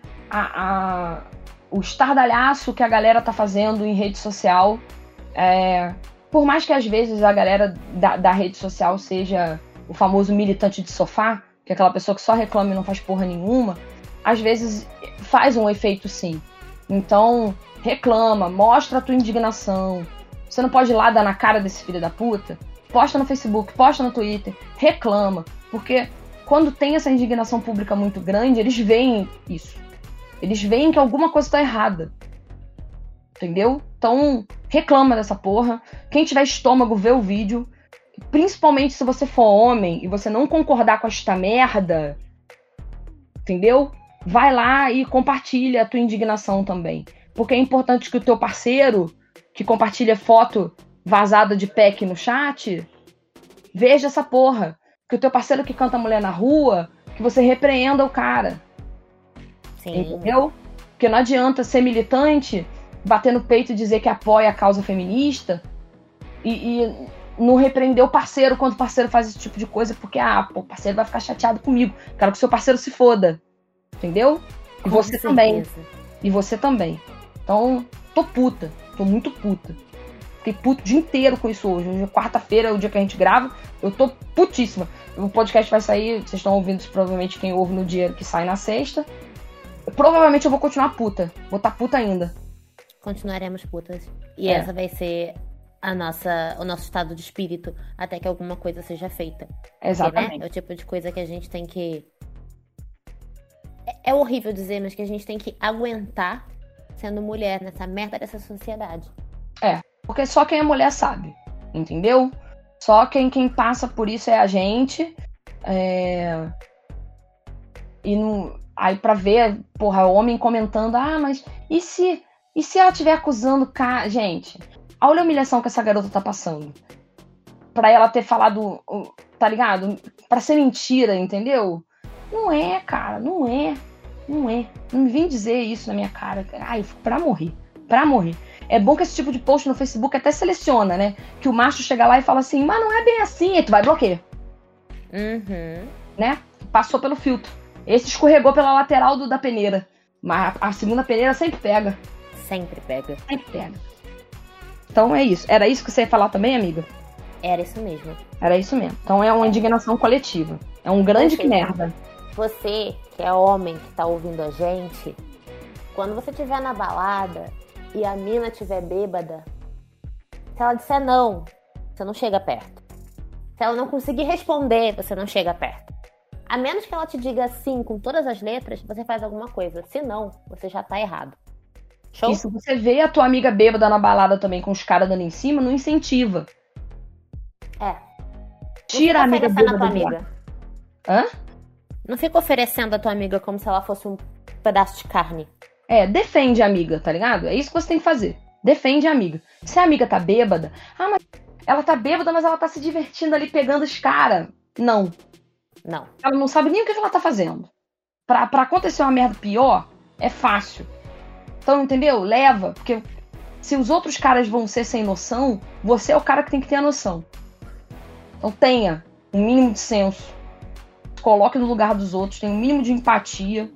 o estardalhaço que a galera tá fazendo em rede social, por mais que às vezes a galera da rede social seja o famoso militante de sofá, que é aquela pessoa que só reclama e não faz porra nenhuma, às vezes faz um efeito sim. Então, reclama, mostra a tua indignação. Você não pode ir lá dar na cara desse filho da puta? Posta no Facebook, posta no Twitter, reclama. Porque quando tem essa indignação pública muito grande, eles veem isso. Eles veem que alguma coisa tá errada. Entendeu? Então, reclama dessa porra. Quem tiver estômago, vê o vídeo. Principalmente se você for homem e você não concordar com esta merda, entendeu? Vai lá e compartilha a tua indignação também. Porque é importante que o teu parceiro, que compartilha foto vazada de pack no chat, veja essa porra. Que o teu parceiro que canta mulher na rua, que você repreenda o cara. Sim. Entendeu? Porque não adianta ser militante, bater no peito e dizer que apoia a causa feminista e não repreender o parceiro quando o parceiro faz esse tipo de coisa, porque o parceiro vai ficar chateado comigo. Quero que o seu parceiro se foda. Entendeu? E você também. E você também. Então, tô puta. Tô muito puta. Fiquei puto o dia inteiro com isso hoje. Hoje é quarta-feira, é o dia que a gente grava. Eu tô putíssima. O podcast vai sair, vocês estão ouvindo isso, provavelmente quem ouve no dia que sai na sexta. Provavelmente eu vou continuar puta. Vou estar puta ainda. Continuaremos putas. E essa vai ser o nosso estado de espírito até que alguma coisa seja feita. Exatamente. Porque, né, é o tipo de coisa que a gente tem que... É horrível dizer, mas que a gente tem que aguentar sendo mulher nessa merda dessa sociedade. Porque só quem é mulher sabe, entendeu? Só quem passa por isso é a gente. E não... Aí pra ver, porra, homem comentando, mas e se ela estiver acusando... Gente, olha a humilhação que essa garota tá passando. Pra ela ter falado, tá ligado? Pra ser mentira, entendeu? Não é, cara, não é. Não me vem dizer isso na minha cara. Ai, eu fico pra morrer. É bom que esse tipo de post no Facebook até seleciona, né? Que o macho chega lá e fala assim, mas não é bem assim, aí tu vai bloquear. Né? Passou pelo filtro. Esse escorregou pela lateral da peneira. Mas a segunda peneira sempre pega. Sempre pega. Então é isso. Era isso que você ia falar também, amiga? Era isso mesmo. Era isso mesmo. Então é uma indignação coletiva. É um grande que merda. Você, que é homem, que tá ouvindo a gente, quando você estiver na balada e a mina estiver bêbada, se ela disser não, você não chega perto. Se ela não conseguir responder, você não chega perto. A menos que ela te diga sim com todas as letras, você faz alguma coisa. Se não, você já tá errado. Show? E se você vê a tua amiga bêbada na balada também com os caras dando em cima, não incentiva. Tira a amiga bêbada na tua amiga. Hã? Não fica oferecendo a tua amiga como se ela fosse um pedaço de carne. Defende a amiga, tá ligado? É isso que você tem que fazer. Defende a amiga. Se a amiga tá bêbada, mas ela tá bêbada, mas ela tá se divertindo ali pegando os caras. Não. Ela não sabe nem o que ela tá fazendo. Pra acontecer uma merda pior, é fácil. Então, entendeu? Leva. Porque se os outros caras vão ser sem noção, você é o cara que tem que ter a noção. Então tenha um mínimo de senso. Coloque no lugar dos outros, tenha um mínimo de empatia.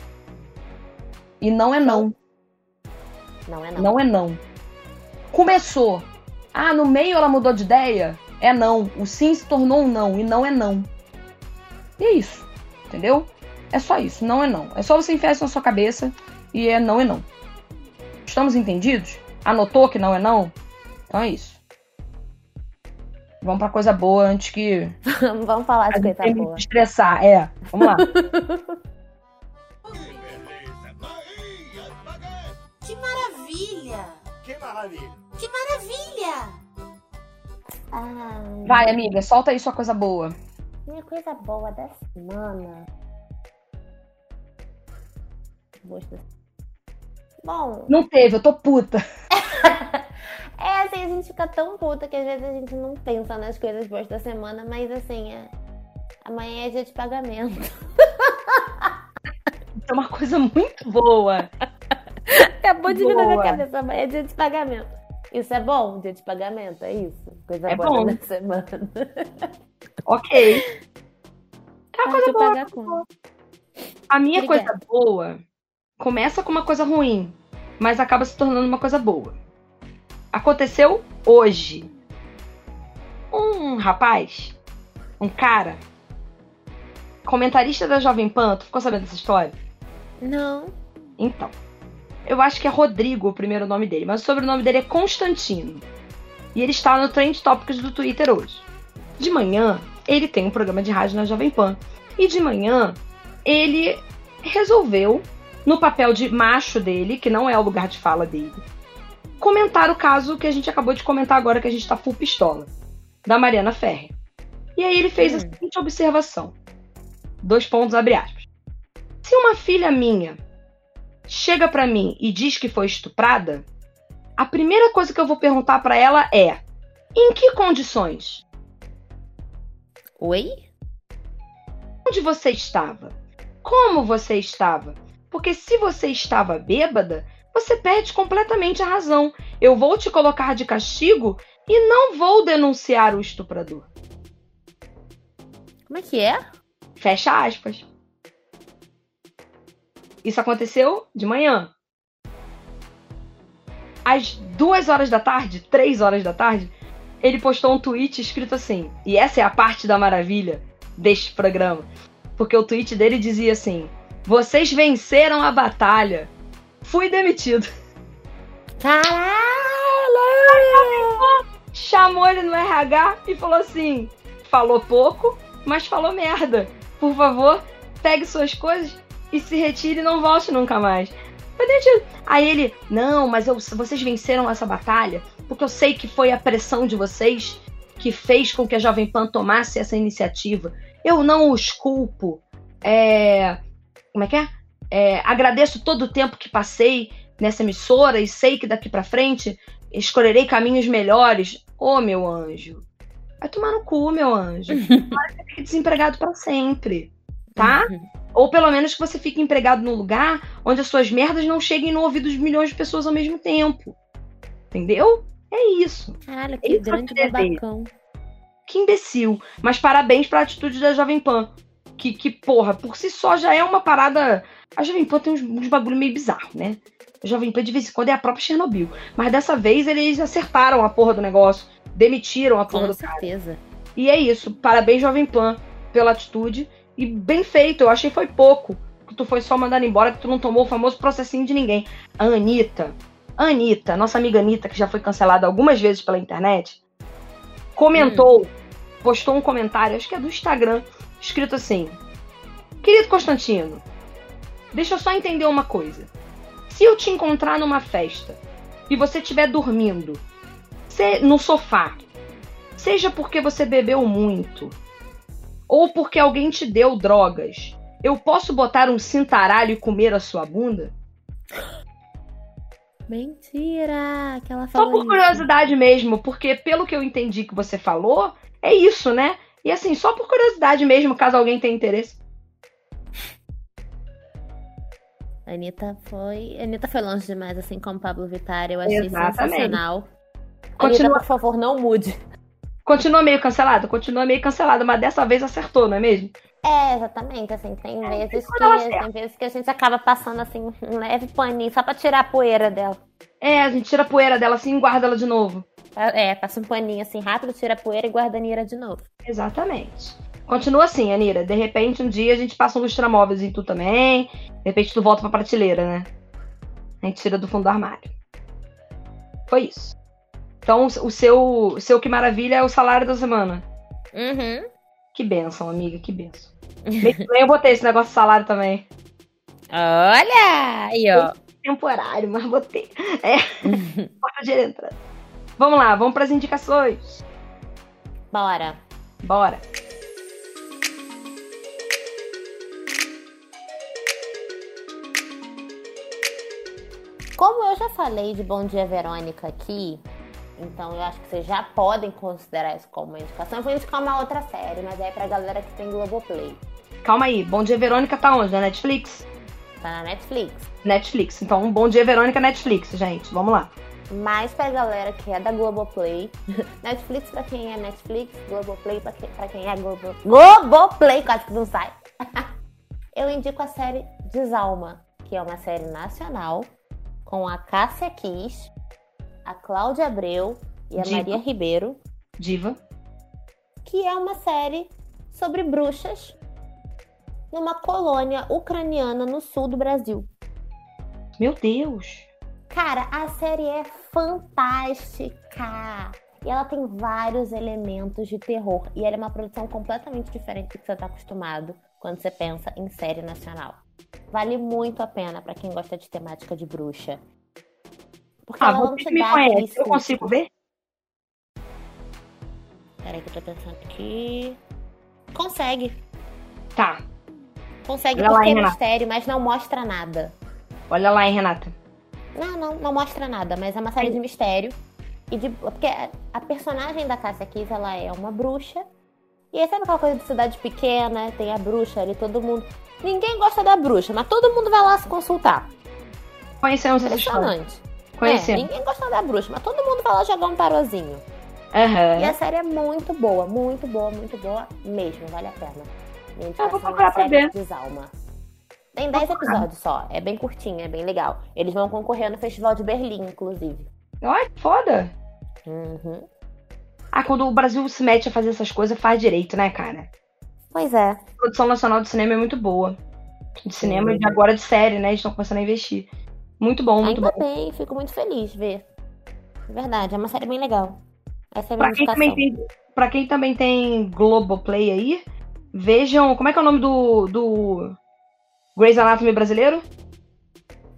E não é não. Não é não. Começou. No meio ela mudou de ideia? É não. O sim se tornou um não. E não é não. E é isso. Entendeu? É só isso. Não é não. É só você enfiar isso na sua cabeça. E é não é não. Estamos entendidos? Anotou que não é não? Então é isso. Vamos pra coisa boa antes que... Vamos falar de coisa boa. Estressar, Vamos lá. Que maravilha! Que maravilha! Vai, amiga, solta aí sua coisa boa. Minha coisa boa da semana. Bom... Não teve, eu tô puta. Assim, a gente fica tão puta que às vezes a gente não pensa nas coisas boas da semana, mas assim, amanhã é dia de pagamento. É uma coisa muito boa. Acabou de vir na minha cabeça, amanhã é dia de pagamento. Isso é bom, dia de pagamento, é isso? Coisa boa da semana. Ok. É uma coisa boa. A minha coisa boa começa com uma coisa ruim, mas acaba se tornando uma coisa boa. Aconteceu hoje. Um rapaz, um cara, comentarista da Jovem Pan, tu ficou sabendo dessa história? Não. Então, eu acho que é Rodrigo o primeiro nome dele, mas o sobrenome dele é Constantino. E ele está no Trend Topics do Twitter hoje. De manhã, ele tem um programa de rádio na Jovem Pan. E de manhã, ele resolveu, no papel de macho dele, que não é o lugar de fala dele, comentar o caso que a gente acabou de comentar agora, que a gente tá full pistola, da Mariana Ferrer. E aí ele fez a seguinte observação. 2 pontos, abre aspas. Se uma filha minha chega pra mim e diz que foi estuprada, a primeira coisa que eu vou perguntar pra ela é: em que condições? Oi? Onde você estava? Como você estava? Porque se você estava bêbada, você perde completamente a razão. Eu vou te colocar de castigo e não vou denunciar o estuprador. Como é que é? Fecha aspas. Isso aconteceu de manhã. Às 2 horas da tarde, 3 horas da tarde, ele postou um tweet escrito assim, e essa é a parte da maravilha deste programa, porque o tweet dele dizia assim: vocês venceram a batalha. Fui demitido. Caralho! Chamou ele no RH e falou assim: falou pouco, mas falou merda. Por favor, pegue suas coisas e se retire e não volte nunca mais. Foi demitido. Aí ele, não, mas vocês venceram essa batalha porque eu sei que foi a pressão de vocês que fez com que a Jovem Pan tomasse essa iniciativa. Eu não os culpo. Como é que é? Agradeço todo o tempo que passei nessa emissora e sei que daqui pra frente escolherei caminhos melhores. Ô, meu anjo, vai tomar no cu, meu anjo. Agora você fica desempregado pra sempre, tá? Ou pelo menos que você fique empregado num lugar onde as suas merdas não cheguem no ouvido de milhões de pessoas ao mesmo tempo. Entendeu? É isso. Caralho, que grande babacão. Que imbecil. Mas parabéns pra atitude da Jovem Pan. Que porra, por si só já é uma parada... A Jovem Pan tem uns bagulho meio bizarro, né? A Jovem Pan de vez em quando é a própria Chernobyl. Mas dessa vez eles acertaram a porra do negócio. Demitiram a porra do cara. Com certeza. E é isso. Parabéns, Jovem Pan, pela atitude. E bem feito. Eu achei que foi pouco. Que tu foi só mandar embora, que tu não tomou o famoso processinho de ninguém. A Anitta, nossa amiga Anitta, que já foi cancelada algumas vezes pela internet, postou um comentário, acho que é do Instagram, escrito assim: querido Constantino, deixa eu só entender uma coisa. Se eu te encontrar numa festa e você estiver dormindo no sofá, seja porque você bebeu muito ou porque alguém te deu drogas, eu posso botar um cintaralho e comer a sua bunda? Mentira! Que ela falou só por curiosidade mesmo, porque pelo que eu entendi que você falou, é isso, né? E assim, só por curiosidade mesmo, caso alguém tenha interesse. A Anitta foi longe demais, assim como Pablo Vittar. Eu achei sensacional. Anitta, por favor, não mude. Continua meio cancelada, mas dessa vez acertou, não é mesmo? Exatamente, assim, tem vezes que a gente acaba passando, assim, um leve paninho só pra tirar a poeira dela. A gente tira a poeira dela assim e guarda ela de novo. Passa um paninho assim rápido, tira a poeira e guarda a Anira de novo. Exatamente. Continua assim, Anira. De repente, um dia a gente passa um lustramóveis em tu também. De repente tu volta pra prateleira, né? A gente tira do fundo do armário. Foi isso. Então, o seu que maravilha é o salário da semana. Que bênção, amiga, que bênção. Eu botei esse negócio de salário também. Olha! Aí, ó. Temporário, mas botei. Porta de entrada. Vamos lá, vamos pras indicações. Bora. Como eu já falei de Bom Dia Verônica aqui, então eu acho que vocês já podem considerar isso como uma indicação. Eu vou indicar uma outra série, mas é pra galera que tem Globoplay. Calma aí, Bom Dia Verônica tá onde? Na Netflix? Tá na Netflix. Netflix, então Bom Dia Verônica Netflix, gente, vamos lá. Mais pra galera que é da Globoplay. Netflix pra quem é Netflix, Globoplay pra quem é Globoplay, quase que não sai. Eu indico a série Desalma, que é uma série nacional com a Cássia Kiss, a Cláudia Abreu e a Diva. Maria Ribeiro. Diva. Que é uma série sobre bruxas numa colônia ucraniana no sul do Brasil. Meu Deus! Cara, a série é fantástica! E ela tem vários elementos de terror. E ela é uma produção completamente diferente do que você tá acostumado quando você pensa em série nacional. Vale muito a pena pra quem gosta de temática de bruxa. Porque ela não te dá aquele susto. Eu consigo ver? Peraí que eu tô pensando aqui. Consegue. Tá. Consegue, Olha porque lá, é mistério, mas não mostra nada. Olha lá, hein, Renata. Não mostra nada, mas é uma série de mistério. Porque a personagem da Cássia Kiss, ela é uma bruxa. E aí sabe aquela coisa de cidade pequena, tem a bruxa ali, todo mundo... Ninguém gosta da bruxa, mas todo mundo vai lá se consultar. Conhecemos essa história. Impressionante. Ninguém gosta da bruxa, mas todo mundo vai lá jogar um tarozinho. Uhum. E a série é muito boa mesmo, vale a pena. Eu vou procurar pra ver. Desalma. Tem 10 episódios só, é bem curtinho, é bem legal. Eles vão concorrer no Festival de Berlim, inclusive. Olha, foda. Uhum. Quando o Brasil se mete a fazer essas coisas, faz direito, né, cara? Pois é. A produção nacional de cinema é muito boa. De cinema e agora de série, né? Eles estão começando a investir. Muito bom, muito Ainda bom. bem, fico muito feliz de ver. Verdade, é uma série bem legal. Essa é a minha pra quem também tem Globoplay aí, vejam... Como é que é o nome do Grey's Anatomy brasileiro?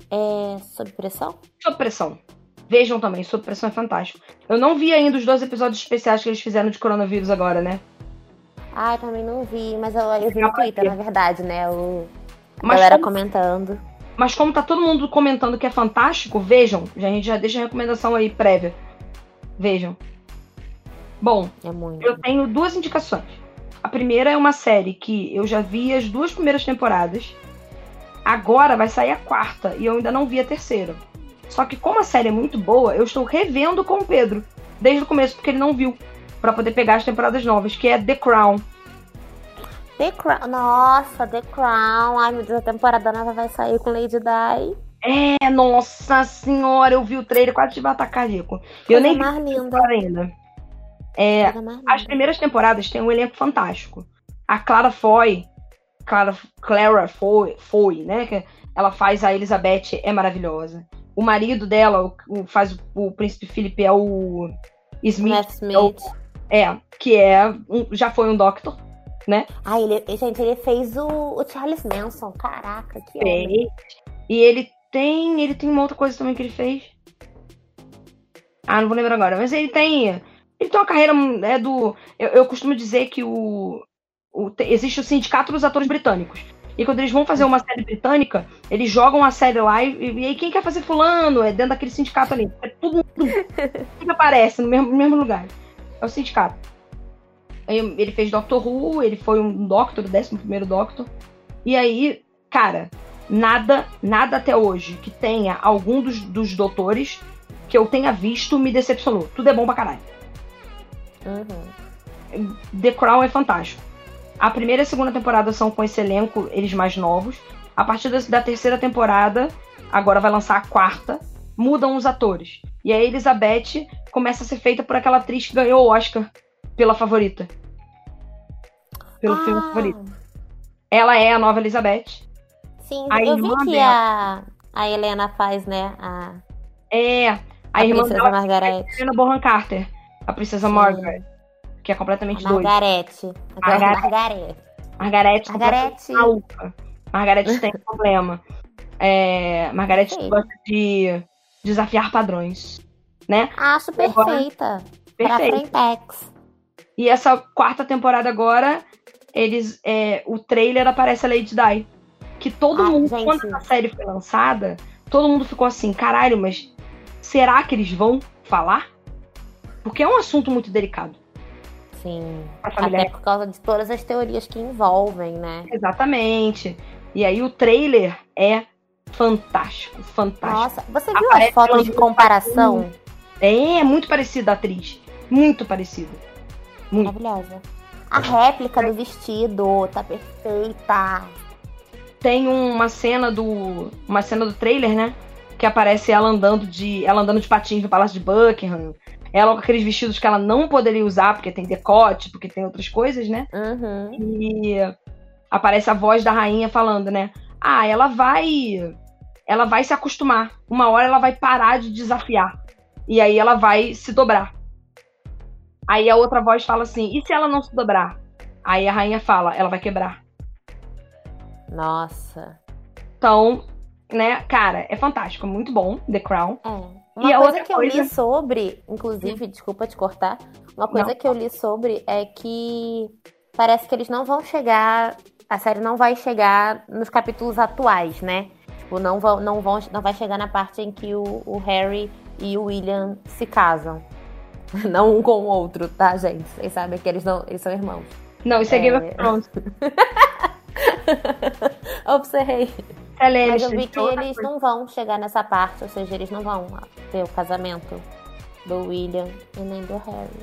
É Sob Pressão? Sob Pressão. Vejam também, Sob Pressão é fantástico. Eu não vi ainda os 2 episódios especiais que eles fizeram de coronavírus agora, né? Ah, eu também não vi, mas eu vi no Twitter, na verdade, né? A Mas galera como- comentando. Mas como tá todo mundo comentando que é fantástico, vejam. A gente já deixa a recomendação aí prévia. Vejam. Bom, É muito. eu tenho 2 indicações. A primeira é uma série que eu já vi as 2 primeiras temporadas. Agora vai sair a 4ª e eu ainda não vi a 3ª. Só que como a série é muito boa, eu estou revendo com o Pedro desde o começo, porque ele não viu, pra poder pegar as temporadas novas, que é The Crown. The Crown. Nossa, The Crown. Ai, meu Deus, a temporada nova vai sair com Lady Di. É, nossa senhora, eu vi o trailer, quase tive um ataque cardíaco. Eu Coisa nem vi mais a linda. temporada ainda. É, Coisa mais as linda. primeiras temporadas têm um elenco fantástico. A Clara Foy, né? Que ela faz a Elizabeth, é maravilhosa. O marido dela, faz o príncipe Philip, é o Smith. Matt Smith. Que já foi um Doctor, né? Ai, ele fez o Charles Manson. Caraca, que homem. E ele tem uma outra coisa também que ele fez. Não vou lembrar agora. Mas ele tem uma carreira eu costumo dizer que existe o Sindicato dos Atores Britânicos. E quando eles vão fazer uma série britânica, eles jogam a série lá e aí quem quer fazer fulano é dentro daquele sindicato ali. É tudo que aparece no mesmo lugar. É o sindicato. Ele fez Doctor Who, ele foi um Doctor, o 11º Doctor. E aí, cara, nada até hoje que tenha algum dos doutores que eu tenha visto me decepcionou. Tudo é bom pra caralho. Uhum. The Crown é fantástico. A primeira e a segunda temporada são com esse elenco, eles mais novos. A partir da 3ª temporada, agora vai lançar a 4ª, mudam os atores. E a Elizabeth começa a ser feita por aquela atriz que ganhou o Oscar pela Favorita. Pelo filme Favorito. Ela é a nova Elizabeth. Sim, A eu vi irmã que dela. a Helena faz, né? A irmã Princesa dela Margaret. é a Helena Bonham Carter, a Princesa Margaret, que é completamente doida. Margarete. Margaret Margarete. Margaret tem problema. Margaret gosta de desafiar padrões, né? Acho perfeita. Pra Frentex. E essa 4ª temporada agora, o trailer aparece a Lady Di. Que todo mundo, gente. quando a série foi lançada, todo mundo ficou assim, caralho, mas será que eles vão falar? Porque é um assunto muito delicado. Sim, até por causa de todas as teorias que envolvem, né? Exatamente. E aí o trailer é fantástico. Nossa, você viu as fotos de comparação? É muito parecida a atriz. Muito parecida. Muito. Maravilhosa. A réplica do vestido tá perfeita. Tem uma cena do trailer, né? Que aparece ela andando de patins no Palácio de Buckingham. Ela com aqueles vestidos que ela não poderia usar, porque tem decote, porque tem outras coisas, né? Uhum. E aparece a voz da rainha falando, né? Ela vai se acostumar. Uma hora ela vai parar de desafiar. E aí ela vai se dobrar. Aí a outra voz fala assim, e se ela não se dobrar? Aí a rainha fala, ela vai quebrar. Nossa. Então, né, cara, é fantástico, muito bom, The Crown. Uma coisa que eu li sobre, inclusive, desculpa te cortar, uma coisa que eu li sobre é que parece que eles não vão chegar, a série não vai chegar nos capítulos atuais, né? Tipo, não vai chegar na parte em que o Harry e o William se casam. Não um com o outro, tá, gente? Vocês sabem que eles são irmãos. Não, isso é Game of Thrones. Observei. Mas eu vi que eles coisa. não vão chegar nessa parte, ou seja, eles não vão ter o casamento do William e nem do Harry.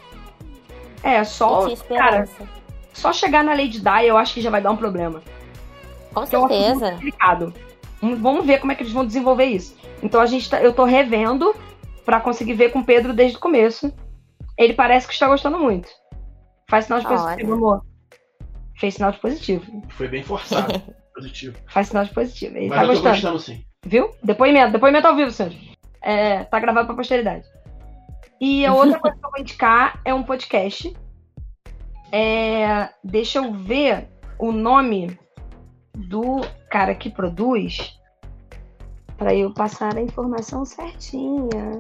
Cara, só chegar na Lady Di eu acho que já vai dar um problema. Com certeza. É complicado. Vamos ver como é que eles vão desenvolver isso. Então eu tô revendo pra conseguir ver com o Pedro desde o começo. Ele parece que está gostando muito. Faz sinal de positivo, amor. Fez sinal de positivo. Foi bem forçado. Positivo. Faz sinal de positivo. Ele mas tá eu tô gostando. gostando, sim. Viu? Depoimento ao vivo, Sandro. Tá gravado pra posteridade. E a outra coisa que eu vou indicar é um podcast. Deixa eu ver o nome do cara que produz. Para eu passar a informação certinha.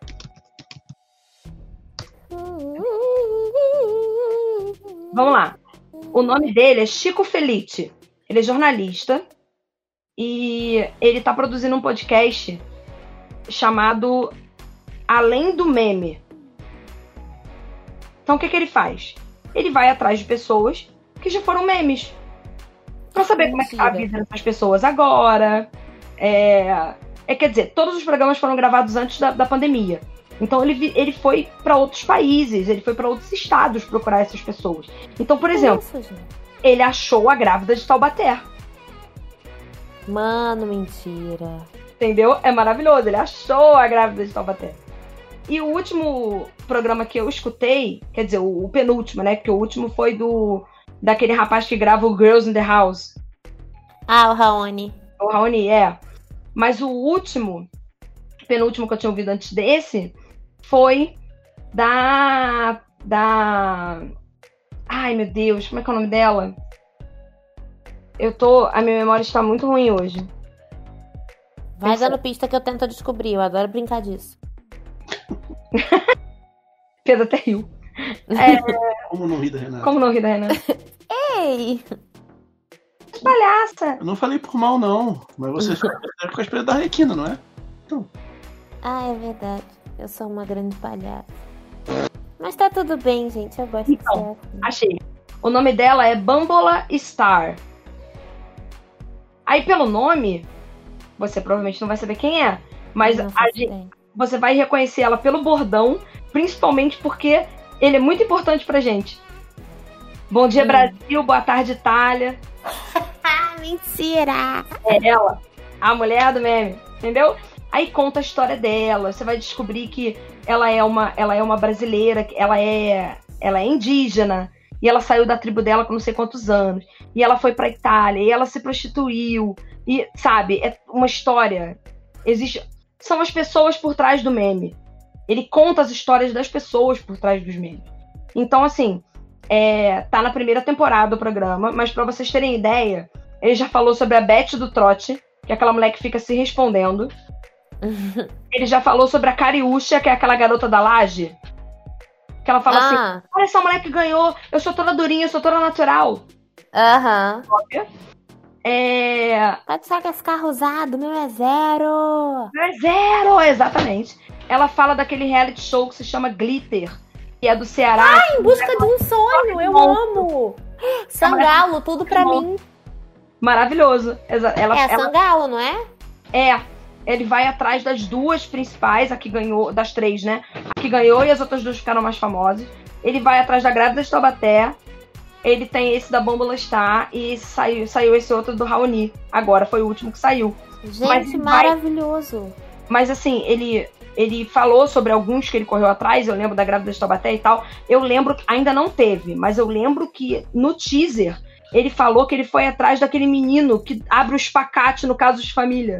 Vamos lá. O nome dele é Chico Felitti. Ele é jornalista e ele tá produzindo um podcast chamado Além do Meme. Então o que ele faz? Ele vai atrás de pessoas que já foram memes. Pra saber como é que tá a vida dessas pessoas agora. Quer dizer, todos os programas foram gravados antes da pandemia. Então ele foi pra outros países, ele foi pra outros estados procurar essas pessoas. Então, por exemplo, ele achou a grávida de Taubaté. Mano, mentira. Entendeu? É maravilhoso, ele achou a grávida de Taubaté. E o último programa que eu escutei, quer dizer, o penúltimo, né? Porque o último foi daquele rapaz que grava o Girls in the House. Ah, o Raoni. O Raoni, Mas o penúltimo que eu tinha ouvido antes desse, foi da... Ai, meu Deus, como é que é o nome dela? A minha memória está muito ruim hoje. Vai dando pista que eu tento descobrir, eu adoro brincar disso. Pedro até riu. Como não rir da Renata? Como não rir da Renata? Ei! Palhaça! Eu não falei por mal, não. Mas você fica com a espelha da Arlequina, não é? Então. Ah, é verdade. Eu sou uma grande palhaça. Mas tá tudo bem, gente. Eu gosto então, achei. O nome dela é Bambola Star. Aí, pelo nome, você provavelmente não vai saber quem é. Mas você vai reconhecer ela pelo bordão, principalmente porque ele é muito importante pra gente. Bom dia, Brasil. Boa tarde, Itália. Mentira! É ela, a mulher do meme, entendeu? Aí conta a história dela. Você vai descobrir que ela é uma brasileira, ela é indígena, e ela saiu da tribo dela com não sei quantos anos, e ela foi pra Itália, e ela se prostituiu, e sabe, é uma história. São as pessoas por trás do meme. Ele conta as histórias das pessoas por trás dos memes. Então, assim, tá na primeira temporada do programa, mas pra vocês terem ideia, ele já falou sobre a Beth do Trote, que é aquela mulher que fica se respondendo. Ele já falou sobre a Cariúcha, que é aquela garota da laje. Que ela fala assim, olha essa mulher que ganhou, eu sou toda durinha, eu sou toda natural. Aham. Pode ser que esse carro usado, meu é zero. Meu é zero, exatamente. Ela fala daquele reality show que se chama Glitter, que é do Ceará. Em busca de um sonho, eu amo. Sangalo, tudo pra mim. Maravilhoso. Sangalo, não é? Ele vai atrás das duas principais, a que ganhou, das três, né? A que ganhou e as outras duas ficaram mais famosas. Ele vai atrás da grávida de Taubaté. Ele tem esse da Bambola Star e saiu esse outro do Raoni. Agora foi o último que saiu. Gente, maravilhoso. Mas assim, ele falou sobre alguns que ele correu atrás. Eu lembro da grávida de Taubaté e tal. Eu lembro, ainda não teve, mas eu lembro que no teaser ele falou que ele foi atrás daquele menino que abre o espacate no Casos de Família.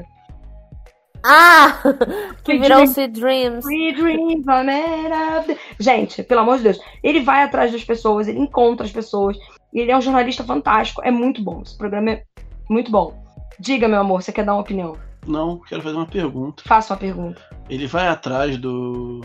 Que virou Sweet Dreams. Sweet Dreams, gente, pelo amor de Deus. Ele vai atrás das pessoas, ele encontra as pessoas. E ele é um jornalista fantástico. É muito bom. Esse programa é muito bom. Diga, meu amor, você quer dar uma opinião? Não, quero fazer uma pergunta. Faça uma pergunta. Ele vai atrás do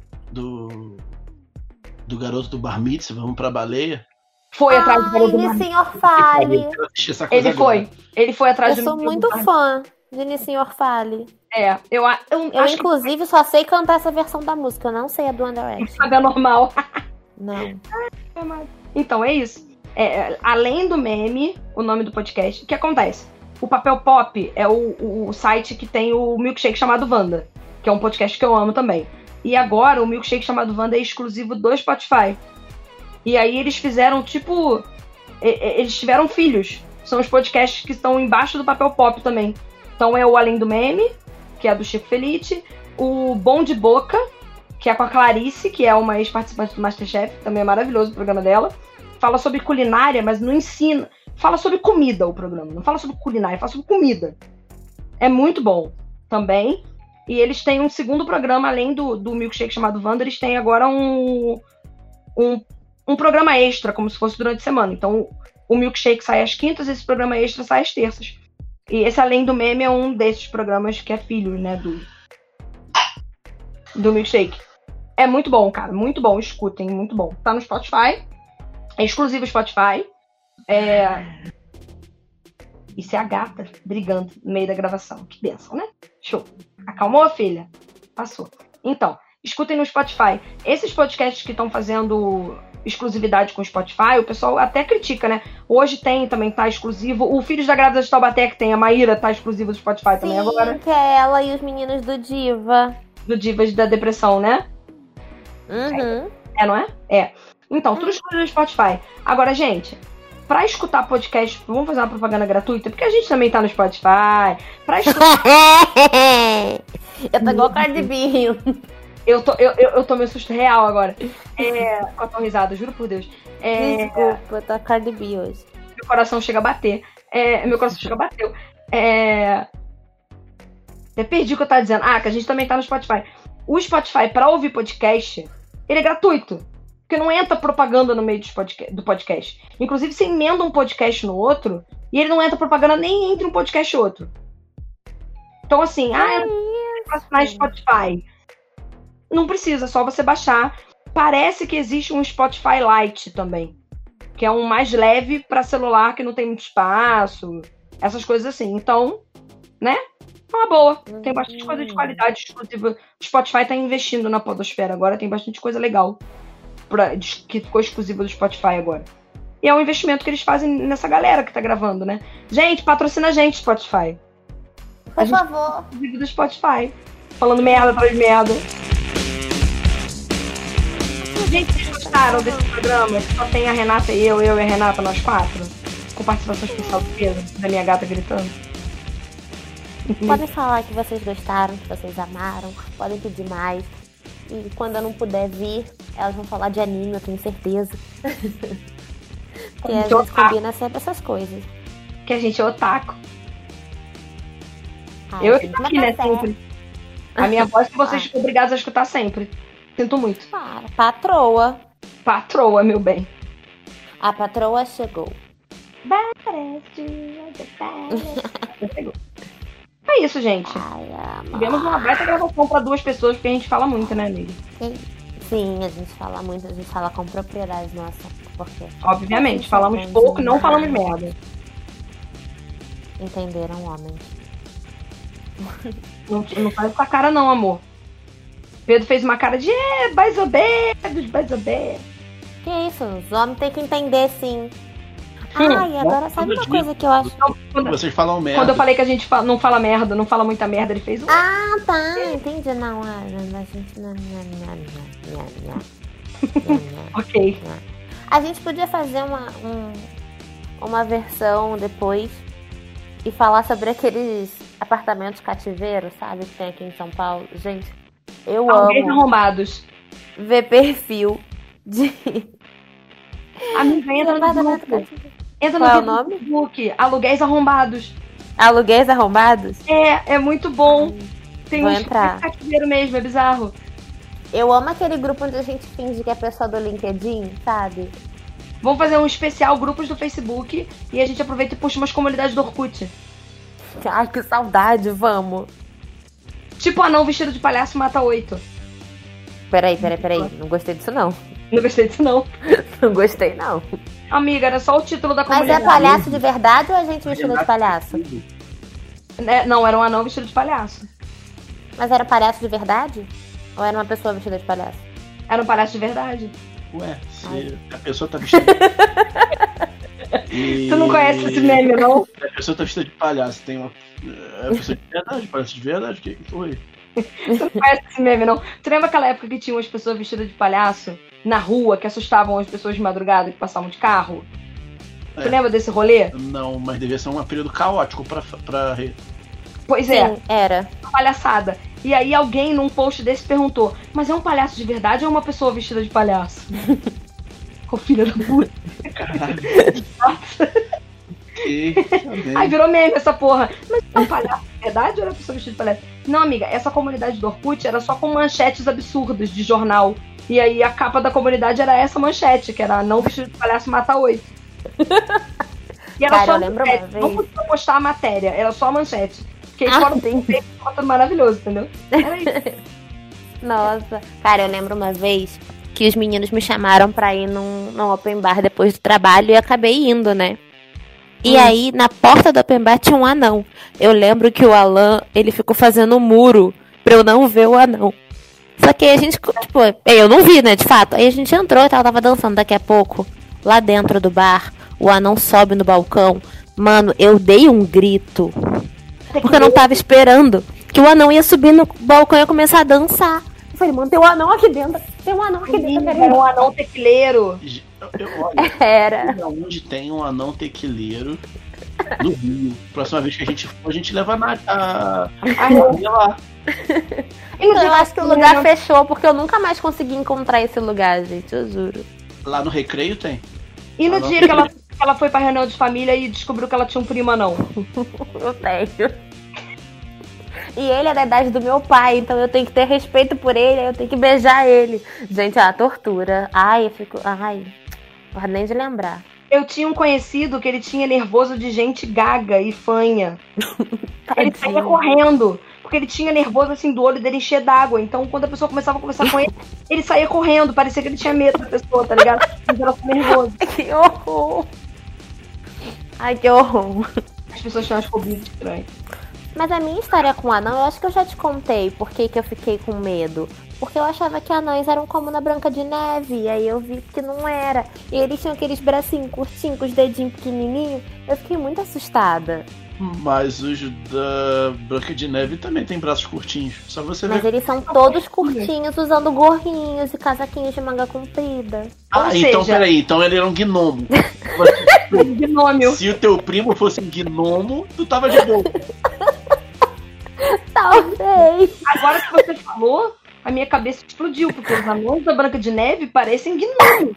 garoto do Bar Mitzvah, vamos pra baleia? Foi atrás do garoto do Bar Mitzvah. Senhor Fale. Ele foi atrás do... Eu sou muito fã de Senhor Fale. Eu acho inclusive, só sei cantar essa versão da música. Eu não sei a do One Direction. É normal. Não. Então, é isso. Além do meme, o nome do podcast, o que acontece? O Papel Pop é o site que tem o milkshake chamado Wanda, que é um podcast que eu amo também. E agora, o milkshake chamado Wanda é exclusivo do Spotify. E aí eles fizeram, eles tiveram filhos. São os podcasts que estão embaixo do Papel Pop também. Então é o Além do Meme, que é do Chico Felitti, o Bom de Boca, que é com a Clarice, que é uma ex-participante do Masterchef, também é maravilhoso o programa dela. Fala sobre culinária, mas não ensina. Fala sobre comida o programa, não fala sobre culinária, fala sobre comida. É muito bom também. E eles têm um segundo programa, além do milkshake chamado Wanda, eles têm agora um programa extra, como se fosse durante a semana. Então o milkshake sai às quintas e esse programa extra sai às terças. E esse Além do Meme é um desses programas que é filho, né, do Milkshake. É muito bom, cara, muito bom, escutem, muito bom. Tá no Spotify, é exclusivo Spotify. Isso é a gata brigando no meio da gravação. Que bênção, né? Show. Acalmou, filha? Passou. Então, escutem no Spotify. Esses podcasts que estão fazendo exclusividade com o Spotify, o pessoal até critica, né? Hoje também tá exclusivo. O Filhos da Grávida de Taubaté, que tem a Maíra, tá exclusivo do Spotify também agora. Que é ela e os meninos do Diva. Do Divas da Depressão, né? Uhum. Não é? É. Então, tudo exclusivo do Spotify. Agora, gente, pra escutar podcast, vamos fazer uma propaganda gratuita, porque a gente também tá no Spotify. Pra escutar... Eu tô igual Cardi B. Eu tomei um susto real agora. Com a tua risada, juro por Deus. Desculpa, eu tô Cardi B hoje. Meu coração chega a bater. Meu coração chega a bater. Eu perdi o que eu tava dizendo. Que a gente também tá no Spotify. O Spotify, pra ouvir podcast, ele é gratuito. Porque não entra propaganda no meio do podcast. Inclusive, você emenda um podcast no outro e ele não entra propaganda nem entre um podcast e outro. Então, assim, pra assinar Spotify. Não precisa, é só você baixar. Parece que existe um Spotify Lite também. Que é um mais leve pra celular, que não tem muito espaço. Essas coisas assim. Então, né? É uma boa. Tem bastante coisa de qualidade exclusiva. O Spotify tá investindo na podosfera agora. Tem bastante coisa legal que ficou exclusiva do Spotify agora. E é um investimento que eles fazem nessa galera que tá gravando, né? Gente, patrocina a gente, Spotify. Por favor. Exclusivo do Spotify. Falando merda atrás de merda. Gente, vocês gostaram desse programa? Só tem a Renata e eu e a Renata, nós 4? Com participação especial do Pedro, da minha gata gritando. Podem falar que vocês gostaram, que vocês amaram. Podem pedir mais. E quando eu não puder vir, elas vão falar de anime, eu tenho certeza. Que a gente combina sempre essas coisas. Que a gente é otaku. Eu que tô aqui, né, sempre. A minha voz que vocês ficam obrigados a escutar sempre. Sinto muito. Patroa. Patroa, meu bem. A patroa chegou. É isso, gente. Tivemos uma baita gravação pra 2 pessoas, porque a gente fala muito, né, amiga? Sim, a gente fala muito, a gente fala com propriedade, nossa. Porque obviamente, falamos pouco e não falamos merda. Entenderam, homens? Não faz essa cara não, amor. Pedro fez uma cara de baisobedos. Que isso? Os homens têm que entender, sim. Agora sabe uma coisa que eu acho... Vocês falam merda. Quando eu falei que a gente não fala merda, não fala muita merda, ele fez tá, entendi. Não, a gente... Ok. A gente podia fazer uma versão depois e falar sobre aqueles apartamentos cativeiro, sabe? Que tem aqui em São Paulo. Gente, eu amo arrombados. Ver perfil de... Amiga, entra no grupo. Entra Qual no é o nome? Facebook. Aluguéis Arrombados. Aluguéis Arrombados? É muito bom. Tem vou entrar. Cativeiro mesmo, é bizarro. Eu amo aquele grupo onde a gente finge que é pessoa do LinkedIn, sabe? Vamos fazer um especial grupos do Facebook e a gente aproveita e puxa umas comunidades do Orkut. Ai, que saudade, vamos. Tipo anão vestido de palhaço mata 8. Peraí. Não gostei disso, não. Não gostei disso, não. Não gostei, não. Amiga, era só o título da comunidade. Mas é palhaço de verdade ou a gente vestido de palhaço? Não, era um anão vestido de palhaço. Mas era palhaço de verdade? Ou era uma pessoa vestida de palhaço? Era um palhaço de verdade. Ué, se a pessoa tá vestida... Tu não conhece esse meme, não? A pessoa tá vestida de palhaço, tem uma... É pessoa de verdade, palhaço de verdade, o que foi? Tu não conhece esse meme, não? Tu lembra aquela época que tinha umas pessoas vestidas de palhaço na rua, que assustavam as pessoas de madrugada que passavam de carro? Tu lembra desse rolê? Não, mas devia ser um período caótico pra... Pois é. Sim, era. Uma palhaçada. E aí alguém num post desse perguntou: mas é um palhaço de verdade ou é uma pessoa vestida de palhaço? Ô filha da puta. Caralho. Aí virou meme essa porra. Mas é um palhaço de verdade ou é uma pessoa vestida de palhaço? Não, amiga, essa comunidade do Orkut era só com manchetes absurdas de jornal. E aí a capa da comunidade era essa manchete, que era não vestido de palhaço mata 8. E era Cara, só eu lembro uma manchete, não vez. podia postar a matéria, era só a manchete. Porque aí Ah, fora entendi. foto maravilhoso, entendeu? Era isso. Nossa. Cara, eu lembro uma vez que os meninos me chamaram pra ir num open bar depois do trabalho e eu acabei indo, né? E aí, na porta do open bar tinha um anão. Eu lembro que o Alan, ele ficou fazendo um muro pra eu não ver o anão. Só que aí a gente, tipo, eu não vi, né, de fato. Aí a gente entrou e tava dançando. Daqui a pouco, lá dentro do bar, o anão sobe no balcão. Mano, eu dei um grito. Porque eu não tava esperando que o anão ia subir no balcão e ia começar a dançar. Eu falei, mano, tem um anão aqui dentro. Tem um anão aqui dentro. Era um anão tequileiro. Olha, Era. onde tem um anão tequileiro no Rio. Próxima vez que a gente for, a gente leva a Maria lá. Eu acho que o lugar fechou porque eu nunca mais consegui encontrar esse lugar, gente, eu juro. Lá no Recreio tem. E no dia que ela foi pra reunião de família e descobriu que ela tinha um primo anão. Eu tenho. E ele é da idade do meu pai, então eu tenho que ter respeito por ele, eu tenho que beijar ele. Gente, a tortura. Ai, eu fico. Ai, não gosto nem de lembrar. Eu tinha um conhecido que ele tinha nervoso de gente gaga e fanha. Ele saía correndo, porque ele tinha nervoso assim do olho dele encher d'água. Então, quando a pessoa começava a conversar com ele, ele saía correndo, parecia que ele tinha medo da pessoa, tá ligado? Mas era super nervoso. Que horror! Ai, que horror! As pessoas têm umas fobias estranhas. Mas a minha história com o anão, eu acho que eu já te contei por que eu fiquei com medo. Porque eu achava que anões eram como na Branca de Neve, e aí eu vi que não era. E eles tinham aqueles bracinhos curtinhos, com os dedinhos pequenininhos. Eu fiquei muito assustada. Mas os da Branca de Neve também tem braços curtinhos. Só você Mas ver. eles são todos curtinhos, usando gorrinhos e casaquinhos de manga comprida. Ah, Ou então seja- peraí, então ele era um gnomo. Gnômio. Se o teu primo fosse um gnomo, tu tava de boa. Talvez. Agora que você falou, a minha cabeça explodiu, porque os anões da Branca de Neve parecem gnomos.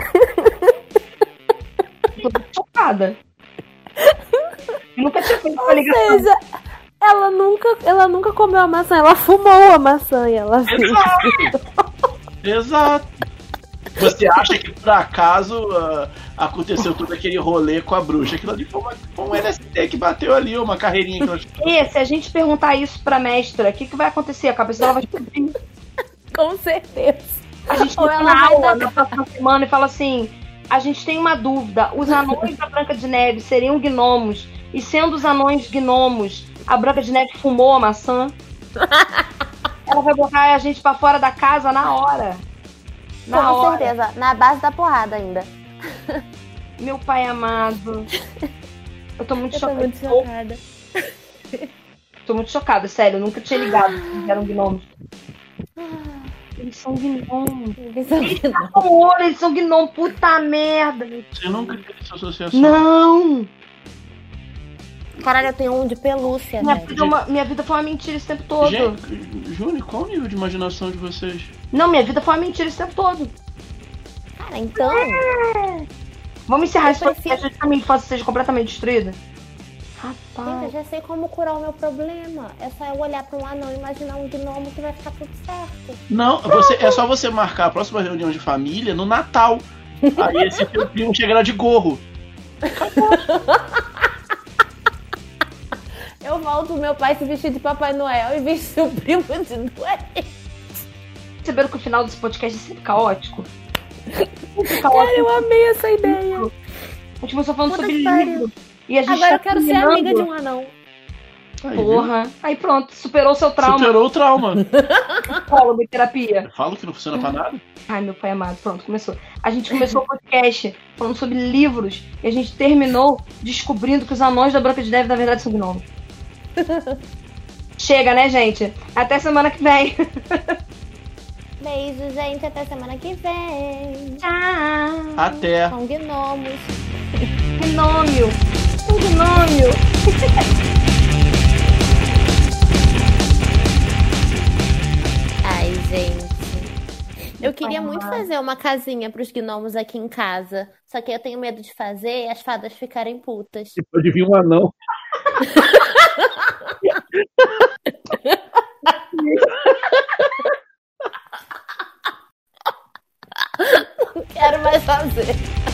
Eu tô chocada. Eu nunca tinha feito essa Ou ligação. seja, ela nunca comeu a maçã, ela fumou a maçã e ela viu. Exato. Você acha que por acaso aconteceu todo aquele rolê com a bruxa? Aquilo ali foi um LSD que bateu ali, uma carreirinha que ela... E se a gente perguntar isso pra mestra, o que vai acontecer? A cabeça dela vai explodir. Com certeza. A gente Ou entra ela na vai aula dar- na próxima semana e fala assim: a gente tem uma dúvida, os anões da Branca de Neve seriam gnomos, e sendo os anões gnomos, a Branca de Neve fumou a maçã? Ela vai botar a gente pra fora da casa na hora. Na Com hora. certeza. Na base da porrada ainda. Meu pai amado. Eu tô muito Eu tô chocada. muito chocada. Tô muito chocada, sério. Eu nunca tinha ligado que eles eram gnomos. Eles são gnomos. Eles são gnomos. Puta merda. Você nunca teve essa associação? Não. Caralho, eu tenho um de pelúcia, velho. Minha vida foi uma mentira esse tempo todo. Gente, Júnior, qual o nível de imaginação de vocês? Não, minha vida foi uma mentira esse tempo todo. Cara, então... Vamos encerrar esse Eu podcast antes que a minha infância seja completamente destruída. Gente, eu Rapaz. já sei como curar o meu problema. É só eu olhar pra um anão e imaginar um gnomo que vai ficar tudo certo. Não, é só você marcar a próxima reunião de família no Natal. Aí esse teu primo chega lá de gorro. Eu volto meu pai se vestir de Papai Noel e vestir o primo de doente. Perceberam que o final desse podcast é sempre caótico? Sempre Cara, caótico. eu amei essa ideia. A gente começou falando Puta sobre que pariu. livro. E a gente Agora tá eu quero ser terminando. amiga de um anão. Aí, viu? Porra. Aí pronto, superou o seu trauma. Superou o trauma. Psicólogo e terapia. Eu falo que não funciona pra nada. Ai, meu pai amado, pronto, começou. A gente começou o podcast falando sobre livros e a gente terminou descobrindo que os anões da Branca de Neve, na verdade, são gnomos. Chega, né, gente? Até semana que vem. Beijo, gente. Até semana que vem. Tchau. Até. Com gnomos. Gnômio. Um gnômio. Ai, gente. Eu queria muito fazer uma casinha pros gnomos aqui em casa. Só que eu tenho medo de fazer e as fadas ficarem putas. Pode vir um anão. Não quero mais fazer.